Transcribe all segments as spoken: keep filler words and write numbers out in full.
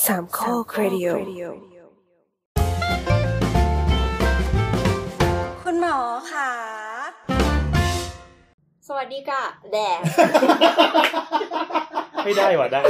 สามข้อครดิโอคุณหมอค่ะสวัสดีค่ะแดดไม่ได้ว่ะได้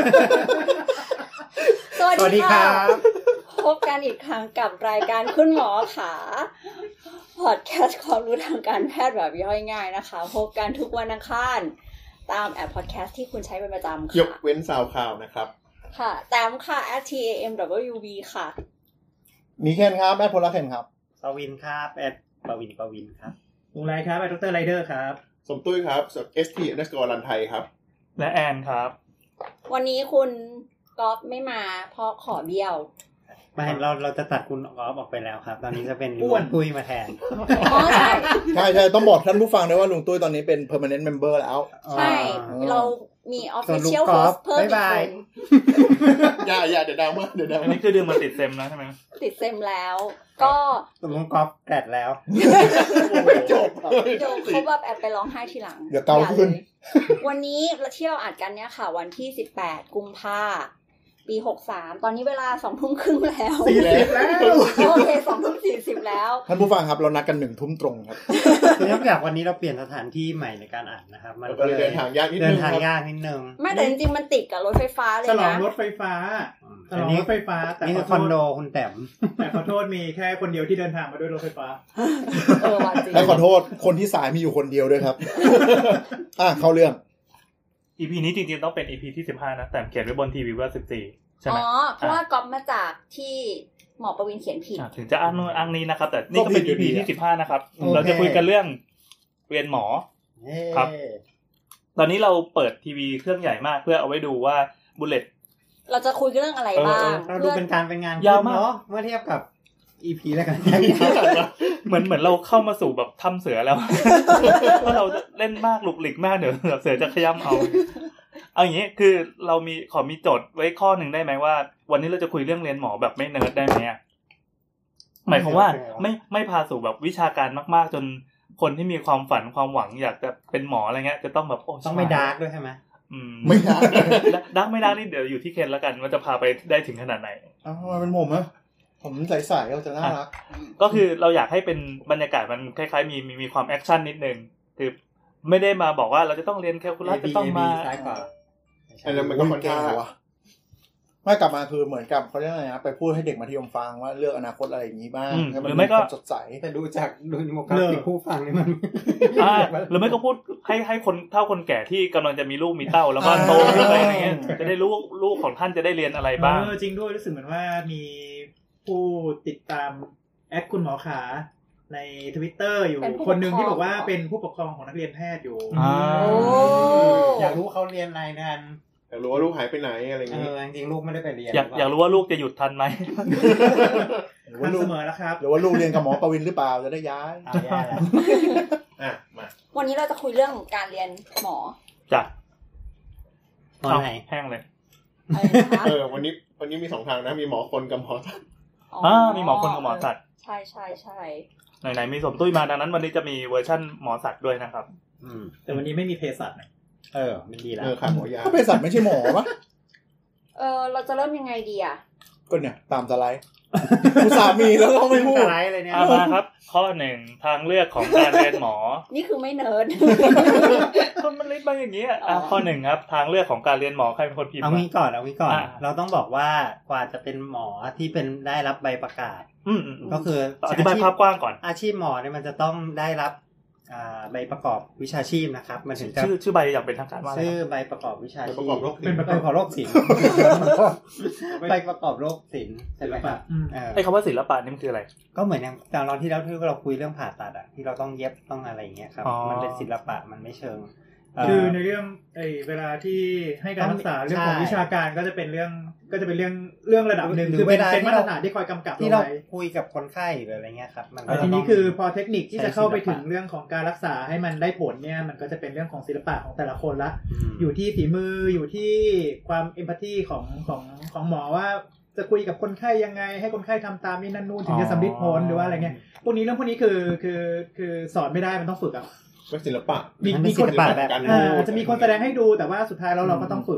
สวัสดีครับพบกันอีกครั้งกับรายการคุณหมอค่ะพอดแคสต์ความรู้ทางการแพทย์แบบย่อยง่ายนะคะพบกันทุกวันอังคารตามแอปพอดแคสต์ที่คุณใช้เป็นประจำค่ะยกเว้นซาวคลาวนะครับค่ะตามค่ะ แอท ที เอ เอ็ม ดับเบิลยู บี ค่ะมีเคนครับแอดพลเคนครับปวินครับแอดปวินปวินครับลุงไรครับแอดดรไรเดอร์ครับสมตุ้ยครับ เอส ที underscore รันไทยครับและแอนครับวันนี้คุณก๊อฟไม่มาเพราะขอเบี้ยวไม่เราเราจะตัดคุณก๊อฟออกไปแล้วครับตอนนี้จะเป็นลุงตุ้ยมาแทนอ๋อใช่ใช่ใช่ต้องบอกท่านผู้ฟังด้วยว่าลุงตุ้ยตอนนี้เป็น permanent member แล้วใช่เรามี official host เพิ่มอีกคนอย่าอย่าเดี๋ยวดาวมาเดี๋ยวดาวอันนี้คือดึงมาติดเซมแล้วใช่ไหมติดเซมแล้วก็ลุงก๊อฟแกดแล้วจบเดี๋ยวเขาแบบแอบไปร้องไห้ทีหลังเดี๋ยวเกาขึ้นวันนี้เราที่เราอัดกันเนี่ยค่ะวันที่สิบแปดกุมภาพันธ์ปีหกสิบสามตอนนี้เวลา สองทุ่มครึ่งแล้วสี่สิบแล้วโอเค สองทุ่มสี่สิบแล้วท่านผู้ฟังครับเรานัดกัน หนึ่งทุ่มตรงครับคือเนื่องจากวันนี้เราเปลี่ยนสถานที่ใหม่ในการอัดนะครับมันก็เลยเดินทางยากนิดนึงเดินทางยากนิดนึงไม่แต่จริงๆมันติดกับรถไฟฟ้าเลยนะฉลองรถไฟฟ้าฉลองรถไฟฟ้าแต่นี่คือคอนโดคุณแต้มแต่ขอโทษมีแค่คนเดียวที่เดินทางมาด้วยรถไฟฟ้าเออว่าจริงและขอโทษคนที่สายมีอยู่คนเดียวด้วยครับอ่ะเข้าเรื่องอี พี นี้จริงๆต้องเป็น อี พี ที่สิบห้านะแต่เขียนไว้บนทีวีว่าสิบสี่อ๋อเพราะว่าก๊อปมาจากที่หมอประวินเขียนผิดถึงจะอ้างนู่นอ้างนี้นะครับแต่นี่ก็เป็น อี พี ที่สิบห้านะครับเราจะคุยกันเรื่องเรียนหมอครับตอนนี้เราเปิดทีวีเครื่องใหญ่มากเพื่อเอาไว้ดูว่าบุลเลตเราจะคุยเรื่องอะไรบ้างเราดูเป็นการเป็นงานยาวมากเนาะเมื่อเทียบกับ อี พี แล้วกันเหมือนเหมือนเราเข้ามาสู่แบบถ้ำเสือแล้วเพราะเราเล่นมากหลุกหลิกมากเดี๋ยวเสือจะขย้ำเอาเอาอย่างนี้คือเรามีขอมีโจทย์ไว้ข้อหนึ่งได้ไหมว่าวันนี้เราจะคุยเรื่องเรียนหมอแบบไม่เนิร์ดได้ไหมหมายความว่าไม่ไม่พาสู่แบบวิชาการมากๆจนคนที่มีความฝันความหวังอยากจะเป็นหมออะไรเงี้ยจะต้องแบบโอ้ต้องไม่ดาร์กด้วยใช่ไหมอืมไม่ดาร์กดาร์กไม่ดาร์กนี่เดี๋ยวอยู่ที่เคนแล้วกันว่าจะพาไปได้ถึงขนาดไหนอ๋อเป็นผมอะผมใสๆก็จะน่ารักก็คือเราอยากให้เป็นบรรยากาศมันคล้ายๆมีมีมีความแอคชั่นนิดนึงคือไม่ได้มาบอกว่าเราจะต้องเรียนแคลคูลัสจะต้องมาอันนั้นมันก็ค่อนข้างว่ะไม่กลับมาคือเหมือนกับเขาเรียกอะไรนะไปพูดให้เด็กมัธยมฟังว่าเลือกอนาคตอะไรอย่างนี้บ้างหรือไม่ก็สดใสแต่ดูจากดูนิโมกราฟิกผู้ฟังนี่มันหรือไม่ก็พูดให้ให้คนเฒ่าคนแก่ที่กำลังจะมีลูกมีเต้าแล้วก็โตขึ้นไปอะไรเงี้ยจะได้รู้ลูกของท่านจะได้เรียนอะไรบ้างเออจริงด้วยรู้สึกเหมือนว่ามีผู้ติดตามแอคคุณหมอขาใน Twitter อยู่คนนึงที่บอกว่าเป็นผู้ปกครองของนักเรียนแพทย์อยู่อยากรู้เขาเรียนอะไรกันอยากรู้ว่าลูกหายไปไหนอะไรอย่างงี้เออจริงๆลูกไม่ได้ไปเรียนอยากอยากรู้ว่าลูกจะหยุดทันไหมทันเสมอแล้วครับหรือว่าลูกเรียนกับหมอประวินหรือเปล่าจะได้ย้ายอ่ะมาวันนี้เราจะคุยเรื่องการเรียนหมอจ้ะหมอไหนแห้งเลยเออวันนี้วันนี้มีสองทางนะมีหมอคนกับหมอสัตว์อ่ามีหมอคนกับหมอสัตว์ใช่ใช่ใช่ไหนๆมีสมตุ้ยมาดังนั้นวันนี้จะมีเวอร์ชั่นหมอสัตว์ด้วยนะครับอืมแต่วันนี้ไม่มีเภสัชเออมันดีแล้วเออขาดหมอยาก็เภสัชไม่ใช่หมอปะเออเราจะเริ่มยังไงดีอ่ะก็เนี่ยตามสไลด์ผู้สามีแล้วเราไม่พูดสไลด์เลยเนี่ยมาครับข้อหนึ่งทางเลือกของการเรียนหมอนี่คือไม่เนิร์ดคนมันเล่นมาอย่างนี้อ่ะข้อหนึ่งครับทางเลือกของการเรียนหมอใครเป็นคนพิมพ์เอางี้ก่อนเอางี้ก่อนเราต้องบอกว่ากว่าจะเป็นหมอที่เป็นได้รับใบประกาศก็คืออธิบายภาพกว้างก่อนอาชีพหมอเนี่ยมันจะต้องได้รับใบประกอบวิชาชีพนะครับมันถึงจะชื่อชื่อใบอย่างเป็นทางการว่าชื่อใบประกอบวิชาชีพเป็นประกอบโรคศิลป์ใบประกอบโรคศิลป์ใช่ไหมครับไอ้คำว่าศิลปะนี่มันคืออะไรก็เหมือนอย่างตอนที่เราที่เราคุยเรื่องผ่าตัดอ่ะที่เราต้องเย็บต้องอะไรอย่างเงี้ยครับมันเป็นศิลปะมันไม่เชิงคือในเรื่องไอ้เวลาที่ให้การรักษาเรื่องของวิชาการก็จะเป็นเรื่องก็จะเป็นเรื่องเรื่องระดับนึงคือเป็นเป็นมาตรฐานที่คอยกำกับที่เราคุยกับคนไข้หรืออะไรเงี้ยครับแต่ทีนี้คือพอเทคนิคที่จะเข้าไปถึงเรื่องของการรักษาให้มันได้ผลเนี่ยมันก็จะเป็นเรื่องของศิลปะของแต่ละคนละอยู่ที่ฝีมืออยู่ที่ความเอมพัตตีของของของหมอว่าจะคุยกับคนไข้ยังไงให้คนไข้ทำตามนี่นั่นนู่นถึงจะสำเร็จผลหรือว่าอะไรเงี้ยพวกนี้เรื่องพวกนี้คือคือคือสอนไม่ได้มันต้องฝึกอ่ะเป็นศิลปะมีมีคนแบบอาจจะมีคนแสดงให้ดูแต่ว่าสุดท้ายแล้วเราก็ต้องฝึก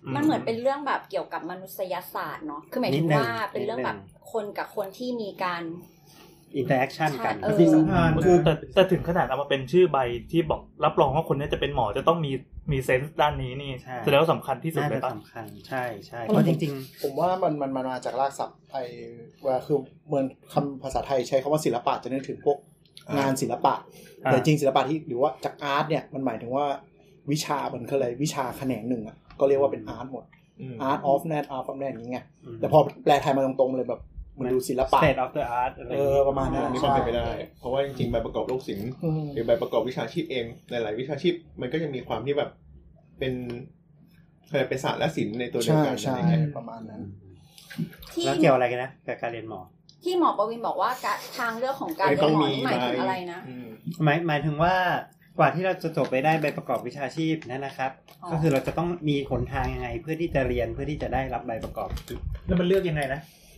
มันเหมือนเป็นเรื่องแบบเกี่ยวกับมนุษยศาสตร์เนาะคือหมายถึงว่าเป็นเรื่องแบบคนกับคนที่มีการอินเตอร์แอคชั่นกันปฏิสัมพันธ์คือแต่แต่ถึงขนาดเอามาเป็นชื่อใบที่บอกรับรองว่าคนนี้จะเป็นหมอจะต้องมีมีเซนส์ด้านนี้นี่แสดงว่าสำคัญที่สุดเลยป่ะสำคัญใช่ใช่เพราะจริงๆผมว่ามันมันมาจากรากศัพท์ไอ้ว่าคือเหมือนคำภาษาไทยใช้คำว่าศิลปะจะนึกถึงพวกงานศิลปะแต่จริงศิลปะที่หรือว่าจากอาร์ตเนี่ยมันหมายถึงว่าวิชามันคืออะไรวิชาแขนงหนึ่งอ่ะก็เรียกว่าเป็นอาร์ตหมด art of that art of that อย่างเงี้ยแต่พอแปลไทยมาตรงๆเลยแบบมันดูศิลปะ state of the art เออประมาณนั้นนี่มันเป็นไปได้เพราะว่าจริงๆใบประกอบโรคศิลป์หรือใบประกอบวิชาชีพเองหลายๆวิชาชีพมันก็ยังมีความที่แบบเป็นเคยเป็นศาสตร์และศิลป์ในตัวเดียวกันอะไรเงี้ยประมาณนั้นแล้วเกี่ยวอะไรกันนะกับการเรียนหมอที่หมอประวินบอกว่าทางเรื่องของการเรียนหมอนี่หมายถึงอะไรนะหมายหมายถึงว่ากว่าที่เราจะจบไปได้ใบประกอบวิชาชีพนั่นนะครับก็คือเราจะต้องมีหนทางยังไงเพื่อที่จะเรียนเพื่อที่จะได้รับใบประกอบแล้วมันเลือกยังไงนะ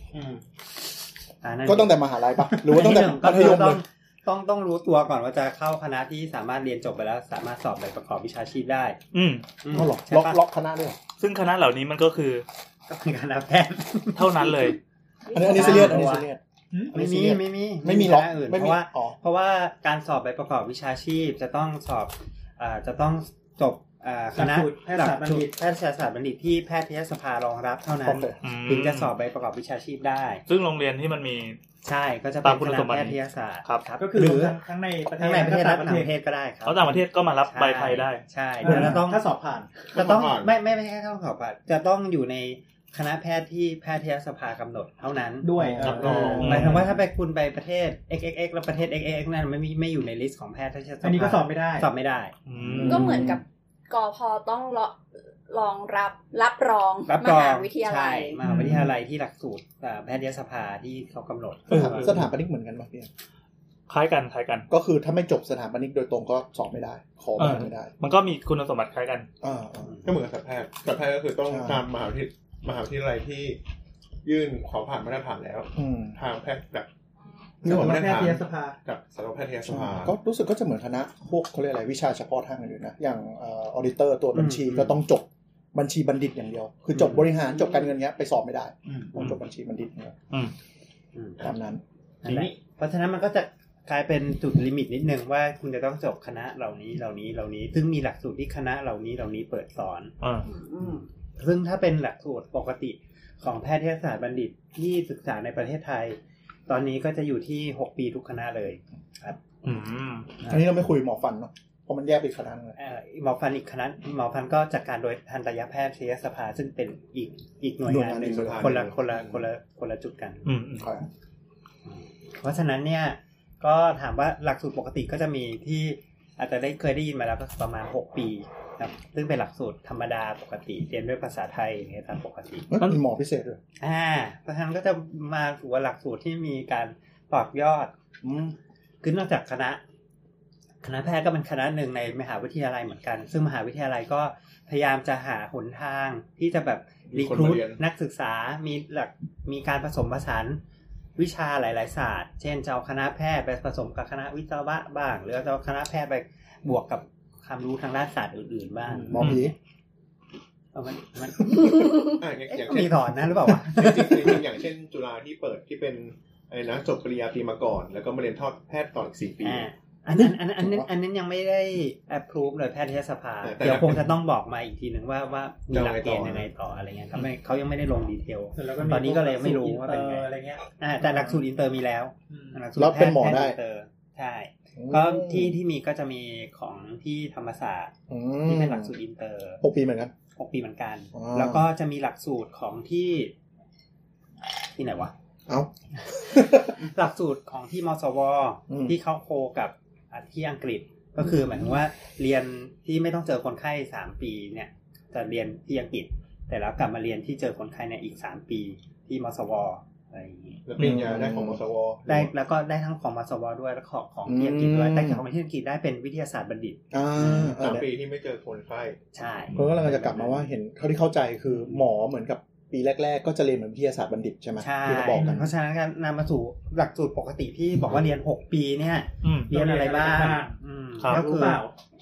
ก็ตั้งแต่มหาลัยปะหรือว่าตั้งแต่มัธยมเลยต้องต้องรู้ตัวก่อนว่าจะเข้าคณะที่สามารถเรียนจบไปแล้วสามารถสอบใบประกอบวิชาชีพได้อืมก็หรอล็อกล็อกคณะด้วยซึ่งคณะเหล่านี้มันก็คือก็เป็นคณะแพทย์เท่านั้นเลยอันนี้อันนี้ซีเรียสอันนี้ซีเรียสไม่มีไม่มีไม่มีล็อกอื่นเพราะว่าเพราะว่าการสอบใบประกอบวิชาชีพจะต้องสอบอ่าจะต้องจบอ่าคณะแพทยศาสตร์บัณฑิตแพทยศาสตร์บัณฑิตที่แพทยสภารองรับเท่านั้นถึงจะสอบใบประกอบวิชาชีพได้ซึ่งโรงเรียนที่มันมีใช่ก็จะเป็นคณะแพทยศาสตร์ครับก็คือทั้งในประเทศทั้งในประเทศและต่างประเทศก็ได้ครับเพราะต่างประเทศก็มารับใบไทยได้ใช่แต่เราต้องถ้าสอบผ่านจะต้องไม่ไม่ไม่แค่ต้องสอบผ่านจะต้องอยู่ในคณะแพทย์ที่แพทยสภากำหนดเท่านั้นด้วยหมายถึงว่าถ้าไปคุณไปประเทศ เอ็กซ์ เอ็กซ์ เอ็กซ์ แล้วประเทศ เอ็กซ์ เอ็กซ์ นั่นไม่มีไม่อยู่ในลิสต์ของแพทยสภาอันนี้ก็สอบไม่ได้สอบไม่ได้ก็เหมือนกับกพ.ต้องรองรับรับรองมหาวิทยาลัยมหาวิทยาลัยที่หลักสูตรแพทยสภาที่เขากำหนดสถาปนิกเหมือนกันป่ะพี่คล้ายกันคล้ายกันก็คือถ้าไม่จบสถาปนิกโดยตรงก็สอบไม่ได้ขอไม่ได้มันก็มีคุณสมบัติคล้ายกันอ่าก็เหมือนกับสัตวแพทย์สัตวแพทย์ก็คือต้องตามมหาวิทยาลัยมหาวิทยาลัยที่ยื่นขอผ่านมาตรฐานแล้วทางแพทย์แบบสัตวแพทยสภากับสัตวแพทยสภาก็รู้สึกก็จะเหมือนคณะพวกเขาเรียกอะไรวิชาเฉพาะทางอื่นนะอย่างเออดิเตอร์ตัวบัญชีก็ต้องจบบัญชีบัณฑิตอย่างเดียวคือจบบริหารจบการเงินเนี้ยไปสอบไม่ได้ต้องจบบัญชีบัณฑิตเนี่ยตามนั้นเพราะฉะนั้นมันก็จะกลายเป็นจุดลิมิตนิดนึงว่าคุณจะต้องจบคณะเหล่านี้เหล่านี้เหล่านี้ซึ่งมีหลักสูตรที่คณะเหล่านี้เหล่านี้เปิดสอนซึ่งถ้าเป็นหลักสูตรปกติของแพทยศาสตร์บัณฑิตที่ศึกษาในประเทศไทยตอนนี้ก็จะอยู่ที่หกปีทุกคณะเลยครับอืมอันนี้เราไม่คุยหมอฟันเนาะเพราะมันแยกเป็นคณะเลยเอ่อหมอฟันอีกคณะหมอฟันก็จัดการโดยทันตแพทยสภาซึ่งเป็นอีกอีกหน่วยงานนึงคนละคนละคนละคนละจุดกันอืมครับเพราะฉะนั้นเนี่ยก็ถามว่าหลักสูตรปกติก็จะมีที่อาจจะได้เคยได้ยินมาแล้วก็ประมาณหกปีครับซึ่งเป็นหลักสูตรธรรมดาปกติเรียนด้วยภาษาไทยอย่างเงี้ยตามปกติมันมีหมอพิเศษด้วยอ่าเพราะฉะนั้นก็จะมาสู่หลักสูตรที่มีการต่อยอดคือนอกจากคณะคณะแพทย์ก็เป็นคณะหนึ่งในมหาวิทยาลัยเหมือนกันซึ่งมหาวิทยาลัยก็พยายามจะหาหนทางที่จะแบบรีครูทนักศึกษามีหลักมีการผสมผสานวิชาหลายๆศาสตร์เช่นจะเอาคณะแพทย์ไปผสมกับคณะวิศวะบ้างหรือจะเอาคณะแพทย์ไปบวกกับความรู้ทางด้านศาสตร์อื่นๆบ้างหมอผีเอามันมันอ่าอย่างเช่นมีถอนนะหรือเปล่าวะจริงๆอย่างเช่นจุฬาที่เปิดที่เป็นอะไรนะจบปริญญาตรีมาก่อนแล้วก็มาเรียนทอดแพทย์ต่ออีกสี่ปีอันนั้นอันนั้นอันนั้นอันนั้นยังไม่ได้ approve เลยแพทยสภาเดี๋ยวคงจะต้องบอกมาอีกทีนึงว่าว่ามีหลักเกณฑ์ยังไงต่ออะไรเงี้ยเขาไม่เขายังไม่ได้ลงดีเทลตอนนี้ก็เลยไม่รู้ว่าเป็นไงอะไรเงี้ยอ่าแต่หลักสูตรอินเตอร์มีแล้วแล้วเป็นหมอได้ใช่ก็ที่ที่มีก็จะมีของที่ธรรมศาสตร์ที่เป็นหลักสูตรอินเตอร์หกปีเหมือนกันหกปีเหมือนกันแล้วก็จะมีหลักสูตรของที่ที่ไหนวะเอ้าหลักสูตรของที่มสวที่เขาโคกับที่อังกฤษก็คือหมายถึงว่าเรียนที่ไม่ต้องเจอคนไข้สามปีเนี่ยจะเรียนที่อังกฤษแต่แล้วกลับมาเรียนที่เจอคนไข้ในอีกสามปีที่มสวอะไรอย่างงี้แล้วปริญญาได้ของมสวได้แล้วก็ได้ทั้งของมสวด้วยและของของที่อังกฤษด้วยได้จากของที่อังกฤษได้เป็นวิทยาศาสตร์บัณฑิตอ่าสามปีที่ไม่เจอคนไข้ใช่เพราะว่าเราจะกลับมาว่าเห็นเท่าที่เข้าใจคือหมอเหมือนกับปีแรกๆก็จะเรียนเหมือนวิทยาศาสตร์บัณฑิตใช่ไหมที่เขาบอกกันเพราะฉะนั้นการนำมาสู่หลักสูตรปกติที่บอกว่าเรียนหกปีเนี่ยเรียนอะไรบ้างก็คือ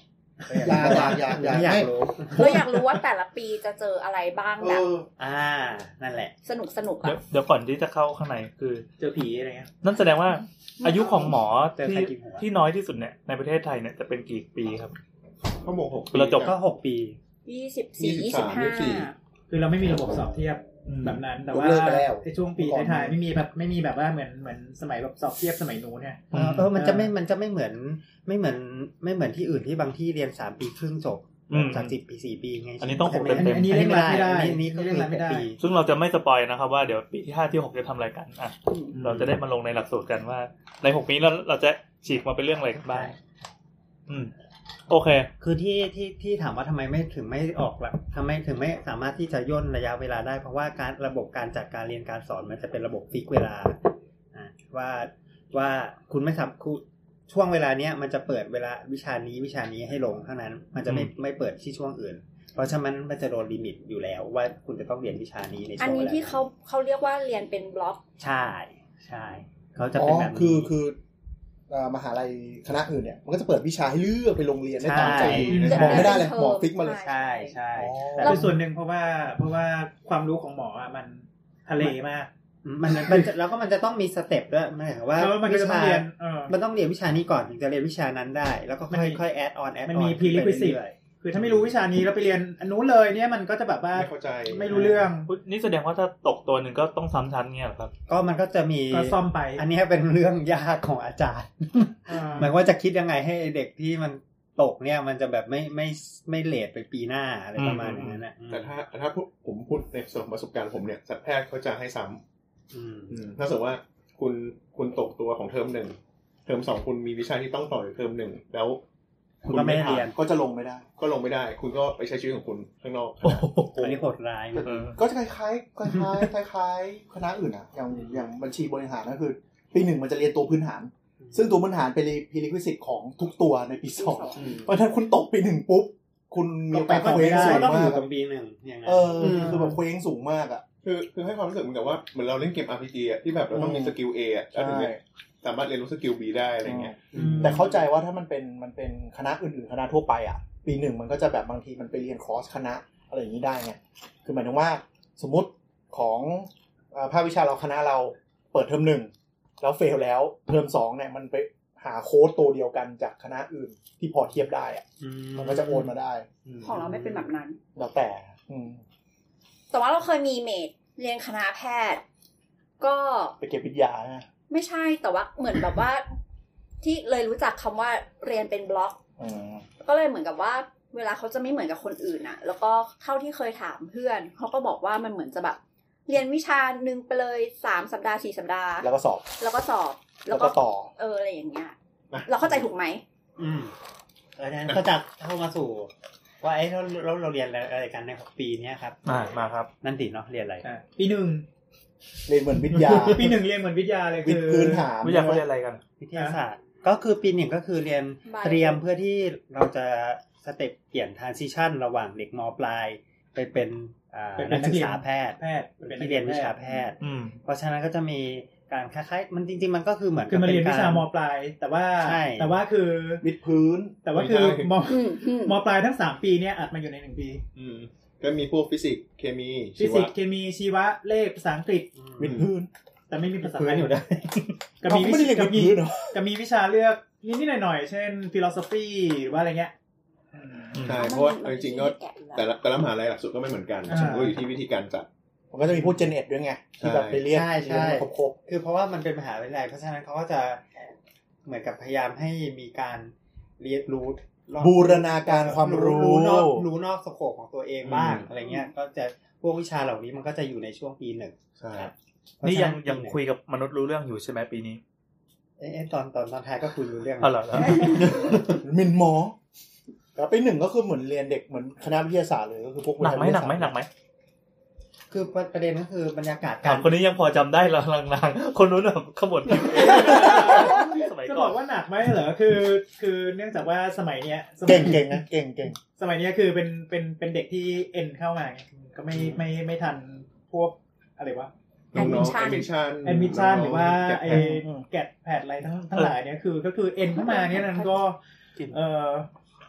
อย่าอย่าอย่าอย่าไม่อยากรู้เราอยากรู้ว่าแต่ละปีจะเจออะไรบ้างแบบอ่านั่นแหละสนุกสนุกเดี๋ยวอ่ะเดี๋ยวก่อนที่จะเข้าข้างในคือเจอผีอะไรเงี้ยนั่นแสดงว่าอายุของหมอเจอที่ใครกินหัวที่น้อยที่สุดเนี่ยในประเทศไทยเนี่ยจะเป็นกี่ปีครับเขาบอกหกเราจบก็หกปียี่สิบสี่ยี่สิบห้าคือเราไม่มีระบบสอบเทียบแบบนั้นแต่ว่าในช่วงปีท้ายๆไม่มีแบบไม่มีแบบว่าเหมือนเหมือนสมัยแบบสอบเทียบสมัยนู้นเนี่ยเออมันจะไม่มันจะไม่เหมือนไม่เหมือนไม่เหมือนที่อื่นที่บางที่เรียนสามปีครึ่งจบจากสิบปีสี่ปีไงอันนี้ต้องหกเต็มอันนี้เล่นไม่ได้อันนี้ก็คือหกปีซึ่งเราจะไม่สปอยนะครับว่าเดี๋ยวปีที่ห้าที่หกจะทำอะไรกันอ่ะเราจะได้มาลงในหลักสูตรกันว่าในหกปีเราเราจะฉีกมาเป็นเรื่องอะไรกันบ้างอืมโอเคคือที่ที่ที่ถามว่าทำไมไม่ถึงไม่ออกแบบทำไมถึงไม่สามารถที่จะย่นระยะเวลาได้เพราะว่าการระบบการจัดการเรียนการสอนมันจะเป็นระบบฟิกเวลาอ่าว่าว่าคุณไม่ทำคุณช่วงเวลาเนี้ยมันจะเปิดเวลาวิชานี้วิชานี้ให้ลงเท่านั้นมันจะไม่ไม่เปิดที่ช่วงอื่นเพราะฉะนั้นมันจะโดนลิมิตอยู่แล้วว่าคุณจะต้องเรียนวิชานี้ในช่วงเวลาอันนี้ที่เขาเขาเรียกว่าเรียนเป็นบล็อกใช่ใช่เขาจะเป็นแบบนี้คือคือมหาลัยคณะอื่นเนี่ยมันก็จะเปิดวิชาให้เลือกไปโรงเรียนได้ตามใจบอกไม่ได้เลยหมอฟิกมาเลยใช่ใช่แต่เป็นส่วนหนึ่งเพราะว่าเพราะว่าความรู้ของหมออ่ะมันทะเลมากมันมันแล้วก็มันจะต้องมีสเต็ปด้วยหมายถึงว่าวิชามันต้องเรียนวิชานี้ก่อนถึงจะเรียนวิชานั้นได้แล้วก็ค่อยค่อยแอดออนแอดออนมันมี prerequisite คือถ้าไม่รู้วิชานี้แล้วไปเรียนอันนู้นเลยเนี่ยมันก็จะแบบว่าไม่เข้าใจไม่รู้เรื่องนี่แสดงว่าถ้าตกตัวหนึ่งก็ต้องซ้ำชั้นเงี้ยหรอครับก็มันก็จะมีก็ซ่อมไปอันนี้เป็นเรื่องยากของอาจารย์หมายว่าจะคิดยังไงให้เด็กที่มันตกเนี่ยมันจะแบบไม่ไม่ไม่เลทไปปีหน้าอะไรประมาณอย่างนั้นนะแต่ถ้าถ้าผมพูดในส่วนของประสบการณ์ผมเนี่ยสัตวแพทย์เขาจะให้ซ้ำถ้าสมมติว่าคุณคุณตกตัวของเทอมหนึ่งเทอมสองคุณมีวิชาที่ต้องต่ออยู่เทอมหนึ่งแล้วคุณก็ไม่เรียนก็จะลงไม่ได้ก็ลงไม่ได้คุณก็ไปใช้ชีวิตของคุณข้างนอกอันนี้โหดร้ายก็จะคล้ายๆคล้ายๆคล้ายๆคณะอื่นอ่ะอย่างอย่างบัญชีบริหารก็คือปีหนึ่งมันจะเรียนตัวพื้นฐานซึ่งตัวพื้นฐานเป็น prerequisite ของทุกตัวในปีสองเพราะฉะนั้นคุณตกปีหนึ่งปุ๊บคุณมีโอกาสเคว้งสูงมากตรงปีหนึ่งอย่างนั้นเออคือแบบเคว้งสูงมากอ่ะคือคือให้ความรู้สึกเหมือนกับว่าเหมือนเราเล่นเกม อาร์ พี จี อ่ะที่แบบเราต้องมีสกิล A อ่ะแล้วถึงจะสามารถเรียนรู้สกิล B ได้อะไรเงี้ยแต่เข้าใจว่าถ้ามันเป็นมันเป็นคณะอื่นๆคณะทั่วไปอ่ะปีหนึ่งมันก็จะแบบบางทีมันไปเรียนคอร์สคณะอะไรอย่างนี้ได้ไงคือหมายถึงว่าสมมุติของภาควิชาเราคณะเราเปิดเทอมหนึ่งแล้วเฟลแล้วเทอมสองเนี่ยมันไปหาโค้ดตัวเดียวกันจากคณะอื่นที่พอเทียบได้อ่ะมันก็จะโอนมาได้ของเราไม่เป็นแบบนั้นแล้วแต่แต่ว่าเราเคยมีเมทเรียนคณะแพทย์ก็ไปเก็บวิทยาฮะไม่ใช่แต่ว่าเหมือนแบบว่าที่เลยรู้จักคำว่าเรียนเป็นบล็อกก็เลยเหมือนกับว่าเวลาเขาจะไม่เหมือนกับคนอื่นน่ะแล้วก็เท่าที่เคยถามเพื่อนเขาก็บอกว่ามันเหมือนจะแบบเรียนวิชานึงไปเลยสามสัปดาห์สี่สัปดาห์แล้วก็สอบแล้วก็สอบแล้วก็ต่อเอออะไรอย่างเงี้ยเราเข้าใจถูกไหมอืมอาจารย์ก็จะเข้ามาสู่ว่าไอ้เราเราเราเรียนอะไรกันในหกปีนี้ครับมามาครับนั่นติเนาะเรียนอะไรปีหนึ่งเรียนเหมือนวิทยาปีหนึ่งเรียนเหมือนวิทยาเลยคือพื้นฐานวิทยาเขาเรียนอะไรกันวิทยาศาสตร์ก็คือปีหนึ่งก็คือเรียนเตรียมเพื่อที่เราจะสเต็ปเปลี่ยน transition ระหว่างเด็กม.ปลายไปเป็นนักศึกษาแพทย์ที่เรียนวิชาแพทย์เพราะฉะนั้นก็จะมีการคล้ายๆมันจริงๆมันก็คือเหมือนคือมาเรียนวิชาม.ปลายแต่ว่าแต่ว่าคือวิทย์พื้นแต่ว่าคือม.ม.ปลายทั้งสามปีเนี่ยอัดมาอยู่ในหนึ่งปีก็มีพวกฟิสิกส์เคมีฟิสิกส์เคมีชีวะเลขภาษาอังกฤษวิทย์พื้นแต่ไม่มีภาษาไทยอยู่ได้ก็มีวิชาก็มีวิชาเลือกนิดๆหน่อยๆเช่น philosophy หรือว่าอะไรเงี้ยใช่เพราะว่าจริงๆก็แต่ละแต่ละมหาลัยหลักสูตรก็ไม่เหมือนกันก็อยู่ที่วิธีการจัดมันก็จะมีพวก Gen เอ็ดด้วยไงที่แบบไปเรียนใช่ๆครบๆคือเพราะว่ามันเป็นมหาวิทยาลัยเพราะฉะนั้นเขาก็จะเหมือนกับพยายามให้มีการเรียนรู้บูรณาการความรู้รู้นอกรู้นอกสโคปของตัวเองบ้างอะไรเงี้ยก็จะพวกวิชาเหล่านี้มันก็จะอยู่ในช่วงปีหนึ่งใช่นี่ยังยังคุยกับมนุษย์รู้เรื่องอยู่ใช่ไหมปีนี้เอ๊ะตอนตอนตอนท้ายก็คุยรู้เรื่องอ๋อเหรอมินหมอแล้วปีหนึ่งก็คือเหมือนเรียนเด็กเหมือนคณะวิทยาศาสตร์เลยก็คือพวกหนักไหมหนักไหมหนักไหมคือประเด็นก็คือบรรยากาศการคนนี้ยังพอจำได้ลางๆคนนู้นแบบขมวดผิดจะบอกว่าหนักไหมเหรอคือคือเนื่องจากว่าสมัยเนี้ยเก่งเก่งนะเก่งเก่งสมัยเนี้ยคือเป็นเป็นเป็นเด็กที่เอ็นเข้ามาก็ไม่ไม่ไม่ทันพวกอะไรวะแอดมิชชั่นแอดมิชชั่นหรือว่าไอ้แกดแพดอะไรทั้งทั้งหลายเนี่ยคือก็คือเอ็นเข้ามาเนี่ยนั้นก็เอ่อ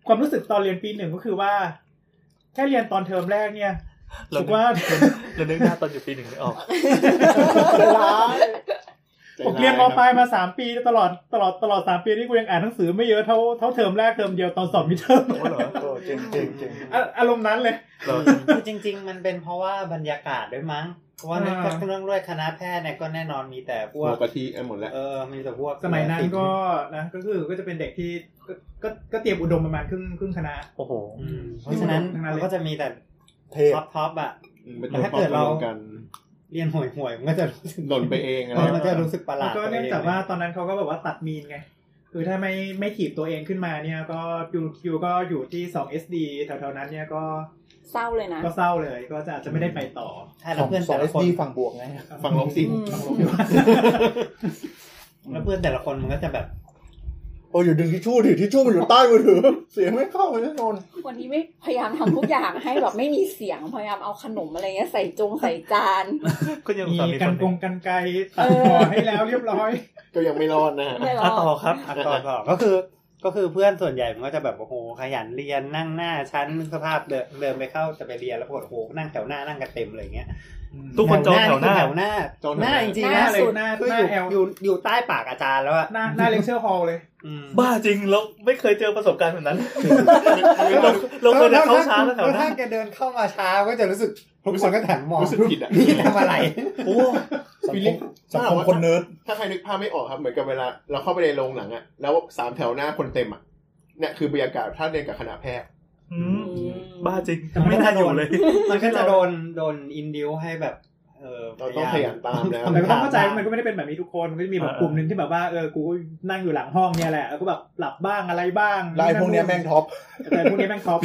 ความรู้สึกตอนเรียนปีหนึ่งก็คือว่าแค่เรียนตอนเทอมแรกเนี่ยรู้สึกว่าเรานึกหน้าตอนอยู่ปีหนึ่งไม่ออกผมเรียนม.ปลายมาสามปีตลอดตลอดตลอดสามปีนี่กูยังอ่านหนังสือไม่เยอะเท่าเท่าเทอมแรกเทอมเดียวตอนสอบมิดเทอมโอ้เหรอโอ้เจ๋งเจ๋งเจ๋งอารมณ์นั้นเลยคือจริงๆมันเป็นเพราะว่าบรรยากาศด้วยมั้งเพราะว่าเรื่องด้วยคณะแพทย์เนี่ยก็แน่นอนมีแต่พวกกะทิหมดแล้วเออมีแต่พวกสมัยนั้นก็นะก็คือก็จะเป็นเด็กที่ก็ก็ก็เตรียมอุดมประมาณครึ่งครึ่งคณะโอ้โหเพราะฉะนั้นเราก็จะมีแต่เทพท็อปท็อปอ่ะแต่ถ้าเกิดเรากันเรียนห่วยห่วยมันก็จะรู้สึกหล่นไปเองอะไรมันก็รู้สึกประหลาดก็เนื่องจากว่าตอนนั้นเขาก็แบบว่าตัดมีนไงคือถ้าไม่ไม่ถีบตัวเองขึ้นมาเนี่ยก็อยู่อยู่ก็อยู่ที่สอง เอส ดี แถวๆนั้นเนี่ยก็เศร้าเลยนะก็เศร้าเลยก็จะอาจจะไม่ได้ไปต่อใช่แล้วเพื่อนสอแต่งละคนเอสดีฝั่งบวกไงฟังลงสิฟังลงอยู่แล้วเพื่อนแต่ละคนมันก็จะแบบโอ้ยอยู่ดึงทิชชู่ดิทิชชู่มันอยู่ใต้มือถือเสียงไม่เข้าเลยแน่นอนวันนี้ไม่พยายามทำทุกอย่างให้แบบไม่มีเสียงพยายามเอาขนมอะไรเงี้ยใส่จงใส่จานก็ยังมีสามีกัคน นกงกันไกรตัดคอให้แล้วเรียบร้อยก็ยังไม่รอดนะฮะไม่หรอ่ะอกต่อครับอ่ะต่อต่อก็คือก็คือเพื่อนส่วนใหญ่มันก็จะแบบโอ้โหขยันเรียนนั่งหน้าชั้นสภาพเดินเดินไปเข้าจะไปเรียนแล้วปวดโอ้โหนั่งแถวหน้านั่งกันเต็มอะไรเงี้ยทุกคนจองแถวหน้าแถวหน้าหน้าจริงๆหน้านะสุดหน้าคือหน้าอยู่แอลอยู่อยู่ใต้ปากอาจารย์แล้วอะหน้าหน้าเลคเชอร์ฮอลล์เลยอืมบ้าจริงเราไม่เคยเจอประสบการณ์แบบนั้น เราเราเคยเดินเข้าช้าแล้วแถวหน้าถ้าแกเดินเข้ามาช้าก็จะรู้สึกทุกคนก็ถามมองรู้สึกผิดอ่ะพี่ทำอะไรโอ้สังคมสังคมคนเนิร์ดถ้าใครนึกภาพไม่ออกครับเหมือนกับเวลาเราเข้าไปในโรงหนังอ่ะแล้วสามแถวหน้าคนเต็มอ่ะเนี่ยคือบรรยากาศถ้าเรียนกับคณะแพทย์อืมบ้าจริงไม่น่าอยู่เลยมันก็จะโดนโดนอินดิวให้แบบเออเราต้องขยันตามแล้วแต่ก็ต้องเข้าใจมันก็ไม่ได้เป็นแบบนี้ทุกคนมันก็จะมีแบบกลุ่มหนึ่งที่แบบว่าเออกูนั่งอยู่หลังห้องเนี่ยแหละแล้วก็แบบหลับบ้างอะไรบ้างไล่พวกเนี้ยแม่งท็อปแต่พวกนี้แม่งท็อป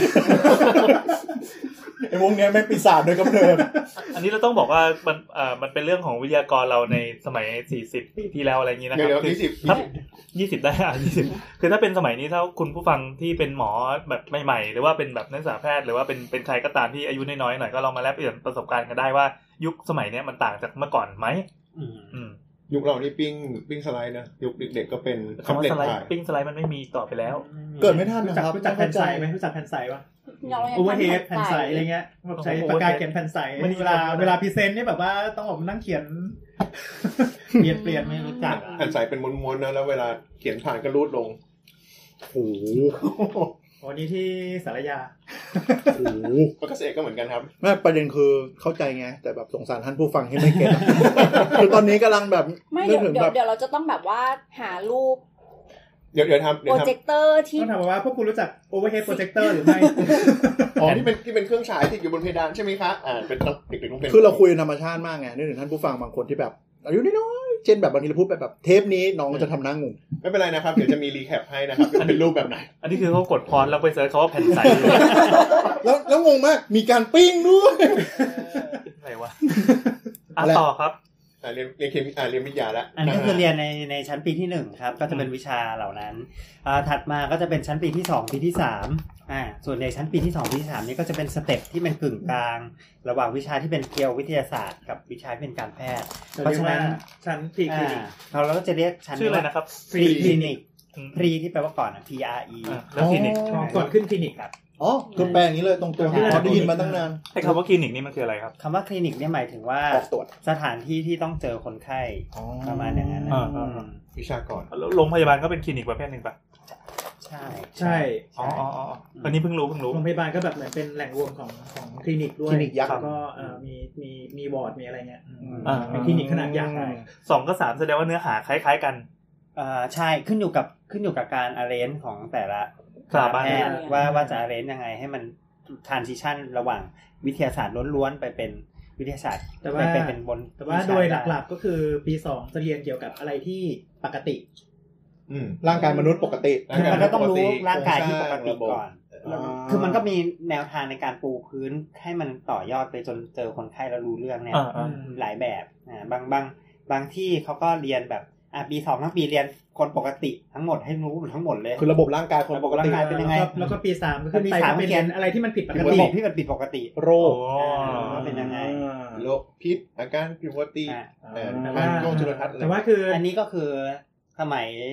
ไอ้พวกเนี้ยแม่งปีศาจโดยกำเนิดอันนี้เราต้องบอกว่ามันอ่ามันเป็นเรื่องของวิทยากรเราในสมัยสี่สิบปีที่แล้วอะไรอย่างนี้นะคเดี๋รัยวบเดี๋ยวยี่สิบครับยี่สิบได้อ่ะยี่สิบคือถ้าเป็นสมัยนี้ถ้าคุณผู้ฟังที่เป็นหมอแบบใหม่ๆหรือว่าเป็นแบบนักศึกษาแพทย์หรือว่าเป็นเป็นใครก็ตามที่อายุน้อยๆหน่อยก็ลองมาแลกเปลี่ยนประสบการณ์กันได้ว่ายุคสมัยนี้มันต่างจากเมื่อก่อนไหมอืมอืมยุคเรานี่ปิ้งปิ้งสไลด์นะยุคเด็กๆก็เป็นคำว่าสไลด์ถ่ายปิ้งสไลด์มันไม่มีต่อไปแล้วเกิดไม่ทันรู้นะจักครับรู้จักแผ่นใสไหมรู้จักแผ่นใสปะเรายังโอเวอร์เฮดทำแผ่นใสอะไรเงี้ยแบบใช้โอ้โหปากกาเขียนแผ่นใสไม่ได้เวลาเวลาพรีเซนต์นี่แบบว่าต้องแบบนั่งเขียน เปลี่ยนเปลี่ยนไม่รู้จักแผ่นใสเป็นม้วนๆนะแล้วเวลาเขียนผ่านก็รูดลงโอ้โหวันนี้ที่สารยาโอ้โหก็เกษตรก็เหมือนกันครับแม่ประเด็นคือเข้าใจไงแต่แบบสงสารท่านผู้ฟังที่ไม่เก็ต คือตอนนี้กำลังแบบไม่นึเดี๋กยวถึงเดี๋ยแบวบเดี๋ยวเราจะต้องแบบว่าหารูปเดี๋ยวเดี๋ยวทำโปเดี๋ยรวทำเจคเตอร์ที่ต้องถามว่าพวกคุณรู้จัก overhead projector หรือไม่อ๋อที่เป็นที่เป็นเครื่องฉายติดอยู่บนเพดานใช่ไหมคะอ่าเป็นต้องเด็กๆต้องเป็นคือเราคุยธรรมชาติมากไงนึกถึงท่านผู้ฟังบางคนที่แบบอายุน้อยๆเช่นแบบบางทีเราพูดไปแบบเทปนี้น้องจะทำหน้างงไม่เป็นไรนะครับเดี๋ยวจะมีรีแคปให้นะครับเป็นรูปแบบไหนอันนี้คือเขากดพอสแล้วไปเซิร์ชเขาว่าแผ่นใสแล้วแล้วงงมากมีการปิ้งด้วยอะไรวะอ่ะต่อครับอ่าเรียนเรียนเคมีอ่าเรียนวิทยาแล้วอันนี้ก็คือเรียนในในชั้นปีที่หนึ่งครับก็จะเป็นวิชาเหล่านั้นอ่าถัดมาก็จะเป็นชั้นปีที่สองปีที่สามอ่าส่วนในชั้นปีที่สองปีที่สามนี้ก็จะเป็นสเต็ปที่เป็นกึ่งกลางระหว่างวิชาที่เป็นเกี่ยววิทยาศาสตร์กับวิชาที่เป็นการแพทย์เพราะฉะนั้นชั้นพีคลินิกอ่าเราก็จะเรียกชั้นชื่ออะไรนะครับพรีคลินิกอืมพรีที่แปลว่าก่อนอ่ะ P R E อ่ะแล้วคลินิกก่อนขึ้นคลินิกครับอ๋อคือแปลอย่างนี้เลยตรงตัวที่เราได้ยินมาตั้งนานไอ้คำว่าคลินิกนี่มันคืออะไรครับคำว่าคลินิกเนี่ยหมายถึงว่าออกตรวจสถานที่ที่ต้องเจอคนไข้อ๋อประมาณอย่างนั้นนะอ่าอ่าอืมวิชากรแล้วโรงพยาบาลก็เป็นคลินิกประเภทหนึ่งปะใช่ใช่อ๋ออ๋ออ๋ออันนี้เพิ่งรู้เพิ่งรู้โรงพยาบาลก็แบบเหมือนเป็นแหล่งรวมของของคลินิกด้วยคลินิกยักษ์แล้วก็เอ่อมีมีมีวอร์ดมีอะไรเงี้ยอืมอ่าเป็นคลินิกขนาดใหญ่สองกับสามแสดงว่าเนื้อหาคล้ายๆกันอ่าใช่ขึ้นอยู่กับขึ้นอยู่กับการ arrange ของแต่ละสถาบันแพทย์ว่าว่าจะ arrange ยังไงให้มัน transition ระหว่างวิทยาศาสตร์ล้วนๆไปเป็นวิทยาศาสตร์แต่ว่าไปเป็นบนแต่ว่าโดยหลักๆก็คือปีสองจะเรียนเกี่ยวกับอะไรที่ปกติอืมร่างกายมนุษย์ปกติคือมันก็ต้องรู้ร่างกายที่ปกติก่อนอ่าคือมันก็มีแนวทางในการปูพื้นให้มันต่อยอดไปจนเจอคนไข้แล้วรู้เรื่องเนี่ยอ่าอ่าหลายแบบอ่าบางบางบางที่เขาก็เรียนแบบอ่ะปีสองทั้งปีเรียนคนปกติทั้งหมดให้รู้ทั้งหมดเลยคือระบบร่างกายคนปกติระบบร่างกาย เป็นยังไงแล้วก็แล้วก็ปีสามก็ขึ้นปีไปสามก็เป็นเขียนอะไรที่มันผิดปกระติบบที่มันผิดปกติโรคว่าเป็นยังไงโรคพิษอาการผิดปกติอ่าเอ่อแต่กาว่ารกล้องจุลทรรศน์อะไรแต่ว่าคืออันนี้ก็คือสมัยผ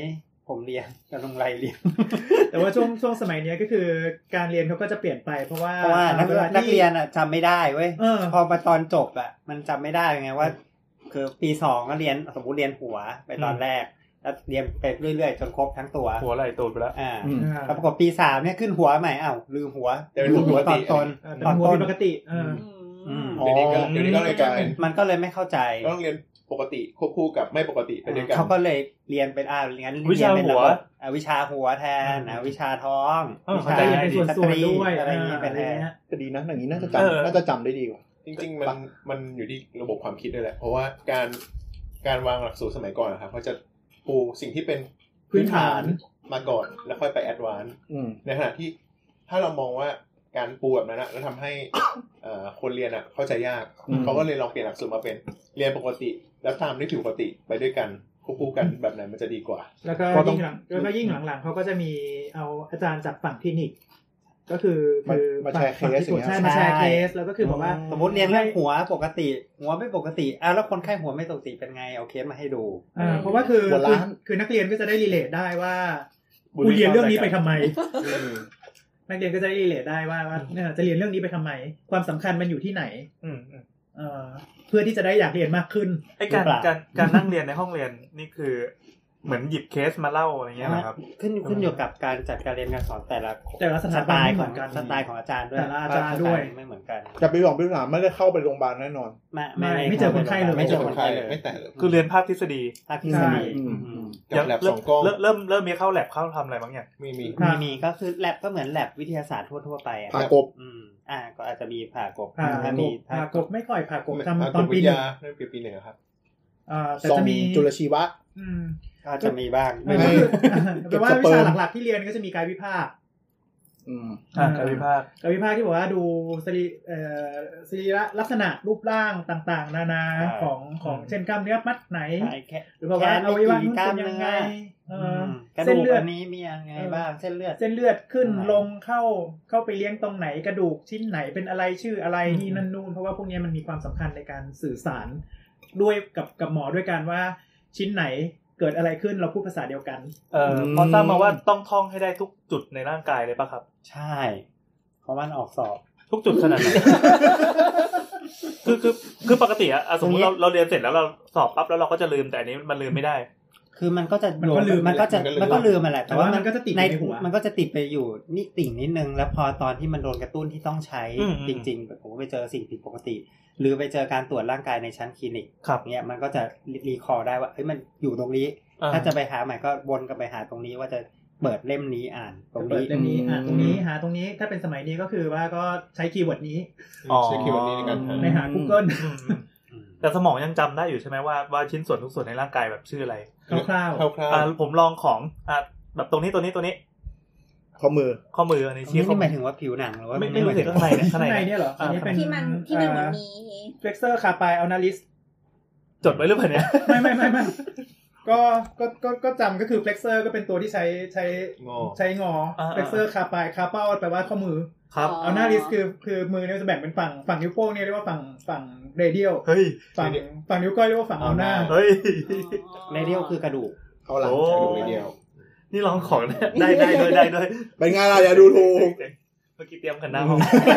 ผมเรียนกำลังไรเรียนแต่ว่าช่วงช่วงสมัยนี้ก็คือการเรียนเขาก็จะเปลี่ยนไปเพราะว่าเพราะว่านักวลที่นักเรียนอ่ะจำไม่ได้เว้ยเออพอมาตอนจบอ่ะมันจำไม่ได้ไงว่า คือปีสองก็เรียนสมมติเรียนหัวไปตอนแรกแล้วเรียนไปเรื่อยๆจนครบทั้งตัวหัวไหล่ตูดไปแล้วอ่าอืมแล้วปรากฏปีสามเนี่ยขึ้นหัวใหม่อ้าวลืมหัวแต่เป็นหัวปกตอตินต้นเออตเป็อนนหัวต้นผิดปกติเอออืมเดี๋ยวนี้ก็เดี๋ยวนี้ก็เลยกลายเป็นมันก็เลยไม่เข้าใจต้องเรียนปกติควบคู่กับไม่ปกติไปด้วยกันเขาก็เลยเรียนเป็นอ่างั้นวิชาเรียนเป็นหัวระบบอ่าวิชาหัวแทนอ่าวิชาท้องเออวิเข้าชาใจเป็นส่วนสส่วตนรีด้วยอะไรอย่างนี้เออเป็นอะไรแทนเงี้ยก็ดีนะอย่างนี้น่าจะเออจำน่าจะจำได้ดีกว่าจริงๆมันมันอยู่ที่ระบบความคิดด้วยแหละเพราะว่าการการวางหลักสูตรสมัยก่อนนะครับเขาจะปูสิ่งที่เป็นพื้นฐานมาก่อนแล้วค่อยไปแอดวานซ์อืมในขณะที่ถ้าเรามองว่าการปูแบบนั้นนะแล้วทำให้ เอ่อคนเรียนอ่ะเข้าใจยากอืมเขาก็เลยลองเปลี่ยนหลักสูตรมาเป็นเรียนปกติ แล้วตามด้วยผิวปกติไปด้วยกันควบคู่กันแบบไหนมันจะดีกว่าแล้วก็ก็ต้องยิ่งหลังแล้วก็ยิ่งหลังๆเขาก็จะมีเอาอาจารย์จากฝั่งคลินิก ก็คือมาคือมาแชร์เคสฝั่งที่ตรวจอย่างเงี้ยใช่มาแชร์เคสแล้วก็คือบอกว่าสมมติเรียนเรื่องหัวปกติ หัวไม่ปกติอ่ะแล้วคนไข้หัวไม่ปกติเป็นไงเอาเคสมาให้ดูอ่าเพราะว่าคือหัวคือล้านคือนักเรียนก็จะได้รีเลทได้ว่าบุลกูลี่เรียนเรื่องนี้ไปทำไมอืมนักเรียนก็จะได้รีเลทได้ว่าว่าเนี่ยจะเรียนเรื่องนี้ไปทำไม ความสำคัญมันอยู่ที่ไหนอืมอืมเอ่อเพื่อที่จะได้อยากเรียนมากขึ้นไอการหรือเปล่าการการนั่งเรียนในห้องเรียนนี่คือเหมือนหยิบเคสมาเล่าอะไรเงี้ยนะครับขึ้นขึ้นอยู่กับการจัดการเรียนการสอนแต่ละแต่ละสถาสบัไตนไม่ล์เหขมืองอนกันสไตล์ของอาจารย์ด้วยแต่ละอาจารย์ด้วยไม่เหมือนกันจะไปสองปีสามไม่ได้เข้าไปโรงพยาบาลแน่นอนไม่ไม่ไม่เจอคนไข้เลยไม่เจอคนไข้เลยไม่แต่เลยคือเรียนภาคทฤษฎีภาคทฤษฎีอืมอืมกับแลบสองกล้องเริ่มเริ่มเริ่มมีเข้าแลบเข้าทำอะไรบ้างอย่างมีมีครัมีบมีก็คือแลบก็เหมือนแลบวิทยาศาสตร์ทั่วๆไปอ่ะผ่ากบอืมอ่าก็อาจจะมีผ่ากบผ่าถ้าก มีบผ่ากบไม่ค่อยผ่ากบอ่าทำตกอนบปีวิทหนึ่งยาเริ่มปีปีหนึ่งอะครับอ่าแต่ซองจะมีจุลชีวะอืมก็จะมีบ้างไม่ไม่คือแปลว่าเก็บสวิเปิร์ชาม หลักๆที่เรียนก็จะมีกายวิภาคอืมอ่าการวิพากษ์กายวิภาคที่บอกว่าดูสรีเอ่อสรีระลักษณะรูปร่างต่างๆ นานาของของเช่นกล้ามเนื้อมัดไหนใช่แค่หรือว่าอวัยวะนู้นกล้าเป็มนยังเนื้ไงอเออือมกระเส้นดูกเลือดอันนี้มียังไงบ้างเส้นเลือดเส้นเลือดขึ้นอะไรลงเข้าเข้าไปเลี้ยงตรงไหนกระดูกชิ้นไหนเป็นอะไรชื่ออะไรนี่นั่นนู่นเพราะว่าพวกนี้มันมีความสำคัญในการสื่อสารด้วยกับกับหมอด้วยกันว่าชิ้นไหนเกิดอะไรขึ้นเราพูดภาษาเดียวกันเอ่อพอทราบมาว่าต้องท่องให้ได้ทุกจุดในร่างกายเลยป่ะครับใช่เพราะมันออกสอบทุกจุดขนาดไหน คือคือคือปกติอะอ่ะสมมติเราเราเรียนเสร็จแล้วเราสอบปั๊บแล้วเราก็จะลืมแต่อันนี้มันลืมไม่ได้คือมันก็จะมันก็ลืมมันก็จะมันก็ลืมมันก็ลืมมาแหละแต่ว่ามันก็จะติดอยู่ในหัวมันก็จะติดไปอยู่นี่ติ่งนิดนึงแล้วพอตอนที่มันโดนกระตุ้นที่ต้องใช้อืมจริงๆผมก็ไปเจอสิ่งผิดปกติ หรือไปเจอการตรวจร่างกายในชั้นคลินิกครับเนี่ยมันก็จะรีคอร์ได้ว่าเฮ้ยมันอยู่ตรงนี้อ่าถ้าจะไปหาใหม่ก็วนกลับไปหาตรงนี้ว่าจะเปิดเล่มนี้อ่านตรงเปิดนี้เล่มนี้อืมอ่านตรงนี้หาตรงนี้ถ้าเป็นสมัยนี้ก็คือว่าก็ใช้คีย์เวิร์ดนี้อ๋อใช้คีย์เวิร์ดนี้ในการหาในหา Google อืมอืมอืมแต่สมองยังจำได้อยู่ใช่ไหมว่าว่าชิ้นส่วนทุกส่วนในร่างกายแบบชื่ออะไรคร่าวคร่าวอ่าผมลองของอ่าแบบตรงนี้ตัวนี้ตัวนี้ข้อมือข้อมืออันนี้ชี้นี่ข้อหมืมาอยถึงว่าผิวหนังหรือว่าไม่ไม่รู้สึกข้างในเนี่ยๆข้างในเนี่ยเหรออันนี้เป็นที่มันที่มันเหมือนมี flexor carpi ulnaris จดไว้หรือเปล่าเนี่ยไม่ไม่ไม่ไม่ก็ก็ก็ก็จำก็คือ flexor ก็เป็นตัวที่ใช้ใช้งอใช้งออ่า flexor carpi carpal แปลว่าข้อมือครับอ๋อ ulnaris คือคือมือเนี่ยจะแบ่งเป็นฝั่งฝั่งนิ้วโป้งเนี่ยเรียกว่าฝั่งฝั่ง radial เฮ้ยฝั่งฝั่งนิ้วก้อยเรียกว่าฝั่ง ulnar เฮ้ยเรเดียลคือกระดูกเอาหลังโอ้ใช้ดูวิดีโอนี่ลองของเนี่ยได้ได้ด้วยได้ด้วยเป็นไงล่ะอย่าดูถูกเจ๋งๆเมื่อกี้เตรียมกันหน้าห้อง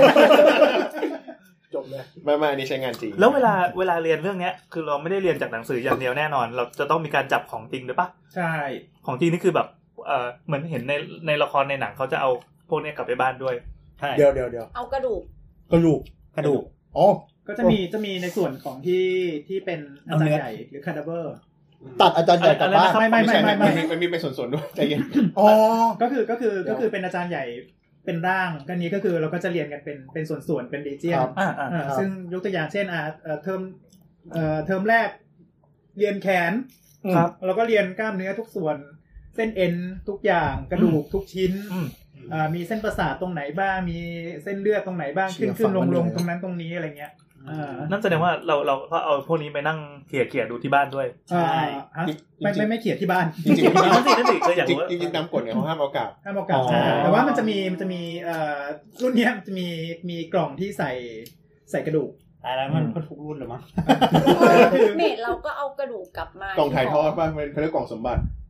จบเลยไม่ไม่อันนี้ใช้งานจริงแล้วเวลาเวลาเรียนเรื่องเนี้ยคือเราไม่ได้เรียนจากหนังสืออย่างเดียวแน่นอน เราจะต้องมีการจับของจริงด้วยปะใช่ของจริงนี่คือแบบเอ่อเหมือนเห็นในในละครในหนังเขาจะเอาพวกเนี้ยกลับไปบ้านด้วยใช่เดี๋ยวเดี๋ยวเดี๋ยวเอากระดูกกระดูกกระดูกอ๋อก็จะมีจะมีในส่วนของที่ที่เป็นอาจารย์ใหญ่หรือ cadaver ตัดอาจารย์ใหญ่กลับบ้านไม่ไม่ไม่ไม่ไม่ไม่มันมีเป็นส่วนๆด้วยใจเย็นอ๋อก็คือก็คือก็คือเป็นอาจารย์ใหญ่เป็นร่างก็นี้ก็คือเราก็จะเรียนกันเป็นเป็นส่วนๆเป็นเรเจียนครับอ่าอ่าอ่าซึ่งยกตัวอย่างเช่นอ่าเอ่อเทอมเอ่อเทอมแรกเรียนแขนครับเราก็เรียนกล้ามเนื้อทุกส่วนเส้นเอ็นทุกอย่างกระดูกทุกชิ้นอืมอ่ามีเส้นประสาทตรงไหนบ้างมีเส้นเลือดตรงไหนบ้างขึ้นขึ้นลงลงตรงนั้นตรงนี้อะไรเงี้ยอ่านั่นแสดงว่าเราเราก็เอาพวกนี้ไปนั่งเขี่ยเขี่ยดูที่บ้านด้วยใช่อ่าฮะไม่ไม่ไม่เขียนที่บ้านจริงๆนั่นสินั่นสิคืออยากจริงรู้ว่าจริงๆตามกฎเนี่ยเขาห้ามเอากลับห้ามเอากลับอ๋อใช่แต่ว่ามันจะมีมันจะมีเอ่อรุ่นเนี้ยมันจะมีมีกล่องที่ใส่ใส่กระดูกตายแล้วมันก็ทุกรุ่นหรือมั้งคือเมดเราก็เอากระดูกกลับมากล่องถ่ายทอดป่ะมันเขาเรียกกล่องสมบัติ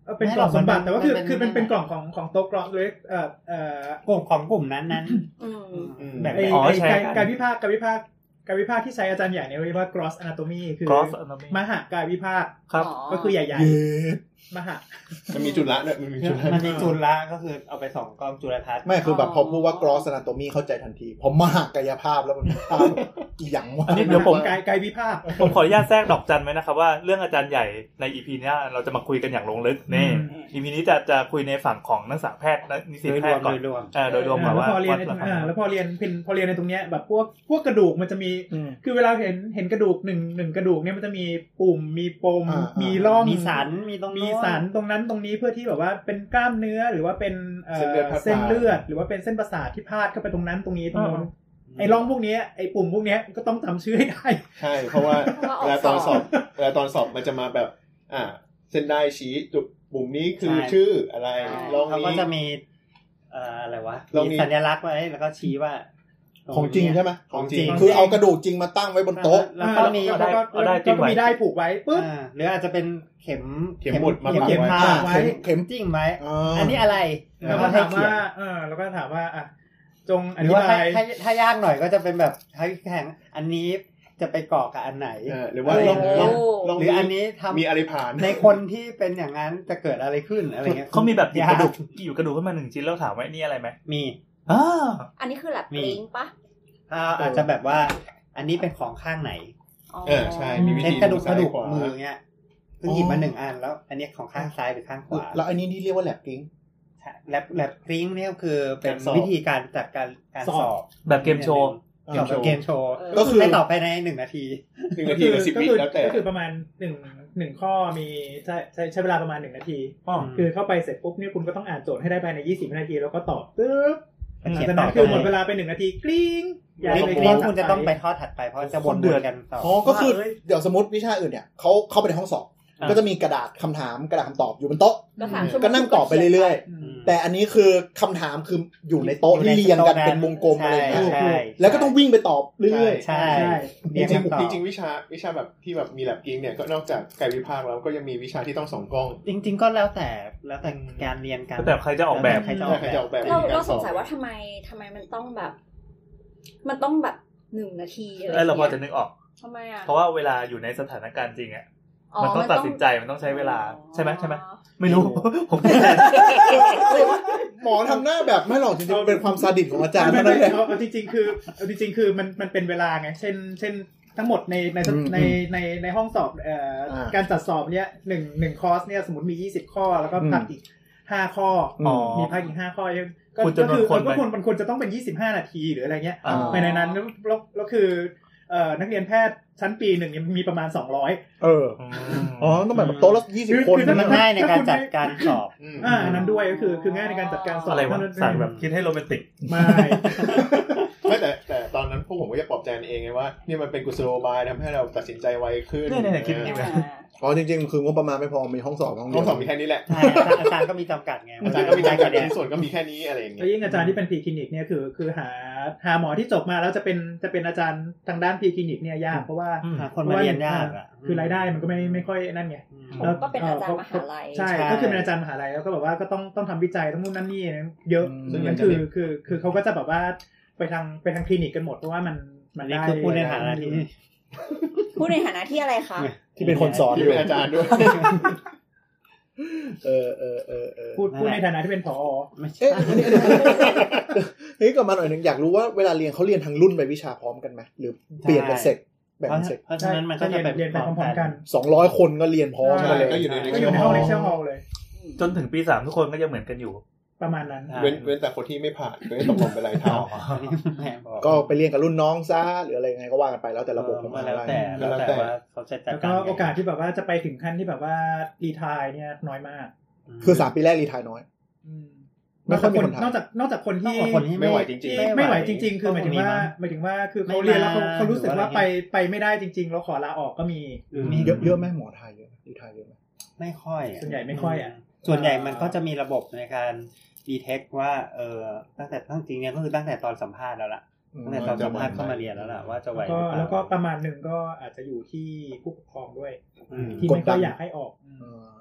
เออเป็นกล่องสมบัติแต่ว่าคือคือเป็นเป็นกล่องของของโต๊ะกรอสเลยเอ่อเอ่อกลุ่มของกลุ่มนั้นนั้นอืมแบบไอ้อ๋อไอ้ใช่การการวิพากษ์การวิพากษ์การวิพากษ์ที่ใช้อาจารย์ใหญ่เนี่ยเรียกว่า gross anatomy คือ cross anatomy มหากายวิพากษ์ครับก็คือใหญ่ๆมหามันมีจุลละด้วยมันมีจุลละมันมีจุลละก็คือเอาไปส่องกล้องจุลทรรศน์ไม่คือแบบพอพูดว่า gross anatomy เข้าใจทันทีพอมหากายภาพแล้วมันภาพอีหยังวะอันนี้เดี๋ยวผมกายกายวิพากษ์ผมขออนุญาตแทรกดอกจันไว้นะครับว่าเรื่องอาจารย์ใหญ่ใน อี พี เนี้ยเราจะมาคุยกันอย่างลงลึกนี่ อี พี นี้จะจะคุยในฝั่งของนักศึกษาแพทย์และนิสิตโดยแพรทวมย์ก่อนโดยรวมเออโดยรวมแบบแล้วว่าพอเรียนในตรงอ่าแล้วพอเรียนเป็นพอเรียนในตรงเนี้ยแบบพวกพวกกระดูกมันจะมีอืมคือเวลาเห็นเห็นกระดูกหนึ่งหนึ่งกระดูกเนี่ยมันจะมีปุ่มมีปมอ่ามีมีร่องมีสันมีตรงโน้นมีสันตรงนั้นตรงนี้เพื่อที่แบบว่าเป็นกล้ามเนื้อหรือว่าเป็นเอ่อเส้นเลือดพาดเส้นเลือดหรือว่าเป็นเส้นประสาทที่พาดเข้าไปตรงนั้นตรงนี้ตรงนู้นอ่าไอ้ร่องพวกเนี้ยไอ้ปุ่มพวกเนี้ยก็ต้องจำชื่อให้ได้ใช่เพราะว่าเพราะว่าออกเวลาตอนสสออบบ เวลาตอนสอบมันจะมาแบบ อ่า เส้นได้ชี้จุดปุ่มนี้คือใช่ชื่ออะไรลองเขาก็นี้จะมีเอ่ออะไรวะลองมีมีสัญลักษณ์ไว้แล้วก็ชี้ว่าของจริงใช่ไหมของจริงคือเอากระดูกจริงมาตั้งไว้บนโต๊ะแล้วก็มีแล้วก็เอาได้แล้วจิ้มก็ไว้มีได้ผูกไว้ปุ๊บอ่าหรืออาจจะเป็นเข็มเข็มหมุดมาเข็มปักเข็มไว้ผ้าไว้เข็มเข็มจิ้มไว้อ่าอันนี้อะไรแล้วก็ถามว่าเออแล้วก็ถามว่าอ่ะจงอหรืธิอว่าบาถ้าย ถ้าถ้ายากหน่อยก็จะเป็นแบบให้แข่งอันนี้จะไปเกาะกับอันไหนเออหรือว่าเออลองลองลองหรืออันนี้ทำมีอะไรผ่านในคนที่เป็นอย่างนั้นจะเกิดอะไรขึ้นอะไรเงี้ยเขามีแบบหยิบยากระดูกอยู่กระดูกขึ้นมาหนึ่งชิ้นแล้วถามว่านี่อะไรไหมมีอ่าอันนี้คือแลบมีกลิ้งปะถ้าอาจจะแบบว่า อันนี้เป็นของข้างไหนเออใช่มีวิเช่นธีกระดูกกซ้ายระดูกขวามือเงี้ยเพิ่งหยิบมาหนึ่งอันแล้ว อันนี้ของข้างซ้ายหรือข้างขวาแล้วอันนี้นี่เรียกว่าแลบกิ้งแลบแลบกริ้งเนี่ยคือเป็นการสอบวิธีการจัดการการสอบแบบเกมโชว์สอบแบบเกมโชว์ก็คือให้ตอบภายในหนึ่งนาทีหนึ่งก็นาทีคือหรือสิบก็วิคือแล้วแต่ก็คือประมาณหนึ่งหนึ่งข้อมีใช้ใช้ใช้เวลาประมาณหนึ่งนาทีอ๋อคือเข้าไปเสร็จปุ๊บเนี่ยคุณก็ต้องอ่านโจทย์ให้ได้ภายในยี่สิบวินาทีแล้วก็ตอบปึ๊บหลังเขียนจากต่นั้อน ไปคือหมดเวลาไปหนึ่งนาทีกริ๊งกริ้งไปกริ้งข้คุณจะต้องไปทอดถัดไปเพราะจะวนๆกันต่ออ๋อ ก็คือเดี๋ยวสมมติวิชาอื่นเนี่ยเขาเข้าไปในห้องสอบอ่าก็จะมีกระดาษคำถามกระดาษคำตอบอยู่บนโต๊ะก็สามชั่วโมงก็นั่งตอบไปเรื่อยอืมๆ แต่อันนี้คือคำถามคืออยู่ในโต๊ะที่เรียงกันเป็นวงกลมอะไรอย่างเงี้ยใช่ใช่แล้วก็ต้องวิ่งไปตอบเรื่อยใช่ใช่จริงๆจริงๆวิชาวิชาแบบที่แบบมีแลบกิ้งเนี่ยก็นอกจากกายวิภาคแล้วก็ยังมีวิชาที่ต้องส่องกล้องจริง ๆ ก็แล้วแต่แล้วแต่การเรียนกันแต่ใครจะออกแบบใครจะออกใครแบจะบออกแบบเราวิธีกเราสสอง บสัยว่าทำไมทำไมมันต้องแบบ มันต้องแบบหนึ่งนาทีอะไรเออเราพอจะเงี้ยนึกออกทำไมอ่ะเพราะว่าเวลาอยู่ในสถานการณ์จริงอ่ะ มันต้องตัดสินใจมันต้องใช้เวลาใช่ไหมใช่ไหมไม่รู้ ผมไม่แน่ๆ หมอทำหน้าแบบไม่หรอกจริงๆมันเป็นความซาดิสของอาจารย์ไม่เท่าไม่นั้นแหละเอาเอาจริงๆคือเอาจริงๆคือมันมันเป็นเวลาไงเช่น เช่นทั้งหมดในในอืมในในในห้องสอบเอ่ออา การจัดสอบเนี่ยหนึ่งหนึ่งคอร์สเนี่ยสมมติมียี่สิบข้อแล้วก็พักอีกห้าข้อออ๋อมีพักอีกห้าข้อก็คุณก็จำนวนคือคนไหมก็ควรมันควรจะต้องเป็นยี่สิบห้านาทีหรืออะไรเงี้ยอ่าภายในนั้นแล้วแล้วแล้วคือเอ่อนักเรียนแพทย์ชั้นปีหนึ่งเนี่ยมีประมาณสองร้อยเอออืมอ๋อ ต้องแบบโต๊ะละยี่สิบคนคือถ้ามันง่ายในการจัดการสอบอืมอ่าอันนั้นด้วยก็คือคือง่ายในการจัดการสอบอะไรวะเท่านั้นสั่งแบบคิดให้โรแมนติกไม่ไม่แต่แต่ตอนนั้นพวกผมก็จะปลอบใจเองไงว่านี่มันเป็นกุศโลบายทำให้เราตัดสินใจไวขึ้นเนี่ยๆคิดเออนี่อ่าอ๋อ จริงๆ คืองบประมาณไม่พอ มีห้องสอบห้องเดีห้ยองวสอบมีแค่นี้แหละใช่อาจารย์ก็มีจำกัดไงอาจารย์ก็มีการจัดชิ้นส่วนก็มีแค่นี้อะไรอย่างเงี้แล้วยยิ่งอาจารย์ที่เป็นพรีคลินิกเนี่ยคือคือหาหาหมอที่จบมาแล้วจะเป็นจะเป็นอาจารย์ทางด้านพรีคลินิกเนี่ยยากเพราะว่าอืมหาคนมาเรียนยากอ่ะคือรายได้มันก็ไม่ไม่ค่อยนั่นไงแล้ว ก็เป็นอาจารย์มหาลัยใช่ใช่ก็คือเป็นอาจารย์มหาลัยแล้วก็แบบว่าก็ต้องต้องทำวิจัยต้องนู่นนั่นนี่เยอะอืมซึ่งนั่นคือคือคือเขาก็จะแบบว่าไปทางไปทางคลินิกกันหมดเพราะว่ามันมัอันนนี้ได้คือพูดในฐานะที่พูดในฐานะที่อะไรคะที่เป็นคนสอนอที่ยู่เป็นอาจารย์ด้วยเออเออเออเออพูดพูดในฐานะที่เป็นผอไม่ใช่เอ๊ะอันนี้อันนี้เฮ้ยกลับมาหน่อยนึงอยากรู้ว่าเวลาเรียนเขาเรียนทางรุ่นไปวิชาพร้อมกันไหมหรือเปลี่ยนเป็นเซกแบ่งเพราะเป็นเซกเพราะฉะนั้นมันก็จะเรียนเรียนไปพร้อมๆกันสองร้อยคนก็เรียนพร้อมกันเลยก็อยู่ในก็อยู่ในห้องเลคเชอร์ฮอลเลยจนถึงปีสามทุกคนก็ยังเหมือนกันอยู่ประมาณนั้นเว้นเว้นแต่คนที่ไม่ผ่านก็ได้ตกลงเป็นรายทางแม่บอกก็ไปเรียนกับรุ่นน้องซะหรืออะไรยังไงก็ว่ากันไปแล้วแต่ระบบของมก็หาแล้วลัยแต่แล้วแต่ว่าเขาจะจัดแล้วกาก็รโอกาสที่แบบว่าจะไปถึงขั้นที่แบบว่ารีไทร์เนี่ยน้อยมากคือสามปีแรกรีไทร์น้อยอืมไม่ค่อยมีคนทำนอกจากนอกจากคนที่คนที่ไม่ไหวจริงที่ๆไม่ไหวจริง ๆ คือหมายถึงว่าหมายถึงว่าคือเขาเรียนแล้วเขาเขารู้สึกว่าไปไปไม่ได้จริง ๆ แล้วขอลาออกก็มีมีเยอะเยอะไหมหมอไทยเยอะไหมรีไทร์เยอะไหมไม่ค่อยส่วนใหญ่ไม่ค่อยอ่ะส่วนใหญ่มันก็จะมีระบบในการดีเทคว่าเออตั้งแต่ตั้งจริงเนี่ยก็คือตั้งแต่ตอนสัมภาษณ์แล้วล่ะตั้งแต่ตอนสัมภาษณ์เข้ามาเรียนแล้วล่ะว่าจะไหวก็หรือเปล่าแล้วก็ประมาณหนึ่งก็อาจจะอยู่ที่ผู้ปกครองด้วยอืมที่ไม่ค่อยอยากให้ออกเออ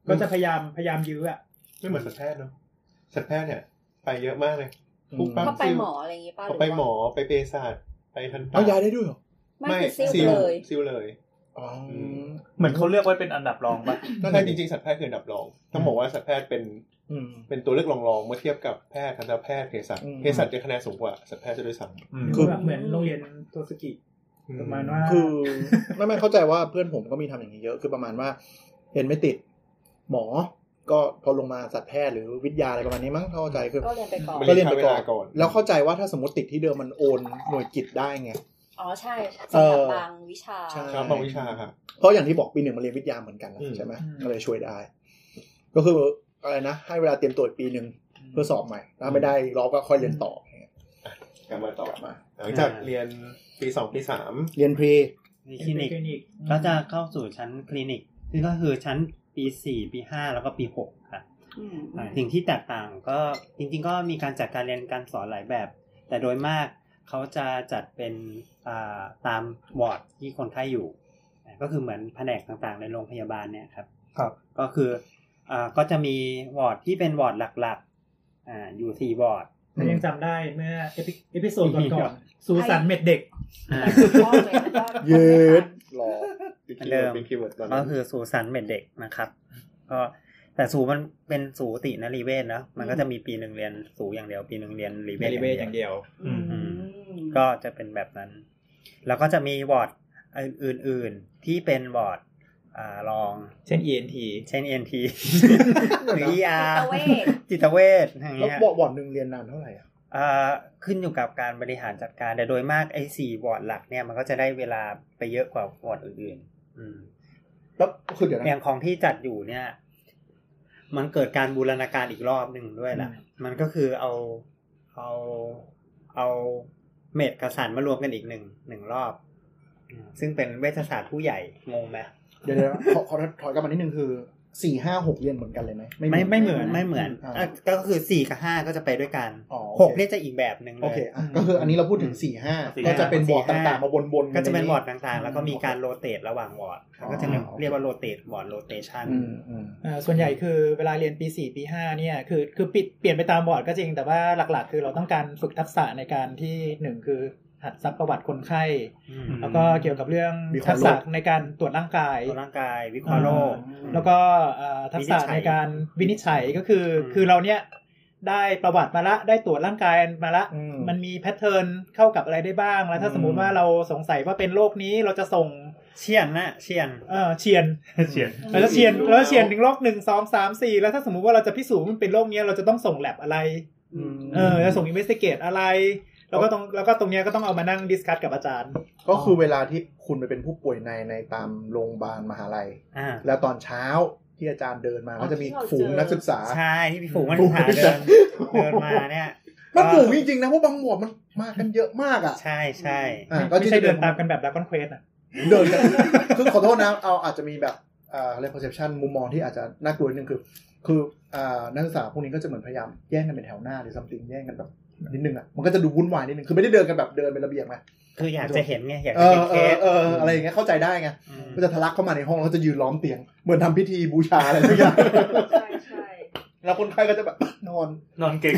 ก็จะพยายามพยายามยื้ออ่ะไม่เหมือนสัตวแพทย์เนาะสัตวแพทย์เนี่ยไปเยอะมากเลยปุ๊บปั๊บเขาไปหมออะไรอย่างงี้ป่ะหรือไปว่าหมอไปเภสัชไปทันตเอายาได้ด้วยเหรอไม่คือซิลเลยซิลเลยอ๋อเหมือนเขาเลือกไว้เป็นอันดับรองป่ะก็ใช่จริงๆสัตวแพทย์คืออันดับรองต้องบอกว่าสัตวแพทย์เป็นเป็นตัวเลือกรองๆเมื่อเทียบกับแพทย์ทันตแพทย์เภสัชเภสัชจะคะแนนสูงกว่าสัตวแพทย์จะด้วยซ้ำคือแบบเหมือนโรงเรียนโตสึกิประมาณว่าคือไม่ไม่เข้าใจว่าเพื่อนผมก็มีทำอย่างนี้เยอะคือประมาณว่าเรียนไม่ติดหมอก็พอลงมาสัตวแพทย์หรือวิทยาอะไรประมาณนี้มั้งเข้าใจคือก็เรียนไปก่อนก็เรียนไปก่อนแล้วเข้าใจว่าถ้าสมมติติดที่เดิมมันโอนหน่วยกิตได้ไงอ๋อใช่สำหรับบางวิชาใช่บางวิชาครับเพราะอย่างที่บอกปีหนึ่งมาเรียนวิทยาเหมือนกันใช่ไหมก็เลยช่วยได้ก็คืออะไรนะให้เวลาเตรียมตัวปีหนึ่งเพื่อสอบใหม่ถ้าไม่ได้รอบก็ค่อยเรียนต่อกลับมาต่อมาหลังจากเรียนปีสองปีสามเรียนพรีคลินิกก็จะเข้าสู่ชั้นคลินิกซึ่งก็คือชั้นปีสี่ปีห้าแล้วก็ปีหกค่ะสิ่งที่แตกต่างก็จริงๆก็มีการจัดการเรียนการสอนหลายแบบแต่โดยมากเขาจะจัดเป็นตามวอร์ดที่คนไข้อยู่ก็คือเหมือนแผนกต่างๆในโรงพยาบาลเนี่ยครับครับก็คือก็จะมีวอร์ดที่เป็นวอร์ดหลักๆอ่าอยู่สี่วอร์ดถ้ายังจำได้เมื่อเอพิโซดก่อนๆสูสันเม็ดเด็กเย็ดหรอเดิมก็คือสูสันเม็ดเด็กนะครับก็แต่สูมันเป็นสูตินรีเวชนะมันก็จะมีปีหนึ่งเรียนสูอย่างเดียวปีหนึ่งเรียนรีเวชอย่างเดียวก็จะเป็นแบบนั้นแล้วก็จะมีวอร์ดอื่นๆที่เป็นวอร์ดอ่ารองเช่น อี เอ็น ทีเช่น อี เอ็น ที หรือ อี อาร์ จิตเวชอย่างเงี้ยแล้ววอร์ดนึงเรียนนานเท่าไหร่อ่ะอ่าขึ้นอยู่กับการบริหารจัดการแต่โดยมากไอ้สี่วอร์ดหลักเนี่ยมันก็จะได้เวลาไปเยอะกว่าวอร์ดอื่นๆอืมแล้วคือเดี๋ยวนะอย่างของที่จัดอยู่เนี่ยมันเกิดการบูรณาการอีกรอบนึงด้วยล่ะมันก็คือเอาเอาเอาเมดกับสันมารวมกันอีกหนึ่งหนึ่งรอบซึ่งเป็นเวชศาสตร์ผู้ใหญ่งงไหมเดี๋ยวๆขอขอถอยกลับมานิดนึงคือสี่ ห้า หกเรียนเหมือนกันเลยมั้ยไม่ไม่เหมือนไม่เหมือนก็คือสี่กับห้าก็จะไปด้วยกันหกนี่จะอีกแบบนึงเลยโอเคก็คืออันนี้เราพูดถึงสี่ ห้าก็จะเป็นวอร์ดต่างๆมาบนๆก็จะเป็นวอร์ดต่างๆแล้วก็มีการโรเตทระหว่างวอร์ดก็จะเรียกว่าโรเตทวอร์ดโรเตชั่นอ่าส่วนใหญ่คือเวลาเรียนปีสี่ปีห้าเนี่ยคือคือปิดเปลี่ยนไปตามวอร์ดก็จริงแต่ว่าหลักๆคือเราต้องการฝึกทักษะในการที่หนึ่งคือหัดซักประวัติคนไข้แล้วก็เกี่ยวกับเรื่องทักษะในการตรวจร่างกายตรวจร่างกายวิเคราะห์โรคแล้วก็ทักษะในการวินิจฉัยก็คือคือเราเนี่ยได้ประวัติมาละได้ตรวจร่างกายมาละมันมีแพทเทิร์นเข้ากับอะไรได้บ้างแล้วถ้าสมมุติว่าเราสงสัยว่าเป็นโรคนี้เราจะส่งเชียนนะเชียนเออเชียนเชียนแล้วเชียนแล้วเชียนถึงโรคหนึ่ง สอง สาม สี่แล้วถ้าสมมุติว่าเราจะพิสูจน์ว่ามันเป็นโรคนี้เราจะต้องส่งแลบอะไรเออจะส่งอินเวสติเกตอะไรแล้วก็ตรงแล้วก็ตรงนี้ก็ต้องเอามานั่งดิสคัสกับอาจารย์ก็คือเวลาที่คุณไปเป็นผู้ป่วยในในตามโรงพยาบาลมหาลัยแล้วตอนเช้าที่อาจารย์เดินมาก็จะมีฝูงนักศึกษาใช่ที่มีฝูงนักศึกษาเดินเดินมาเนี่ยมันฝูงจริงๆนะเพราะบางหมวดมันมากันเยอะมากอ่ะใช่ใช่ไม่ใช่เดินตามกันแบบดราก้อนเควสอ่ะเดินกันคือขอโทษนะเอาอาจจะมีแบบอ่าเรียก perception มุมมองที่อาจจะน่ากลัวนิดนึงคือคืออ่านักศึกษาพวกนี้ก็จะเหมือนพยายามแย่งกันเป็นแถวหน้าหรือ something แย่งกันแบบนิดนึงอ่ะมันก็จะดูวุ่นวายนิดนึงคือไม่ได้เดินกันแบบเดินเป็นระเบียบไงคืออยากจะเห็นไงอยากจะเห็นเคสเอออะไรอย่างเงี้ยเข้าใจได้ไงก็จะทะลักเข้ามาในห้องแล้วจะยืนล้อมเตียงเหมือนทำพิธีบูชาอะไรทุกอย่างใช่ใช่แล้วคนไข้ก็จะแบบนอนนอนเก่ง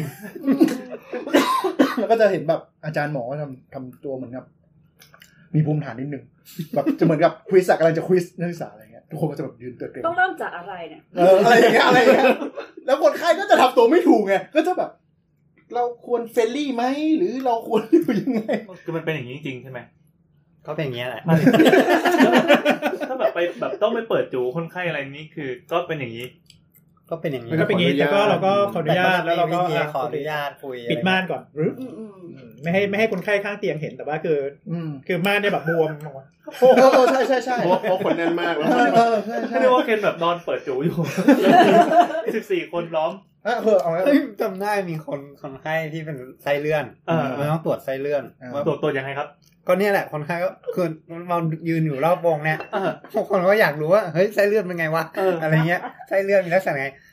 แล้วก็จะเห็นแบบอาจารย์หมอทำทำตัวเหมือนกับมีภูมิฐานนิดนึงแบบจะเหมือนกับควิสกำลังจะควิสนักศึกษาอะไรเงี้ยทุกคนก็จะแบบยืนเตือนต้องเริ่มจากอะไรเนี่ยเอออะไรอย่างเงี้ยอะไรอย่างเงี้ยแล้วคนไข้ก็จะทำตัวไม่ถูกไงก็จะแบบเราควรเฟรนลี่ไหมหรือเราควรอยู่ยังไงคือมันเป็นอย่างนี้จริงๆใช่ไหมก็เป็นอย่างนี้แหละถ้าแบบไปแบบต้องไปเปิดจูคนไข้อะไรนี้คือก็เป็นอย่างนี้ก็เป็นอย่างนี้ก็เป็นอย่างนี้แล้วก็เราก็ขออนุญาตแล้วเราก็ขออนุญาตคุยปิดม่านก่อนไม่ให้ไม่ให้คนไข้ข้างเตียงเห็นแต่ว่าคือคือม่านเนี่ยแบบบวมโอ้โหใช่ใช่ใช่เพราะคนแน่นมากแล้วไม่ได้ว่าเคนแบบนอนเปิดจูอยู่สิบสี่คนล้อมอ่ะเออเอาเฮ้ยจำได้มีคนคนไข้ที่เป็นไส้เลื่อนมันต้องตรวจไส้เลื่อนตรวจตรวจยังไงครับก็เนี่ยแหละคนไข้ก็คือเรายืนอยู่รอบวงเนี่ยทุกคนก็อยากรู้ว่าเฮ้ยไส้เลื่อนเป็นไงวะอะไรเงี้ยไส้เลื่อนมีลักษณะไง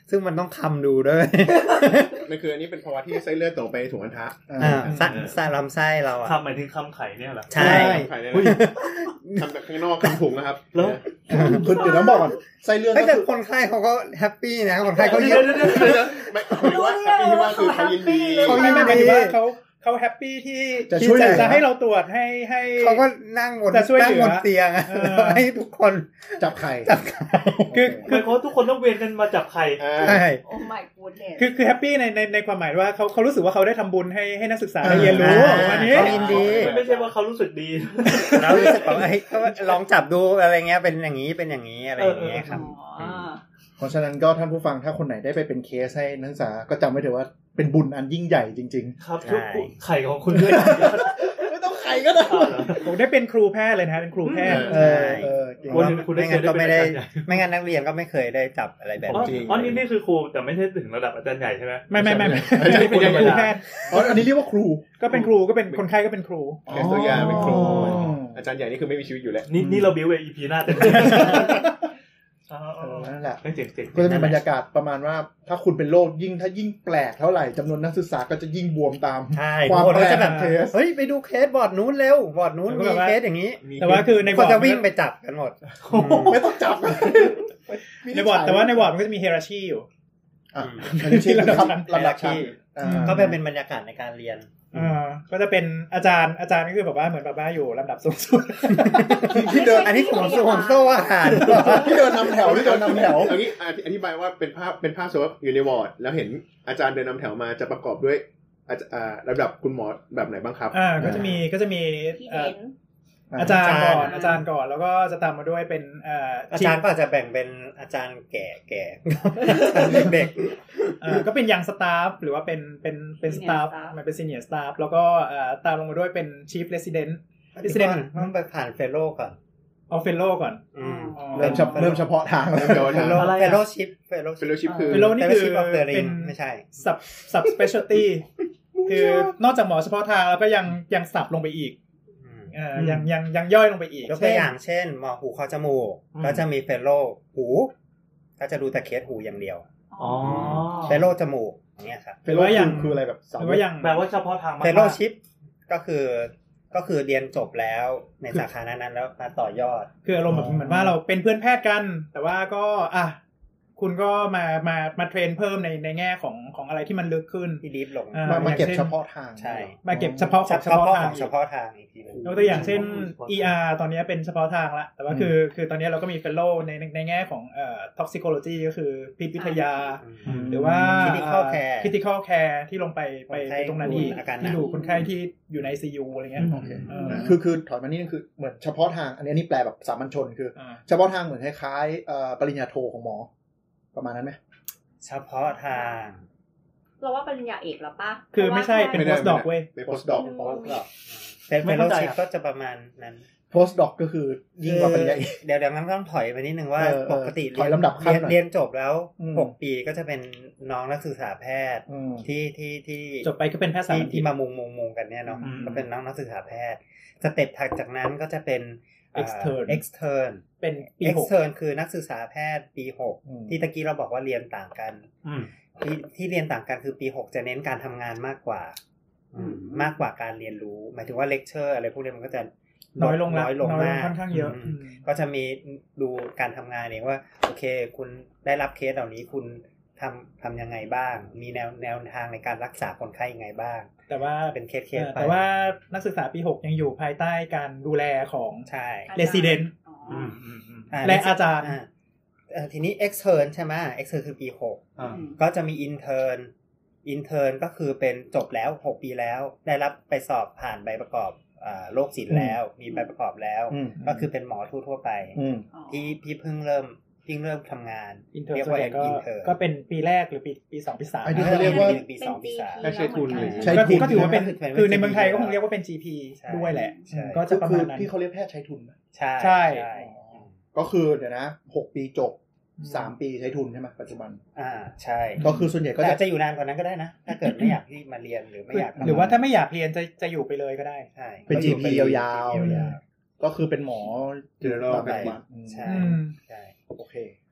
ซึ่งมันต้องคำดูด้วยมันคืออันนี้เป็นภาวะที่ไส้เลือดตกไปถุงอัณฑะอ่าไส้ไส้ลำไส้เราอ่ะคำหมายถึงคำไข่เนี่ยเหรอใช่ไข่เนี่ยทำจากข้างนอกทำถุงนะครับแล้วคือเดี๋ยวต้องบอกก่อนไส้เลื่อนแต่ก็คือคนไข้เขาก็แฮปปี้นะคนไข้เขาเดี๋เยี่ยยว มเดี๋ยวเดี๋ยวไม่คือว่าแฮปปี้ที่ว่าคือเขายินดีเขายิไม่นไม่หมายถึงว่าเขาเขาแฮปปี้ที่จะช่วยเหลือจะให้เราตรวจให้ให้เขาก็นั่งบนจะช่วยเหลือนั่งบนเตียงอะเออให้ทุกคนจับไข่จับเขาคือคือเพราะทุกคนต้องเวียนกันมาจับไข่อ่าใช่โอ้ my goodness คือคือแฮปปี้ในในในความหมายว่าเขาเขารู้สึกว่าเขาได้ทำบุญให้ให้นักศึกษาได้เรียนรู้วันนี้เขายินดีไม่ใช่ว่าเขารู้สึกดีแล้วรู้สึกว่าเฮ้ยก็ลองจับดูอะไรเงี้ยเป็นอย่างนี้เป็นอย่างนี้อะไรอย่างเงี้ยครับอ๋อเพราะฉะนั้นก็ท่านผู้ฟังถ้าคนไหนได้ไปเป็นเคสให้นักศึกษาก็จำไว้เถอะว่าเป็นบุญอันยิ่งใหญ่จริงครับใช่ทุกไข่ของคุณด้วยๆ ไม่ต้องไข่ก็ได้ผมได้เป็นครูแพทย์เลยนะเป็นครูแพทย์เออเออเก่งคุณมากคุณได้ไม่เคงั้ยนได้ก็เป็นไม่อาได้จารย์ใหญ่ไม่งั้นนักเรียนก็ไม่เคยได้จับอะไรแบบอ๋อนี้อ๋อนี่นี่คือครูแต่ไม่ใช่ถึงระดับอาจารย์ใหญ่ใช่ไหมไม่ไม่ไม่ไม่ไม่ใช่เป็นครูแพทย์อ๋ออันนี้เรียกว่าครูก็เป็นครูก็เป็นคนไข้ก็เป็นครูเคสตัวอย่างเป็นครูอ๋ออาจารย์ใหญ่นี่คือไม่มีชีวิตอยู่แล้วนี่นี่เราบิวเอ อี พี หน้าเต็ม อ๋อเออนั่นแหละเจ๋งเจ๋งก็จะมีบรรยากาศประมาณว่าถ้าคุณเป็นโรคยิ่งถ้ายิ่งแปลกเท่าไหร่จำนวนนักศึกษาก็จะยิ่งบวมตามใช่ความคนแปลก็กจะแบบของเคสเฮ้ยไปดูเคสบอร์ดนู้นเร็วบอร์ดนู้นแล้วก็มีแบบว่าเคสอย่างนี้แต่ว่าคือในบก็อร์ดจะวิ่งไปจับกันหมดไม่ต้องจับในบอร์ดแต่ว่าในบอร์ดมันก็จะมีเฮราชีอยู่อ่ะอันนี้ชื่อลำดับลำดับชั้นอืมก็เป็นเป็นบรรยากาศในการเรียนอ่าก็จะเป็นอาจารย์อาจารย์ก็คือแบบว่าเหมือนแบบว่าอยู่ลำดับสูงสุดที่เดินอันนี้ผมส่วนโซ่อาหารที่เดินนำแถวที่เดินนำแถวเอางี้อธิบายว่าเป็นภาพเป็นภาพสมมติว่าอยู่ในวอร์ดแล้วเห็นอาจารย์เดินนำแถวมาจะประกอบด้วยอาจอ่าระดับคุณหมอแบบไหนบ้างครับอ่าก็จะมีก็จะมีพี่เอ่อเห็นอาจารย์ก่อนอาอาจาจาร รย์ย์ก่อนแล้วก็จะตามมาด้วยเป็นเอ่ออาอาจารย์ก็อาจจะแบ่งเป็นอาจารย์แก่แก่เด็กเอ่อก็เป็นยังสตาฟหรือว่าเป็นเป็นเป็นสตาฟมันเป็นซีเนียร์สตาฟแล้วก็เอ่อตามลงมาด้วยเป็นชีฟเรสซิเดนต์ๆเรสซิเดนต์ต้องไปผ่านเฟลโลก่อนเอาเฟลโลก่อนอืมอ๋อเริ่มเฉพาะเริ่มเฉพาะทางแล้วเดี๋ยวเฟลโลอะไรอะเฟลโลชิพเฟลโลเฟลโลชิพคือเฟลโลนี่คือ of the ring เป็นไม่ใช่สับสับสเปเชียลตี้คือนอกจากหมอเฉพาะทางแล้วก็ยังยังสับลงไปอีกอืมเอ่อยังยังยังย่อยลงไปอีกยกตัวอย่างเช่นหมอหูคอจมูกก็จะมีเฟลโลหูก็จะดูแต่เคสหูอย่างเดียวอ๋อเฟลโลจมูกอย่างเงี้ยครับเฟลโลคือคืออะไรแบบหสาวรือว่ายังแปลว่าเฉพาะทางมากๆเฟลโลชิพก็คือก็คือเรียนจบแล้วในสาขานั้นๆแล้วมาต่อยอดคืออารมณ์แบบเหมือนว่าเราเป็นเพื่อนแพทย์กัน แต่ว่าก็อ่ะคุณก็มามามาเทรนเพิ่มในในแง่ของของอะไรที่มันลึกขึ้นที่ดีฟลงอ่ามามาเก็บอย่างเช่นเฉพาะทางใช่มาเก็บเฉพาะของเฉเฉพาะพาะทาของ งเฉพาะทางอีกทีนึงยกตัวอย่างเช่น อี อาร์ ตอนนี้เป็นเฉพาะทางละแต่ว่าคือคือตอนนี้เราก็มีเฟลโลในในแง่ของเอ่อ toxicology ก็คือพิษวิทยาอืมหรือว่า critical care critical care ที่ลงไปไปคนไข้ไปตรงนั้นอีกอาการหนักที่ดูคนไข้ที่อยู่ใน ซี ยู อะไรเงี้ยโอเคเออคือคือถอยมานี่นึงคือเหมือนเฉพาะทางอันนี้อันนี้แปลแบบสามัญชนคืออ่าเฉพาะทางเหมือนคล้ายๆเอ่อปริญญาโทของหมอ ประมาณนั้นไหมเฉพาะทางเราว่าปริญญาเอกแล้วปะคือไม่ใช่เป็นไม่ได้ postdoc เว้ยเป็น postdoc อืมเป็นไม่เฟลโลเข้าใจชิพอะก็จะประมาณนั้น postdoc ก็คือยิ่งกว่าปริญญาเอกเดี๋ยวเดี๋ยวงั้นต้องถอยไปนิดนึงว่าเออเออปกติถอยลำดับขั้นเรียนหน่อยเรียนจบแล้วอืมหกปีก็จะเป็นน้องนักศึกษาแพทย์อืมที่ที่ที่จบไปก็เป็นแพทย์สาที่มัญที่มามุงมุงมุงกันเนี่ยเนาะอืมก็เป็นน้องนักศึกษาแพทย์สเต็ปถัดจากนั้นก็จะเป็นเอ่อ extern extern เป็นปีหก extern คือนักศึกษาแพทย์ปีหกอืมที่ตะกี้เราบอกว่าเรียนต่างกันอืมที่ที่เรียนต่างกันคือปีหกจะเน้นการทำงานมากกว่าอืมมากกว่าการเรียนรู้ หมายถึงว่าเลคเชอร์อะไรพวกนี้มันก็จะน้อยลงละน้อยลงน้อยลงมากค่อนข้างเยอะมอืมก็จะมีดูการทำงานเองว่าโอเค คุณได้รับเคสเหล่านี้คุณทำทำยังไงบ้าง มีแนวแนวทางในการรักษาคนไข้ยังไงบ้างแต่ว่าเป็นเคสเคสเอ่อไปแต่ว่านักศึกษาปีหกยังอยู่ภายใต้การดูแลของใช่ resident อ๋ออืมอืมอืมและอาจารย์เอ่อทีนี้ extern ใช่ไหม extern คือปีหกอ่าก็จะมี intern intern ก็คือเป็นจบแล้วหกปีแล้ว ได้รับไปสอบผ่านใบประกอบอ่าโรคศิลป์แล้ว มีใบประกอบแล้วอืมก็คือเป็นหมอทั่วๆไปอืมที่พี่เพิ่งเริ่มเพิ่งเริ่มทำงานอินเทอร์เรียกส่วนว่าใหญ่ก็ intern ก็เป็นปีแรกหรือปีปีสองปีสามไอ้ที่เขาเรียกว่าปีสองปีสามถ้าใช้ทุนเลยใช้ก็ทุนก็ถือว่าเป็นใช่ไหมคือในเมืองไทยก็คงเรียกว่าเป็น จี พีใช่ด้วยแหละใช่ก็จะประมาณนั้นที่เขาเรียกแพทย์ใช้ทุนนะใช่ใช่ก็คือเดี๋ยวนะหกปีจบสามปีใช้ทุนใช่ไหมปัจจุบันอ่าใช่ก็คือส่วนใหญ่ก็ก็จะจะอยู่นานกว่านั้นก็ได้นะ ถ้าเกิดไม่อยากที่มาเรียนหรือไม่อยากทำหรือว่าถ้าไม่อยากเรียนจะจะอยู่ไปเลยก็ได้ใช่เป็น จี พี ยาวๆๆ ก็คือเป็นหมอ General แบบ practice อืมใช่อืมใช่โอเค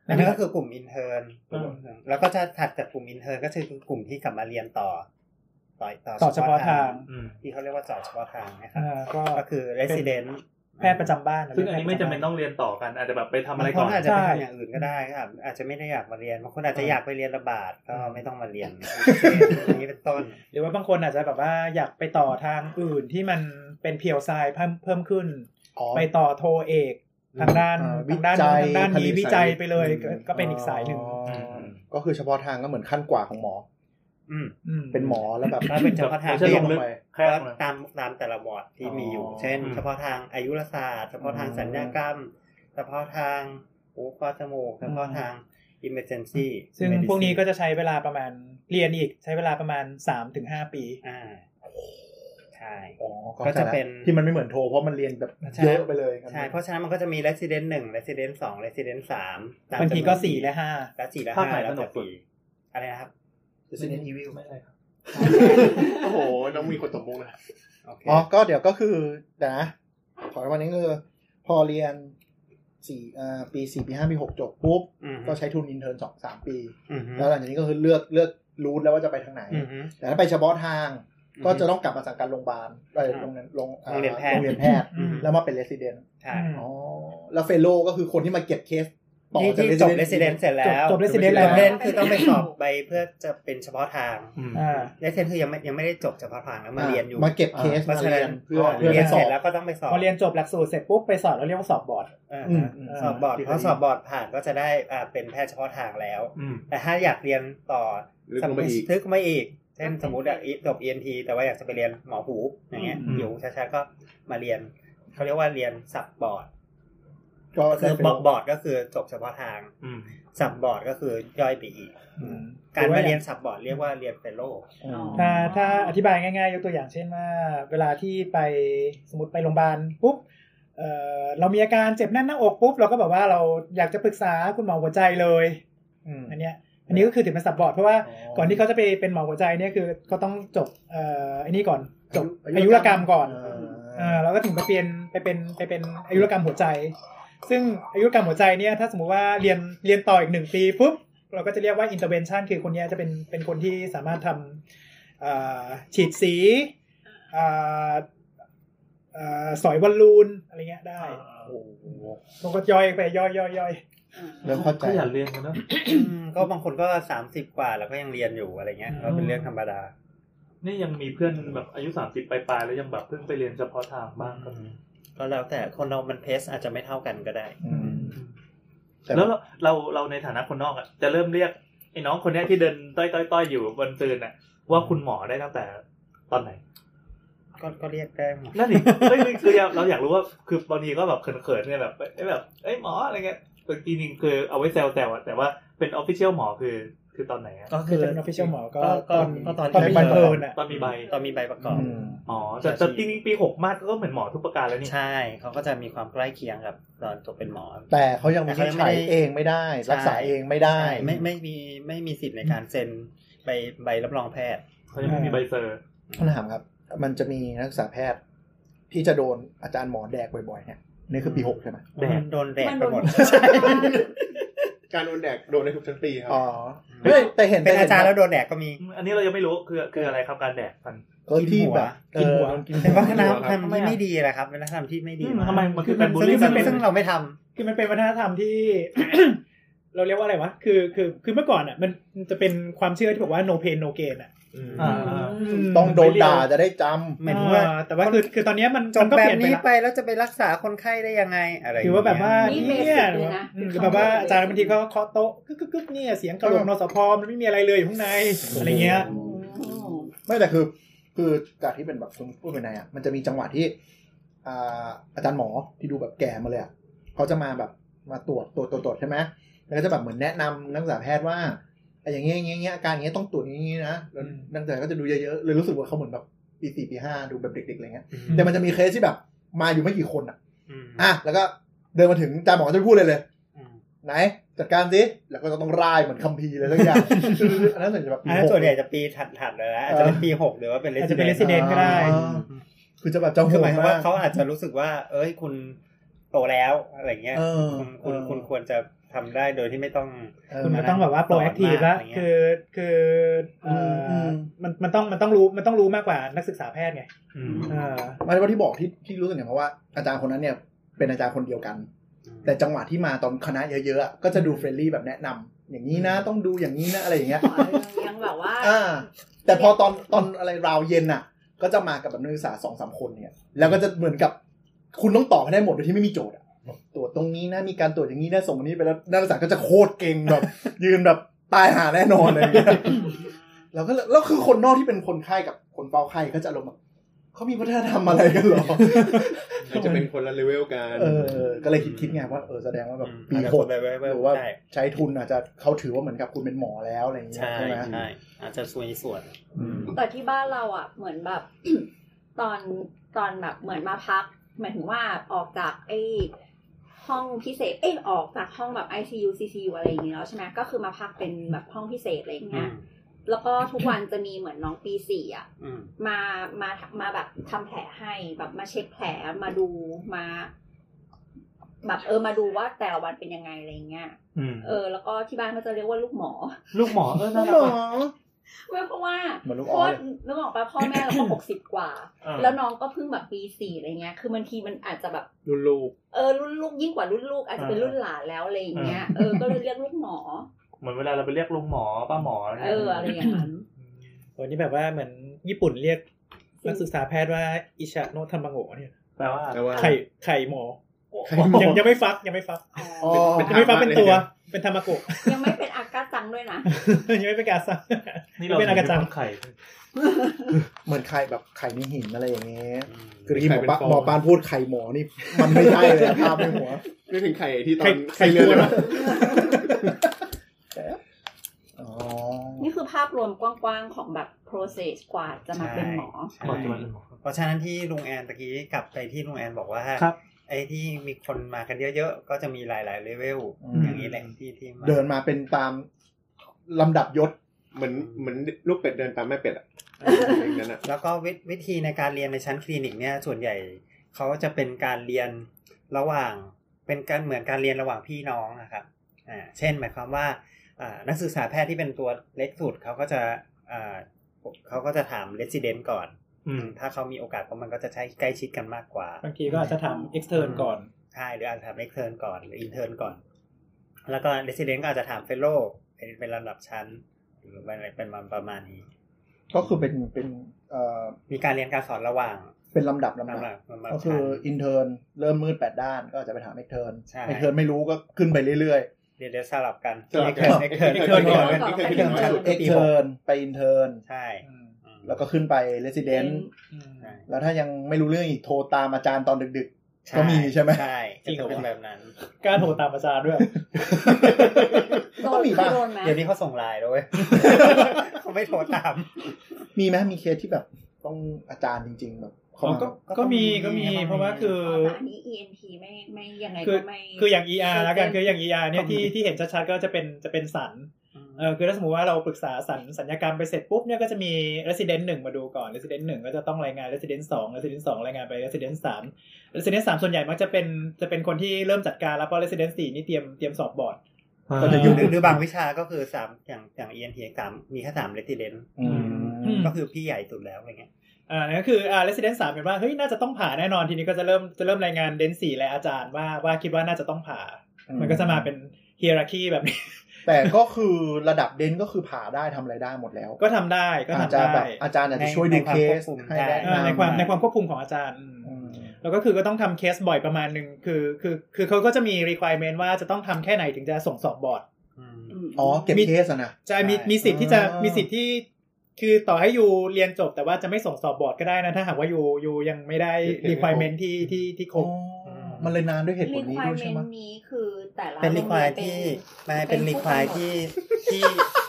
อันนั้นก็คือกลุ่มอินเทอร์นแล้วก็จะถัดจากกลุ่มอินเทอร์นก็คือกลุ่มที่กลับมาเรียนต่อต่อต่อเฉพาะทางที่เขาเรียกว่าต่อเฉพาะทางนะครับก็คือ resident แพทย์ประจำบ้านซึ่งอันนี้ไม่จำเป็นต้องเรียนต่อกันอาจจะแบบไปทำอะไรก่อนอาจจะไปทำอย่างอื่นก็ได้ครับอาจจะไม่ได้อยากมาเรียนบางคนอาจจะอยากไปเรียนระบาดก็ไม่ต้องมาเรียนอย่างนี้เป็นต้นหรือว่าบางคนอาจจะแบบว่าอยากไปต่อทางอื่นที่มันเป็นเพียวไซด์เพิ่มเพิ่มขึ้นไปต่อโทเอกทางด้านทางด้านทางด้านนี้วิจัยไปเลยก็เป็นอีกสายหนึ่งก็คือเฉพาะทางก็เหมือนขั้นกว่าของหมออืมเป็นหมอแล้วแบบถ้าเป็นเฉพาะทางเรียกลงไปก็ตามตามแต่ละวอร์ดที่มีอยู่เช่นเฉพาะทางอายุรศาสตร์เฉพาะทางศัลยกรรมเฉพาะทางหูคอจมูกเฉพาะทาง emergency ซึ่งพวกนี้ก็จะใช้เวลาประมาณเรียนอีกใช้เวลาประมาณ สามถึงห้า ปีอ่าใช่ก็จะเป็นที่มันไม่เหมือนโทเพราะมันเรียนแบบเยอะไปเลยใช่เพราะฉะนั้นมันก็จะมี resident หนึ่ง resident สอง resident สามบางทีก็สี่และห้าและสี่และห้าแล้วแต่ปีอะไรนะครับ Resident Evil ไม่ใช่ครับโอ้โหต้องมีคนตบมุกนะอ๋อก็เดี๋ยวก็คือนะขอวันนี้คือพอเรียนสี่อ่าปีสี่ปีห้าปีหกจบปุ๊บก็ใช้ทุนอินเทิร์นสอง สามปีแล้วหลังจากนี้ก็คือเลือกเลือกรูทแล้วว่าจะไปทางไหนแต่ถ้าไปเฉพาะทางก็จะต้องกลับมาสังกัดโรงพยาบาลไปโรงเรียนโรงเรียนแพทย์โรงเรียนแพทย์แล้วมาเป็น Resident ใช่อ๋อแล้วเฟลโลก็คือคนที่มาเก็บเคสที่จบ resident เสร็จแล้วจบ resident แล้วคือต้องไปสอบไปเพื่อจะเป็นเฉพาะทางอ่า resident คือยังไม่ยังไม่ได้จบเฉพาะทางแล้วมาเรียนอยู่มาเก็บเคสมาเรียนเพื่อเรียนเสร็จแล้วก็ต้องไปสอบพอเรียนจบหลักสูตรเสร็จปุ๊บไปสอบแล้วเรียกว่าสอบบอร์ดสอบบอร์ดพอสอบบอร์ดผ่านก็จะได้อ่าเป็นแพทย์เฉพาะทางแล้วแต่ถ้าอยากเรียนต่อสมมุติทึกไม่อีกเช่นสมมุติจบ อี เอ็น ที แต่ว่าอยากจะไปเรียนหมอหูอย่างเงี้ยอยู่ช้าๆก็มาเรียนเขาเรียกว่าเรียนสับบอร์ดก็คือบอร์ดก็คือจบเฉพาะทางสับบอร์ดก็คือย่อยไปอีกการมาเรียนสับบอร์ดเรียกว่าเรียนเฟลโลถ้าถ้าอธิบายง่ายๆยกตัวอย่างเช่นว่าเวลาที่ไปสมมติไปโรงพยาบาลปุ๊บเอ่อเรามีอาการเจ็บแน่นหน้าอกปุ๊บเราก็แบบว่าเราอยากจะปรึกษาคุณหมอหัวใจเลยอันเนี้ยอันนี้ก็คือถือเป็นสับบอร์ดเพราะว่าก่อนที่เขาจะไปเป็นหมอหัวใจเนี่ยคือเขาต้องจบเอ่ออันนี้ก่อนจบอายุรกรรมก่อนอ่าแล้วก็ถึงไปเปลี่ยนไปเป็นไปเป็นอายุรกรรมหัวใจซึ่งอายุรกรรมหัวใจเนี่ยถ้าสมมุติว่าเรียนเรียนต่ออีกหนึ่งปีปุ๊บเราก็จะเรียกว่า intervention คือคนนี้จะเป็นเป็นคนที่สามารถทำอ่าฉีดสีอ่าอ่าสอยบอลลูนอะไรเงี้ยได้โอ้โหมันก็ย่อยไปย่อยๆๆเริ่มเข้าใจอยากเรียนกันเนาะก็บางคนก็สามสิบกว่าแล้วก็ยังเรียนอยู่อะไรเงี้ยก็เป็นเรื่องธรรมดานี่ยังมีเพื่อนแบบอายุสามสิบปลายๆแล้วยังแบบเพิ่งไปเรียนเฉพาะทางบ้างก็ก็แล้วแต่คนเรามันเพสอาจจะไม่เท่ากันก็ได้แล้วเราเราในฐานะคนนอกอ่ะจะเริ่มเรียกไอ้น้องคนนี้ที่เดินต้อยๆๆอยู่บนตื่นน่ะว่าคุณหมอได้ตั้งแต่ตอนไหนก็ก็เรียกได้นั่นดิเฮ้ยคือเราอยากรู้ว่าคือบางทีก็แบบเขินๆเนี่ยแบบไอ้แบบเอ้ยหมออะไรเงี้ยจริงๆคือเอาไว้แซวๆแต่ว่าเป็น official หมอคือคือตอนไหนอ่ะก็คือเป็น official หมอก็ก็ก็ตอนตอนมีใบเพิร์นอ่ะตอนมีใบตอนมีใบประกอบอ๋อแต่แต่จริงๆปีหกมาก็เหมือนหมอทุกประการแล้วนี่ใช่เขาก็จะมีความใกล้เคียงกับตอนจบเป็นหมอแต่เขายังไม่ใช้เองไม่ได้รักษาเองไม่ได้ไม่ไม่มีไม่มีสิทธิ์ในการเซ็นใบใบรับรองแพทย์เขายังไม่มีใบเซอร์คำถามครับมันจะมีนักศึกษาแพทย์ที่จะโดนอาจารย์หมอแดกบ่อยๆเนี่ยนี่คือปีหกใช่ไหมแดกโดนแดกไปหมดการโดนแดกโดนในทุกชั้นปีครับอ๋อเฮ้ยแต่เห็นเป็นอาจารย์แล้วโดนแดกก็มีอันนี้เรายังไม่รู้คือคืออะไรครับการแดกมันก็ที่แบบกินหัวเป็นวัฒนธรรมที่ไม่ดีแหละครับเป็นวัฒนธรรมที่ไม่ดีทำไมมันคือการบูลลี่ซึ่งเราไม่ทำคือมันเป็นวัฒนธรรมที่ เราเรียกว่าอะไรวะคือคือคือเมื่อก่อนอ่ะมันจะเป็นความเชื่อที่บอกว่า no pain no gain อ่ะต้องโดนด่าจะได้จำหมายถึงว่าแต่ว่าคือคือตอนนี้มันจบแบบนี้ไปแล้วจะไปรักษาคนไข้ได้ยังไงอะไรคือว่าแบบว่าเนี่ยคือแบบว่าอาจารย์บางทีเขาเคาะโต๊ะกึกๆๆเนี่ยเสียงกระโหลกนสพมันไม่มีอะไรเลยอยู่ข้างในอะไรเงี้ยไม่แต่คือคือจากที่เป็นแบบพูดไปไหนอ่ะมันจะมีจังหวะที่อ่าอาจารย์หมอที่ดูแบบแก่มาเลยอ่ะเขาจะมาแบบมาตรวจตรวจตรวจใช่ไหมแล้วก็จะแบบเหมือนแนะนำนักศึกษาแพทย์ว่าไอ้อย่างเงี้ยอย่างเงี้ยอาการอย่างเงี้ยต้องตรวจอย่างงี้นะแล้วนักศึกษาก็จะดูเยอะๆเลยรู้สึกว่าเขาเหมือนแบบปีสี่ปีห้าดูแบบเด็กๆอะไรเงี้ยแต่มันจะมีเคสที่แบบมาอยู่ไม่กี่คนอ่ะอ่ะแล้วก็เดินมาถึงอาจารย์หมอจะพูดเลยเลยไหนจัดการสิแล้วก็ต้องร่ายเหมือนคัมภีร์เลยทุกอย่างอันนั้นจะแบบปีหกส่วนใหญ่จะปีถัดๆเลยนะอาจจะเป็นปีหกหรือว่าเป็นอาจจะเป็น resident ก็ได้คือจะแบบเจ้าคือหมายความว่าเขาอาจจะรู้สึกว่าเอ้ยคุณโตแล้วอะไรเงี้ยคุณคุณคุณควรจะทำได้โดยที่ไม่ต้องคุณมันต้องแบบว่าโปรแอคทีฟแล้วคือคือเอ่อมันมันต้องมันต้องรู้มันต้องรู้มากกว่านักศึกษาแพทย์ไงเออไม่ว่าที่บอกที่ที่รู้สึกอย่างเพราะว่าอาจารย์คนนั้นเนี่ยเป็นอาจารย์คนเดียวกันแต่จังหวะที่มาตอนคณะเยอะๆก็จะดูเฟรนลี่แบบแนะนำอย่างนี้นะต้องดูอย่างนี้นะอะไรอย่างเงี้ยยังแบบว่าอ่าแต่พอตอนตอนอะไรราวเย็นน่ะก็จะมากับแบบนักศึกษา สองสาม คนเนี่ยแล้วก็จะเหมือนกับคุณต้องตอบให้ได้หมดโดยที่ไม่มีโจทย์อ่ะตรวจตรงนี้นะมีการตรวจอย่างนี้นะส่งอันนี้ไปแล้วนักศึกษาก็จะโคตรเก่งแบบยืนแบบตายหาแน่นอนอะไรอย่างเงี้ยแล้วก็แล้วคือคนนอกที่เป็นคนไข้กับคนเฝ้าไข้ก็จะอารมณ์แบบเขามีวัฒนธรรมอะไรกันหรออาจจะเป็นคนละเลเวลกันเออก็เลยคิดคิดไงว่าเออแสดงว่าแบบปีหกหรือว่าใช้ทุนอาจจะเขาถือว่าเหมือนกับคุณเป็นหมอแล้วอะไรอย่างเงี้ยใช่ไหมใช่อาจจะส่วนส่วนแต่ที่บ้านเราอ่ะเหมือนแบบตอนตอนแบบเหมือนมาพักหมายถึงว่าออกจากไอ้ห้องพิเศษเอ้ยออกจากห้องแบบ ไอ ซี ยู ซี ซี ยู อะไรอย่างเงี้ยแล้วใช่ไหมก็คือมาพักเป็นแบบห้องพิเศษอะไรอย่างเงี้ยแล้วก็ทุกวันจะมีเหมือนน้องปีสี่อ่ะมามามาแบบทำแผลให้แบบมาเช็คแผลมาดูมาแบบเออมาดูว่าแต่ละวันเป็นยังไงอะไรเงี้ยเออแล้วก็ที่บ้านก็จะเรียกว่าลูกหมอลูกหมอเออน่ารักเพราะว่าเพราะนึกออกป่ะพ่อแม่เราก็หกสิบกว่าแล้วน้องก็เพิ่งแบบปีสี่อะไรเงี้ยคือบางทีมันอาจจะแบบรุ่นลูกเออรุ่นลูกยิ่งกว่ารุ่นลูกอาจจะเป็นรุ่นหลานแล้วอะไรอย่างเงี้ยเออก็เลยเรียกลูกหมอเหมือนเวลาเราไปเรียกลุงหมอป้าหมอเอออะไรอย่างนั้นวันนี้แบบว่าเหมือนญี่ปุ่นเรียกนักศึกษาแพทย์ว่าอิชะโนะทัมบังโงะเนี่ยแปลว่าไข่ไข่หมอยังยังไม่ฟักยังไม่ฟักยังไม่ฟักเป็นตัวเป็นทามาโกะยังไม่เป็นอากาซังด้วยนะยังไม่เป็นอากาซังนี่เราเป็นอากาซังไข่เหมือนไข่แบบไข่ในหินอะไรอย่างเงี้ยคือที่หมอปาหมอปานพูดไข่หมอนี่มันไม่ใช่เลยภาพในหัวไม่ถึงไข่ที่ตอนไข่เลือดนี่คือภาพรวมกว้างๆของแบบ process กว่าจะมาเป็นหมอเพราะฉะนั้นที่ลุงแอนตะกี้กลับไปที่ลุงแอนบอกว่าไอ้ที่มีคนมากันเยอะๆก็จะมีหลายๆเลเวลอย่างนี้แหละที่ที่เดินมาเป็นตามลำดับยศเหมือนเหมือนลูกเป็ดเดินตามแม่เป็ดอ่ะแล้วก็วิธีในการเรียนในชั้นคลินิกเนี่ยส่วนใหญ่เขาจะเป็นการเรียนระหว่างเป็นการเหมือนการเรียนระหว่างพี่น้องนะครับอ่าเช่นหมายความว่านักศึกษาแพทย์ที่เป็นตัวเล็กสุดเขาก็จะเขาก็จะถาม resident ก่อนถ้าเขามีโอกาสเพราะมันก็จะใช้ใกล้ชิดกันมากกว่าบางทีก็อาจจะถาม extern ก่อนใช่หรืออาจจะถาม extern ก่อนหรือ intern ก่อนแล้วก็ resident ก็อาจจะถาม fellow เป็นเป็นลำดับชั้นหรือเป็นเป็นประมาณนี้ก็คือเป็นเป็นมีการเรียนการสอนระหว่างเป็นลำดับลำดับก็คือ intern เริ่มมืดแปดด้านก็จะไปถาม extern extern ไม่รู้ก็ขึ้นไปเรื่อยเดี๋ยวสลับกันเอ็กเทิร์นเอ็กเทิร์นเอ็กเทิร์นก่อนเอ็กเทิร์นเอ็กเทิร์นไปอินเทิร์นใช่แล้วก็ขึ้นไปเรสซิเดนต์แล้วถ้ายังไม่รู้เรื่องอีกโทรตามอาจารย์ตอนดึกๆก็มีใช่ไหมใช่จริงเป็นแบบนั้นกล้าโทรตามอาจารย์ด้วยก็มีบ้างเดี๋ยวนี้เขาส่งไลน์ด้วยเขาไม่โทรตามมีไหมมีเคสที่แบบต้องอาจารย์จริงๆแบบก็ก็มีก็มีเพราะว่าคืออันนี้ อี เอ็น ที ไม่ไม่ยังไงก็ไม่คืออย่าง อี อาร์ แล้วกันคืออย่าง อี อาร์ เนี่ยที่ที่เห็นชัดๆก็จะเป็นจะเป็นสันเออคือถ้าสมมุติว่าเราปรึกษาสัญสัญญกรรมไปเสร็จปุ๊บเนี่ยก็จะมี resident หนึ่งมาดูก่อน resident หนึ่งก็จะต้องรายงาน resident สอง resident สองรายงานไป resident สาม resident สามส่วนใหญ่มักจะเป็นจะเป็นคนที่เริ่มจัดการแล้วเพราะ resident สี่นี่เตรียมเตรียมสอบบอร์ดก็จะอยู่หรือบางวิชาก็คือสามอย่างอย่าง อี เอ็น ที สามมีแค่สาม resident ก็คือพี่ใหญ่สุดแล้วอะไรเงี้ยอ่านั่นก็คืออ่า resident สามเป็นว่าเฮ้ยน่าจะต้องผ่าแน่นอนทีนี้ก็จะเริ่มจะเริ่มรายงานเดนสี่และอาจารย์ว่าว่าคิดว่าน่าจะต้องผ่ามันก็จะมาเป็น hierarchy แบบนี้แต่ก็คือระดับเดนก็คือผ่าได้ทำอะไรได้หมดแล้วก็ทำได้ก็ทำได้อาจารย์อาจจะช่วยดูเคสให้ได้ในความในความควบคุมของอาจารย์แล้วก็คือก็ต้องทำเคสบ่อยประมาณนึงคือคือคือเขาก็จะมี requirement ว่าจะต้องทำแค่ไหนถึงจะส่งสอบบอร์ดอ๋อเก็บเคสอ่ะนะใช่มีมีสิทธิ์ที่จะมีสิทธิ์ที่คือต่อให้ยูเรียนจบแต่ว่าจะไม่ส่งสอบบอร์ดก็ได้นะถ้าหากว่ายูยูยังไม่ได้ requirement ที่ที่ที่ครบมันเลยนานด้วยเหตุผลนี้ด้วยใช่ไหม requirement นี้คือแต่ละเป็น require ที่ไม่เป็น require ที่ที่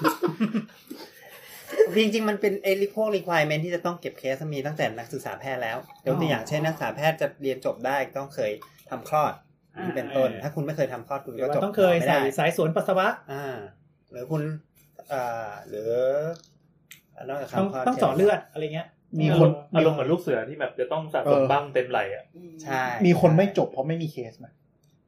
จริงๆมันเป็นไอ้พวก requirement ที่จะต้องเก็บเคสมีตั้งแต่นักศึกษาแพทย์แล้วยกตัวอย่างเช่นนักศึกษาแพทย์จะเรียนจบได้ต้องเคยทำคลอดนี่เป็นต้นถ้าคุณไม่เคยทำคลอดคุณก็จบต้องเคยใส่สายสวนปัสสาวะอ่าหรือคุณอ่าหรือต้องต้องสอนเลือดอะไรเงี้ยมีคนอารมณ์เหมือนลูกเสือที่แบบจะต้องสะสมบ้างเต็มไหลอ่ะใช่มีคนไม่จบเพราะไม่มีเคสมั้ย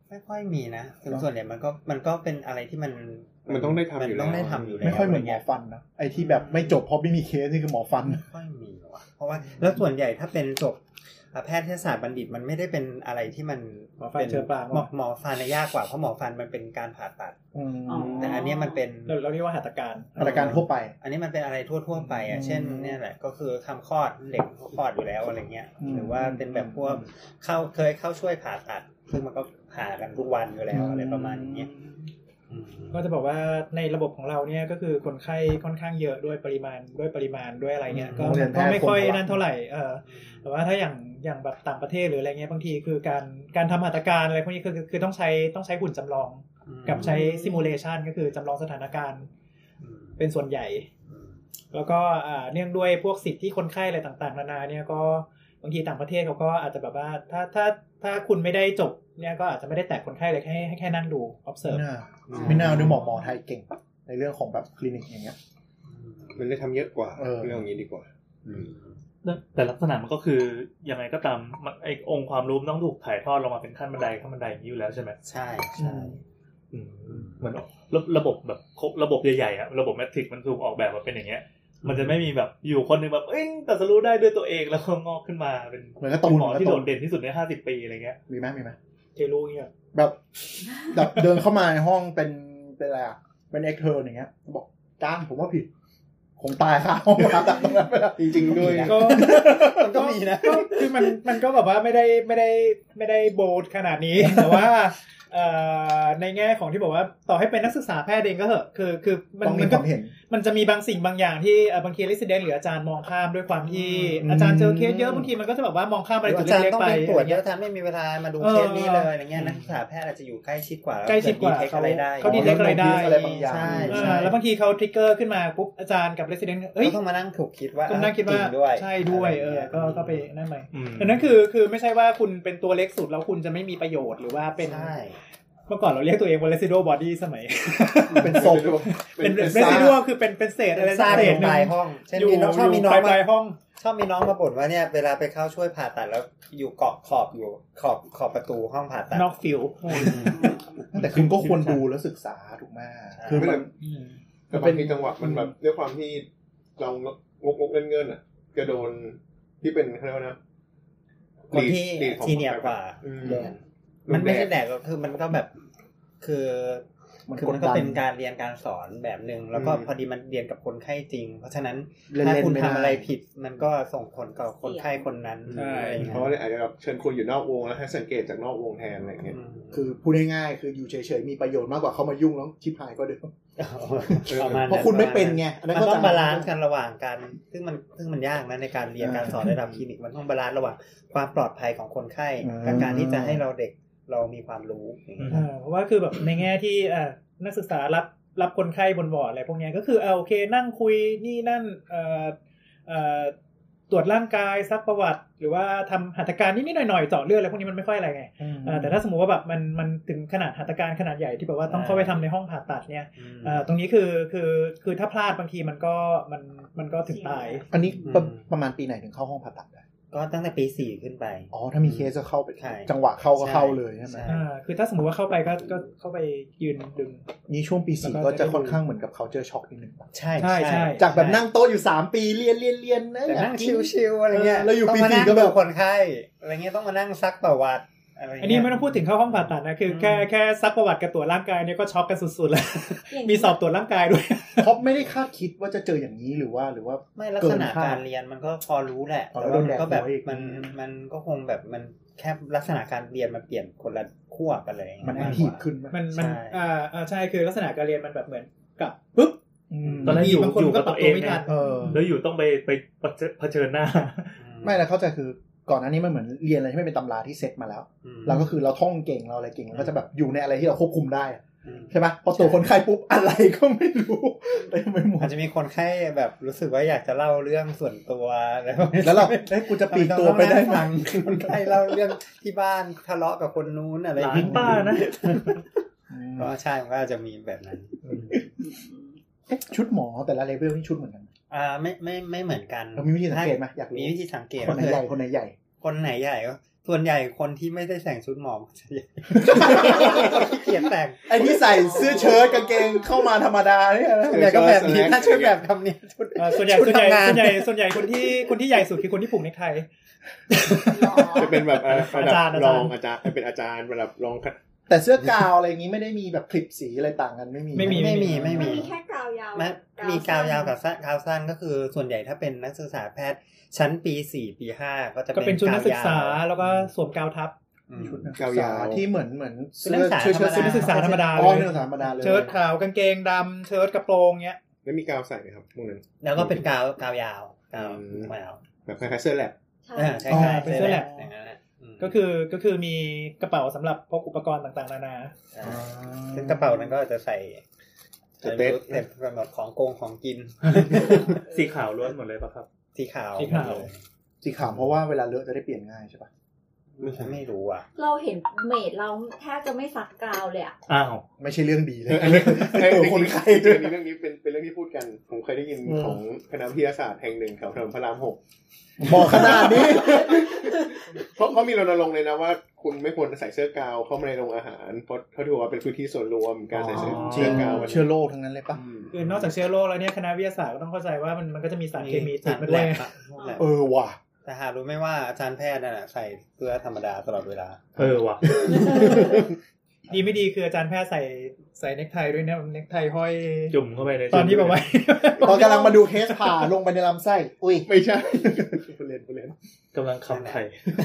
ไม่ค่อยมีนะถึงส่วนใหญ่มันก็มันก็เป็นอะไรที่มันมันต้องได้ทำอยู่มันต้องได้ทำอยู่แล้วไม่ค่อยเหมือนหมอฟันนะไอ้ที่แบบไม่จบเพราะไม่มีเคสนี่คือหมอฟันไม่ค่อยมีว่ะเพราะว่าแล้วส่วนใหญ่ถ้าเป็นจบแพทยศาสตร์บัณฑิตมันไม่ได้เป็นอะไรที่มันหมอฟันเชื้อปลาหมอหมอฟันยากกว่าเพราะหมอฟันมันเป็นการผ่าตัดแต่อันนี้มันเป็นเราเรียกว่าหัตถการหัตถการทั่วไปอันนี้มันเป็นอะไรทั่วๆไปอ่ะเช่นเนี่ยแหละก็คือทำคลอดเด็กคลอดอยู่แล้วอะไรเงี้ยหรือว่าเป็นแบบพวกเข้าเคยเข้าช่วยผ่าตัดซึ่งมันก็ผ่ากันทุกวันอยู่แล้วอะไรประมาณนี้ก็จะบอกว่าในระบบของเราเนี่ยก็คือคนไข้ค่อนข้างเยอะด้วยปริมาณด้วยปริมาณด้วยอะไรเงี้ยก็ก็ไม่ค่อยนั่นเท่าไหร่เออแต่ว่าถ้าอย่างอย่างแบบต่างประเทศหรืออะไรเงี้ยบางทีคือการการทำหัตถการอะไรพวกนี้คือคือต้องใช้ต้องใช้หุ่นจำลองกับใช้ซิมูเลชันก็คือจำลองสถานการณ์เป็นส่วนใหญ่แล้วก็เนื่องด้วยพวกสิทธิที่คนไข้อะไรต่างๆนานาเนี่ยก็บางทีต่างประเทศเขาก็อาจจะแบบว่าถ้าถ้าถ้าคุณไม่ได้จบเนี่ยก็อาจจะไม่ได้แตะคนไข้เลยให้ให้แค่นั่งดู observe ไม่น่าด้วยหมอหมอไทยเก่งในเรื่องของแบบคลินิกอย่างเงี้ยมันได้ทำเยอะกว่าเรื่องนี้ดีกว่าแต่ลักษณะมันก็คือยังไงก็ตามไอ้องค์ความรู้ต้องถูกถ่ายทอดลงมาเป็นขั้นบันไดขั้นบันไดอยู่แล้วใช่ไหมใช่ใช่เหมือนระบบแบบระบบใหญ่ๆอะระบบแมทริกมันถูกออกแบบมาเป็นอย่างเงี้ยมันจะไม่มีแบบอยู่คนนึงแบบเอ้ยแต่รู้ได้ด้วยตัวเองแล้วก็งอกขึ้นมาเป็นเหมือนกับตูนหมอที่โดดเด่นที่สุดในห้าสิบปีอะไรเงี้ยมีไหมมีไหมเทรู้เงี้ยแบบแบบเดินเข้ามาในห้องเป็นเป็นอะไรอ่ะเป็นเอ็กเทอร์อย่างเงี้ยบอกจ้างผมว่าผิดคงตายค่ะห้องผ่าตัดตรงนั้นไปแล้วจริงๆด้วยก็มันก็มีนะคือมันมันก็แบบว่าไม่ได้ไม่ได้ไม่ได้โบว์ขนาดนี้แต่ว่าในแง่ของที่บอกว่าต่อให้เป็นนักศึกษาแพทย์เองก็เถอะคือคือมันมันก็มันจะมีบางสิ่งบางอย่างที่บางทีเรสซิเดนต์หรืออาจารย์มองข้ามด้วยความที่อาจารย์เจอเคสเยอะบางทีมันก็จะแบบว่ามองข้ามอะไรตัวเล็กๆไปตรวจเยอะอาจารย์ไม่มีเวลามาดูเคสนี้เลยอะไรเงี้ยนักศึกษาแพทย์อาจจะอยู่ใกล้ชิดกว่าใกล้ชิดกว่าเขาเขาดีเทคอะไรได้ใช่แล้วบางทีเขาทริกเกอร์ขึ้นมาปุ๊บอาจารย์กับเรสซิเดนต์เอ้ยต้องมานั่งถูกคิดว่าต้องนั่งคิดว่าใช่ด้วยเออก็ก็ไปนั่นไปดังนั้นคือคือไม่ใช่ว่าคุณเป็นตัวเล็กสุดแล้วคุณจะไม่มีประโยชน์หรือว่าเป็นเมื่อก่อนเราเรียกตัวเองว่า residual body สมัยเป็นศพเป็น residual คือเป็นเป็นเศษอะไรสักเศษในห้องเช่นมีน้องชอบมีน้องปลายห้องชอบมีน้องมาบ่นว่าเนี่ยเวลาไปเข้าช่วยผ่าตัดแล้วอยู่เกาะขอบอยู่ขอบขอบประตูห้องผ่าตัด knock feel แต่คุณก็ควรดูแล้วศึกษาถูกไหมคือมันแต่บางทีจังหวะมันแบบด้วยความที่เรางกงกเงินๆอ่ะจะโดนที่เป็นเขาเรียกว่านะคนที่ซีเนียร์กว่ามันไม่ใช่แดกก็คือมันก็แบบคือคือมันก็เป็นการเรียนการสอนแบบนึงแล้วก็พอดีมันเรียนกับคนไข้จริงเพราะฉะนั้นถ้าคุณทำอะไรผิดมันก็ส่งผลกับคนไข้คนนั้นใช่เพราะว่าอาจจะแบบเชิญคนอยู่นอกวงแล้วให้สังเกตจากนอกวงแทนอะไรเงี้ยคือพูดง่ายๆคืออยู่เฉยๆมีประโยชน์มากกว่าเข้ามายุ่งแล้วชิบหายก็เดิมเพราะคุณไม่เป็นไงมันต้องบาลานซ์กันระหว่างกันซึ่งมันซึ่งมันยากนะในการเรียนการสอนระดับคลินิกมันต้องบาลานซ์ระหว่างความปลอดภัยของคนไข้กับการที่จะให้เราเด็กเรามีความรู้เพราะว่าคือแบบในแง่ที่นักศึกษารับรับคนไข้บนวอร์ดอะไรพวกนี้ก็คือเอาโอเคนั่งคุยนี่นั่นเอ่อเอ่อตรวจร่างกายซักประวัติหรือว่าทำหัตถการนิดๆหน่อยๆเจาะเลือดอะไรพวกนี้มันไม่ค่อยอะไรไงแต่ถ้าสมมติว่าแบบมันมันถึงขนาดหัตถการขนาดใหญ่ที่แบบว่าต้องเข้าไปทำในห้องผ่าตัดเนี่ยตรงนี้คือคือคือถ้าพลาดบางทีมันก็มันมันก็ถึงตายอันนี้ประมาณปีไหนถึงเข้าห้องผ่าตัดได้ก็ตั้งแต่ปีสี่ขึ้นไปอ๋อถ้ามีเคสก็เข้าไปจังหวะเข้าก็เข้าเลยใช่ไหมอ่าคือถ้าสมมติว่าเข้าไปก็ก็เข้าไปยืนดึงนี่ช่วงปีสี่ก็จะค่อนข้างเหมือนกับ culture shock นิดนึงใช่ใช่ใช่จากแบบนั่งโต๊ะอยู่สามปีเรียนเรียนเรียนนะนั่งชิวๆอะไรเงี้ยแล้วอยู่ปีสี่ก็แบบคนไข้อะไรเงี้ยต้องมานั่งซักประวัติอันนี้ไม่ต้องพูดถึงเข้าห้องผ่าตัดนะคือแค่แค่ซักประวัติกับตรวจร่างกายเนี่ยก็ช็อกกันสุดๆแล้วมีสอบตรวจร่างกายด้วยเพราะไม่ได้คาดคิดว่าจะเจออย่างนี้หรือว่าหรือว่าไม่ลักษณะการเรียนมันก็พอรู้แหละแต่ว่ามันก็แบบมันมันก็คงแบบมันแค่ลักษณะการเรียนมันเปลี่ยนคนละขั้วกันเลยมันแอคทีฟขึ้นมันมันอ่าอ่าใช่คือลักษณะการเรียนมันแบบเหมือนกับปึ๊บตอนนั้นอยู่อยู่กับตัวเองแล้วอยู่ต้องไปไปเผชิญหน้าไม่แล้วเข้าใจคือก่อนหน้านี้มันเหมือนเรียนอะไรที่ไม่เป็นตำราที่เซตมาแล้วเราก็คือเราท่องเก่งเราอะไรเก่งเราก็จะแบบอยู่ในอะไรที่เราควบคุมได้ใช่ไหมพอตัวคนไข้ปุ๊บอะไรก็ไม่รู้เต็มไปหมดอาจจะมีคนไข้แบบรู้สึกว่าอยากจะเล่าเรื่องส่วนตัวแล้วแล้วเราเอ้ยกูจะปีกตัวไปได้มั้งคนไข้เล่าเรื่องที่บ้านทะเลาะกับคนนู้นอะไรอย่างนี้ป้านะก็ใช่มันก็จะมีแบบนั้นชุดหมอแต่ละเลเวลนี่ชุดเหมือนกันอ่าไม่ไม่ไม่เหมือนกันเรามีวิธีสังเกตไหมอยากรู้มีวิธีสังเกตคนไหนใหญ่คนไหนใหญ่คนไหนใหญ่ก็ส่วนใหญ่คนที่ไม่ได้แต่งชุดหมอจะใหญ่ขี้เกียจแต่งไอ้ที่ใส่เสื้อเชิ้ตกางเกงเข้ามาธรรมดาเนี่ยนะส่วนใหญ่ก็แบบนี้ถ้าชุดแบบทำเนี่ยชุดเอ่อส่วนใหญ่ส่วนใหญ่ส่วนใหญ่ส่วนใหญ่คนที่คนที่ใหญ่สุดคือคนที่ผูกเนคไทจะเป็นแบบเอ่อระดับอาจารย์รองอาจารย์เป็นอาจารย์ระดับรองแต่เสื้อกาวอะไรอย่างงี้ไม่ได้มีแบบคลิปสีอะไรต่างกันไม่มีไม่มีไม่มีไม่มีมีแค่กาวยาวมันมีกาวยาวกับสั้นกาวสั้นก็คือส่วนใหญ่ถ้าเป็นนักศึกษาแพทย์ชั้นปีสี่ปีห้าก็จะก็เป็นชุดนักศึกษาวยาวแล้วก็สวมกาวทับอืมชุดนักศึกษาที่เหมือนเหมือนเป็นนักศึกษาเสื้อเชิ้ตธรรมดานักศึกษาธรรมดาอ๋อเลยนักศึกษาธรรมดาเลยเชิ้ตขาวกางเกงดำเชิ้ตกระโปรงเงี้ยแล้วมีกาวใส่ไหมครับพวกนั้นแล้วก็เป็นกาวกาวยาวกาวอืมยาวแบบคล้ายๆเสื้อแลบใช่อ่าใช่อ๋อใช่เป็นเสื้อแลบอย่างนั้นแหละอืมก็คือก็คือมีกระเป๋าสำหรับพกอุปกรณ์ต่างๆนานาอ่าซึ่งกระเป๋านั้นก็จะใส่สเต็ปเต็มไปหมดของโกงของกินสีขาวล้วนหมดเลยป่ะครับสีขาวสีขาวสีขาวเพราะว่าเวลาเลอะจะได้เปลี่ยนง่ายใช่ปะไม่ไม่รู้อ่ะเราเห็นเมดเราแทบจะไม่ซักกาวเลยอะอ้าวไม่ใช่เรื่องดีเลยอันนี้ตัวคนไข้เรื่องนี้เรื่องนี้เป็นเป็นเรื่องที่พูดกันผมเคยได้ยินของคณะวิทยาศาสตร์แห่งหนึ่งแถวถนนพระรามหกบอกขนาดนี้เพราะเขามีรณรงค์เลยนะว่าคุณไม่ควรใส่เสื้อกาวเข้ามาในโรงอาหารเพราะเขาถือว่าเป็นพื้นที่ส่วนรวมการใส่เสื้อจริเสื้งอกาวเชื้อโรคทั้งนั้นเลยปะอืมคือนอกจากเชื้อโรคแล้วเนี่ยคณะวิทยาศาสตร์ก็ต้องเข้าใจว่ามันมันก็จะมีสารเคมีติดมาด้วยพวกแหละเออว่ะแต่หารู้ไหมว่าอาจารย์แพทย์นั่นน่ะใส่เสื้อธรรมดาตลอดเวลาเออว่ะดีไม่ดีคืออาจารย์แพทย์ใส่ใส่เนคไทด้วยเนี่ยเนคไทห้อยจุ่มเข้าไปในตอนที่แบบว่าตอนกำลังมาดูเคสผ่าลงไปในลำไส้ อุ้ยไม่ใช่ผู้เล่นผู้เล่นกำลังคำไข่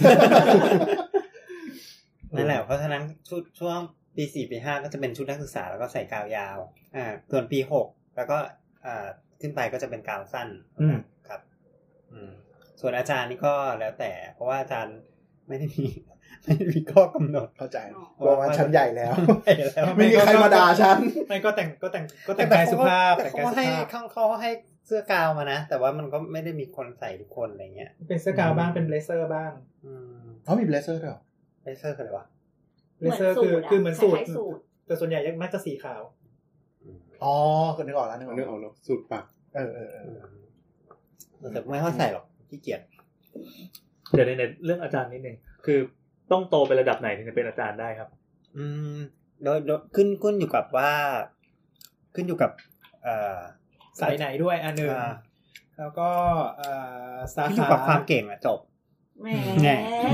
นั่นแหละเพราะฉะนั้นชุดช่วงปีสี่ปีห้าก็จะเป็นชุดนักศึกษาแล้วก็ใส่กาวยาวอ่าส่วนปีหกแล้วก็อ่าขึ้นไปก็จะเป็นกาวสั้นอืมครับอืมส่วนอาจารย์นี่ก็แล้วแต่ เพราะว่าอาจารย์ไม่ได้มี ไม่ได้มีข้อกำหนดเข้าใจบอกว่าฉันใหญ่แล้วใช่แล้วไม่มีใครมาด่าฉันไม่ก็แต่งก็แต่งก็แต่งกายสุภาพแต่แต่งเขากายสุให้ภาพเขาเขาให้เสื้อกาวมานะ แต่ว่ามันก็ไม่ได้มีคนใส่ทุกคนอะไรเงี้ยเป็นเสื้อกาวบ้างเป็นเบลเซอร์บ้างอืมเขามีเบลเซอร์ด้วยเหรอเลเซอร์คืออะไรวะเบลเซอร์คือคือเหมือนสูทแต่ส่วนใหญ่มักจะสีขาวอ๋อคือนึกออกแล้วนึกออกนึกออกเนาะสูตรปากเออเออเออแต่ไม่ค่อยใส่หรอกขี้เกียจเดี๋ยวในในเรื่องอาจารย์นิดนึงคือต้องโตไประดับไหนถึงจะเป็นอาจารย์ได้ครับอืมโดยโดยขึ้นขึ้นอยู่กับว่า ขึ้นอยู่กับเอ่อสายไหนด้วยอันหนึ่งอ่าแล้วก็เอ่อสาขึ้นอยู่ขากับความเก่งอะจบแหมแน่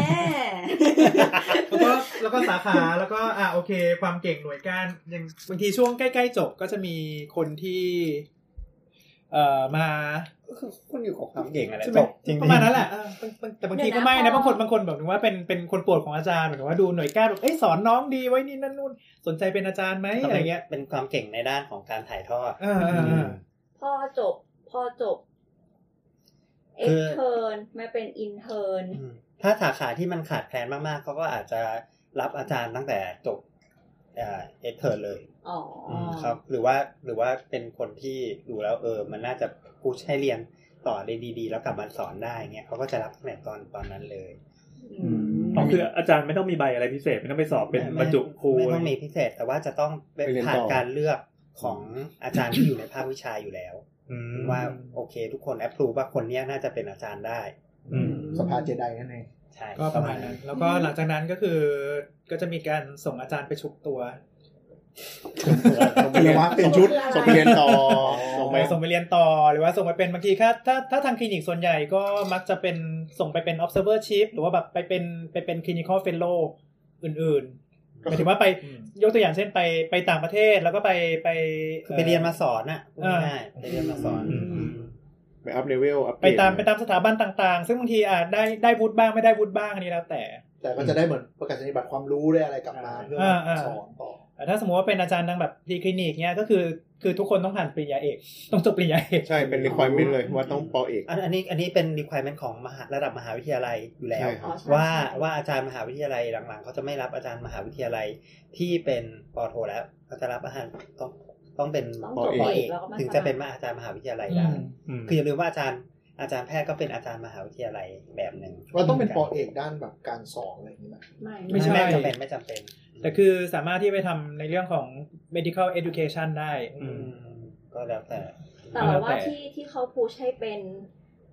แล้วก็แล้วก็สาขาแล้วก็อ่าโอเค ความเก่งหน่วยการอย่างบางทีช่วงใกล้ๆจบก็จะมีคนที่ เอ่อมาก็คือขึ้นอยู่กับความเก่งอะไรใช่ไหมจบจริงๆประมาณนั้นแหละเออแต่บางทีก็ไม่นะบางคนบางคนแบบว่าเป็นเป็นคนโปรดของอาจารย์เหมือนว่าดูหน่วยก้านแบบเอ้ยสอนน้องดีไว้นี่นั่นนู่นสนใจเป็นอาจารย์ไหมอะไรเงี้ยเป็นความเก่งในด้านของการถ่ายทอดเออเออเออพอจบพอจบเอ็กเทิร์นมาเป็นอินเทิร์นอืมถ้าสาขาที่มันขาดแคลนมากๆเขาก็อาจจะรับอาจารย์ตั้งแต่จบเอ่อเอ็กเทิร์นเลยอ๋ออมครับหรือว่าหรือว่าเป็นคนที่ดูแล้วเออมันน่าจะพุชให้เรียนต่อได้ดีๆแล้วกลับมาสอนได้เงี้ยเขาก็จะรับตั้งแต่ตอนตอนนั้นเลยอืมอ๋อคืออาจารย์ไม่ต้องมีใบอะไรพิเศษไม่ต้องไปสอบเป็นบรรจุครูไม่ต้องมีพิเศษแต่ว่าจะต้องเป็นผ่านการเลือกของอาจารย์ที่อยู่ในภาควิชาอยู่แล้วอืมว่าโอเคทุกคนแอปพรูฟว่าคนเนี้ยน่าจะเป็นอาจารย์ได้อืมสภาเจไดนั่นเองใช่ก็ประมาณนั้น แล้วก็หลังจากนั้นก็คือก็จะมีการส่งอาจารย์ไปชุบตัวส่งไปเรียนว่าเป็นชุดส่งไปเรียนต่อส่งไปส่งไปเรียนต่อหรือว่าส่งไปเป็นบางทีถ้าถ้าถ้าทางคลินิกส่วนใหญ่ก็มักจะเป็นส่งไปเป็น observer chief หรือว่าแบบไปเป็นไปเป็น clinical fellow อื่นๆหมายถึงว่าไปยกตัวอย่างเช่นไปไปต่างประเทศแล้วก็ไปไปคือไปเรียนมาสอนน่ะพูดง่ายๆไปเรียนมาสอนอืมไปอัพเลเวลอัพไปตามไปตามสถาบันต่างๆ ซึ่งบางทีอาจได้ได้วุฒิบ้างไม่ได้วุฒิบ้างอันนี้แล้วแต่แต่ก็จะได้เหมือนประกาศนียบัตรความรู้ได้อะไรกลับมาเพื่ออ่าอ่าสอนต่อแต่ถ้าสมมติว่าเป็นอาจารย์ทางแบบพรีคลินิกเนี้ยก็คือคือทุกคนต้องผ่านปริญญาเอกต้องจบปริญญาเอกใช่เป็น requirement เลยว่าต้องปอเอกอันอันนี้อันนี้เป็น requirement ของมหาระดับมหาวิทยาลัยอยู่แล้วใช่ครับว่าว่าอาจารย์มหาวิทยาลัยหลังๆเขาจะไม่รับอาจารย์มหาวิทยาลัยที่เป็นปอโทแล้วเขาจะรับอาจารย์ต้องต้องเป็นต้องปจอบ เอกแล้วก็มาถึงจะเป็นอาจารย์มหาวิทยาลัยได้อืมคืออย่าลืมว่าอาจารย์อาจารย์แพทย์ก็เป็นอาจารย์มหาวิทยาลัยแบบหนึ่งว่าต้องเป็นปอเอกด้านแบบการสอนอะไรอย่างนี้ไหมไม่ไม่ใช่ไม่จำเป็นไม่จำเป็นแต่คือสามารถที่ไปทำในเรื่องของ medical education ได้อืมก็แล้วแต่แต่ว่าที่ที่เขาพูชให้เป็น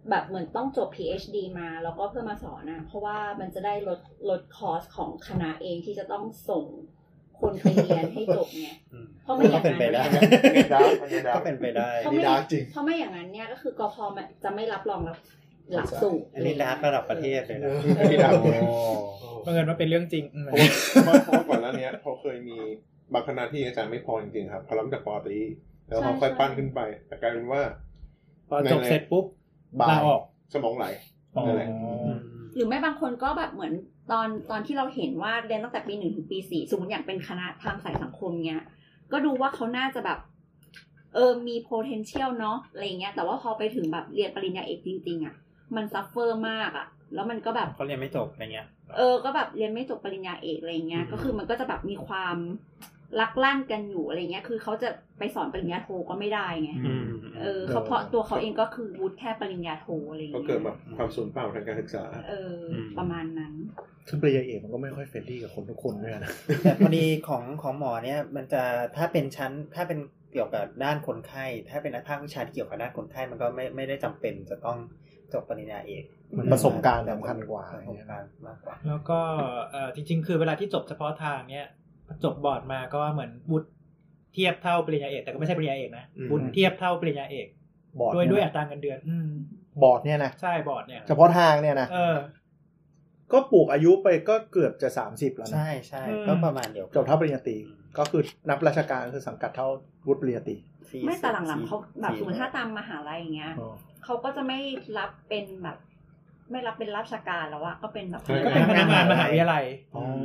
แบบเหมือนต้องจบ พี เอช ดี มาแล้วก็เพื่อมาสอนนะเพราะว่ามันจะได้ลดลดคอสของคณะเองที่จะต้องส่งคนไปเรียนให้จบไงเพราะไม่อย่างนั้นเนี่ยก็เป็นไปได้เพราะไม่เพราะไม่อย่างนั้นเนี่ยก็คือกพมันจะไม่รับรองรับหลักสูตรอันนี้ดาร์กระดับประเทศเลยนะที่ดาวบังเอิญว่าเป็นเรื่องจริงเพราะเพราะก่อนหน้านี้เขาเคยมีบางคณะที่อาจารย์ไม่พอจริงๆครับเขารับจากปอตรีแล้วเขาค่อยปั้นขึ้นไปแต่กลายเป็นว่าพอจบเสร็จปุ๊บลาออกสมองไหลนั่นแหละหรือไม่บางคนก็แบบเหมือนตอนตอนที่เราเห็นว่าเรียนตั้งแต่ปีหนึ่งถึงปีสี่สมมติอย่างเป็นคณะทางสายสังคมเงี้ยก็ดูว่าเขาน่าจะแบบเออมี potential เนาะอะไรเงี้ยแต่ว่าพอไปถึงแบบเรียนปริญญาเอกจริงๆอ่ะมันซัฟเฟอร์มากอ่ะแล้วมันก็แบบเขาเรียนไม่จบอะไรเงี้ยเออก็แบบเรียนไม่จบปริญญาเอกอะไรเงี้ยก็คือมันก็จะแบบมีความลักลั่นกันอยู่อะไรเงี้ยคือเขาจะไปสอนปริญญาโทก็ไม่ได้ไงเออเขาเพราะตัวเขาเองก็คือวุฒิแค่ปริญญาโทอะไรเงี้ยก็เกิดแบบความสูญเปล่าทางการศึกษาเออประมาณนั้นซึ่งปริญญาเอกมันก็ไม่ค่อยเฟรนลี่กับคนทุกคนด้วยนะแต่พอดีของของหมอเนี่ยมันจะถ้าเป็นชั้นถ้าเป็นเกี่ยวกับด้านคนไข้ถ้าเป็นภาควิชาที่เกี่ยวกับด้านคนไข้มันก็ไม่ไม่ได้จำเป็นจะต้องจบปริญญาเอกมันประสบการณ์สำคัญกว่าประสบการณ์มากกว่าแล้วก็เอ่อจริงๆคือเวลาที่จบเฉพาะทางเนี้ยจบบอร์ดมาก็เหมือนวุฒิเทียบเท่าปริญญาเอกแต่ก็ไม่ใช่ปริญญาเอกนะวุฒิเทียบเท่าปริญญาเอกด้วยด้วยอัตราเงินเดือนบอร์ดเนี่ยนะใช่บอร์ดเนี่ยเฉพาะทางเนี่ยนะเออก็ปลูกอายุไปก็เกือบจะสามสิบแล้วนะใช่ใช่ก็ประมาณเดียวจบเท่าปริญญาตรีก็คือนับราชการคือสังกัดเท่าวุฒิปริญญาตรีไม่แต่หลังๆเขาแบบสมมติถ้าตามมหาลัยอย่างเงี้ยเขาก็จะไม่รับเป็นแบบไม่รับเป็นราชการแล้วอะก็เป็นแบบก็เป็นพนักงานมหาวิทยาลัยอ๋อ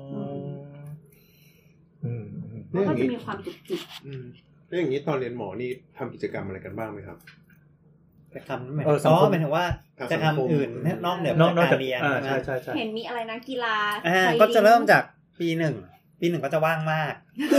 มันก็จะมีความจุกจิกแล้วอย่างนี้ตอนเรียนหมอนี่ทำกิจกรรมอะไรกันบ้างไหมครับกิจกรรมเออหมายถึงว่าจะทำอื่นนอกเหนือจากการเรียนใช่ใช่ใช่เห็นมีอะไรนะกีฬาก็จะเริ่มจากปีหนึ่งปีหนึ่งก็จะว่างมาก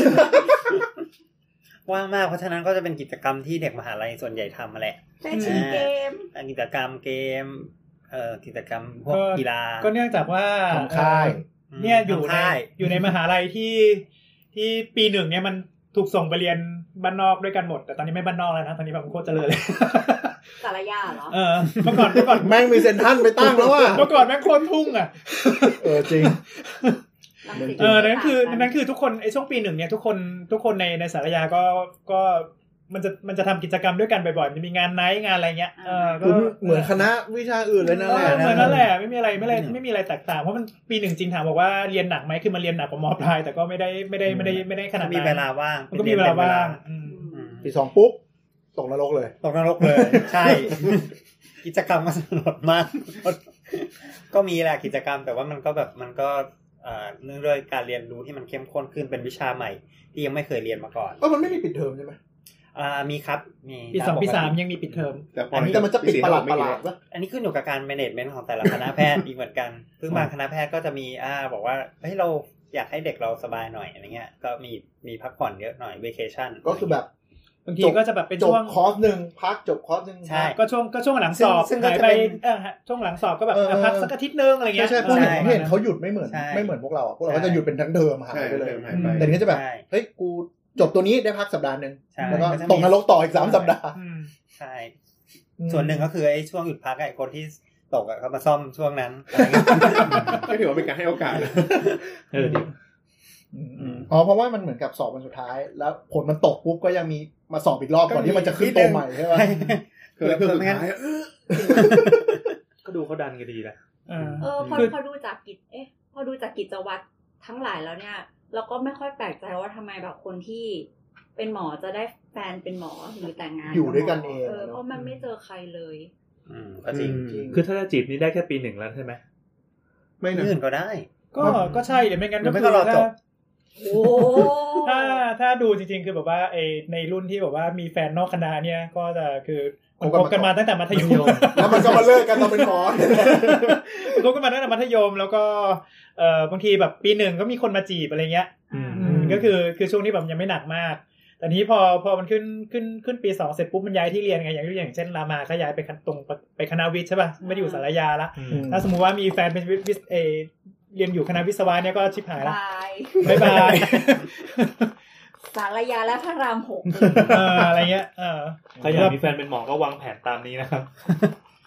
ว่างมากเพราะฉะนั้นก็จะเป็นกิจกรรมที่เด็กมหาลัยส่วนใหญ่ทำมาแหละแฟชั่นเกมกิจกรรมเกมเอ่อกิจกรรมพวกกีฬาก็เนื่องจากว่าของค่ายเนี่ยอยู่ในอยู่ในมหาลัยที่ที่ปีหนึ่งเนี่ยมันถูกส่งไปเรียนบ้านนอกด้วยกันหมดแต่ตอนนี้ไม่บ้านนอกแล้วนะตอนนี้แบบโคตรเจริญเลยสารยาเหรอเออเมื่อก่อนเมื่อก่อนแม่งมีเซ็นทรัลไปตั้งแล้วว่ะเมื่อก่อนแม่งโคตรทุ่งอ่ะเออจริงเออนั่นคือนั่นคือทุกคนไอ้ช่วงปีหนึ่งเนี่ยทุกคนทุกคนในในสารยาก็ก็มันจะมันจะทำกิจกรรมด้วยกันบ่อยๆมันจะมีงานไนท์งานอะไรเงี้ยเออก็เหมือนคณะวิชาอื่นเลยนั่นแหละเหมือนนั่นแหละไม่มีอะไรไม่อะไรไม่มีอะไรแตกต่างเพราะมันปีหนึ่งจริงถามบอกว่าเรียนหนักไหมคือมันเรียนหนักกว่าม.ปลายแต่ก็ไม่ได้ไม่ได้ไม่ได้ไม่ได้ขนาดนั้นมีเวลาว่างมันก็มีเวลาว่างปีสองปุ๊บตกนรกเลยตกนรกเลยใช่กิจกรรมก็สนุกมากก็มีแหละกิจกรรมแต่ว่ามันก็แบบมันก็เนื่องด้วยการเรียนรู้ที่มันเข้มข้นขึ้นเป็นวิชาใหม่ที่ยังไม่เคยเรียนมาก่อนเออมันไม่มีปิดเทอมใช่ไหมอ่ามีครับมีปีสองปีสามยังมีปิดเทอมแต่อันนี้มันจะปิดประหลาดประหลาดป่ะอันนี้ขึ้นอยู่กับการแมเนจเมนต์ของแต่ละคณะแพทย์อีกเหมือนกันซึ่งบางคณะแพทย์ก็จะมีอ่าบอกว่าเฮ้ยเราอยากให้เด็กเราสบายหน่อยอะไรเงี้ยก็มีมีพักผ่อนเยอะหน่อยเวเคชั่นก็คือแบบบางทีก็จะแบบเป็นช่วงคอร์สนึงพักจบคอร์สนึงใช่ก็ช่วงก็ช่วงหลังสอบหายไปเออช่วงหลังสอบก็แบบพักสักอาทิตย์นึงอะไรเงี้ยใช่ๆพวกเห็นเขาหยุดไม่เหมือนไม่เหมือนพวกเราอ่ะพวกเราก็จะหยุดเป็นทั้งเทอมหายไปเลยแต่นี้จะแบบเฮ้ยกูจบตัวนี้ได้พักสัปดาห์นึงแล้วก็ตกนรกต่ออีกสามสัปดาห์ใช่ส่วนหนึ่งก็คือไอ้ช่วงหยุดพักไอ้คนที่ตกอ่ะเขามาซ่อมช่วงนั้นก็ถือว่าเป็นการให้โอกาสเออดีอ๋อเพราะว่ามันเหมือนกับสอบวันสุดท้ายแล้วผลมันตกปุ๊บก็ยังมีมาสอบอีกรอบก่อนที่มันจะขึ้นตัวใหม่ใช่ป่ะคือคือสุดท้ายก็ดูเขาดันกันดีแหละเออพอพอดูจากกิจเอ๊ะพอดูจากกิจวัตรทั้งหลายแล้วเนี่ยเราก็ไม่ค่อยแปลกใจว่าทำไมแบบคนที่เป็นหมอจะได้แฟนเป็นหมอหรือแต่งงานอยู่ด้วยกันเองเออเพราะมันไม่เจอใครเลยอืมก็จริงคือถ้าจะจีบนี่ได้แค่ปีหนึ่งแล้วใช่ไหมไม่นะอื่นก็ได้ก็ก็ใช่หรือไม่งั้นก็คือถ้าโอ้ถ้าถ้าดูจริงๆคือแบบว่าไอในรุ่นที่แบบว่ามีแฟนนอกคณะเนี่ยก็จะคือคบกันมาตั้งแต่มัธยมแล้วมันก็มาเลิกกันตอนเป็นหมอคบกันมาตั้งแต่มัธยมแล้วก็เอ่อบางทีแบบปีหนึ่งก็มีคนมาจีบอะไรเงี้ยก็คือคือช่วงนี้แบบยังไม่หนักมากแต่นี้พอพอมันขึ้นขึ้นขึ้นปีสองเสร็จปุ๊บมันย้ายที่เรียนไงอย่างอย่างเช่นรามาก็ย้ายไปตรงไปคณะวิทย์ใช่ป่ะไม่ได้อยู่สารยาละถ้าสมมุติว่ามีแฟนเป็นวิทย์เอเรียนอยู่คณะวิศวะเนี่ยก็ชิบหายละบ๊ายบายสารยาและพระรามหกเอออะไรเงี้ยเออใครอยากมีแฟนเป็นหมอก็วางแผนตามนี้นะครับ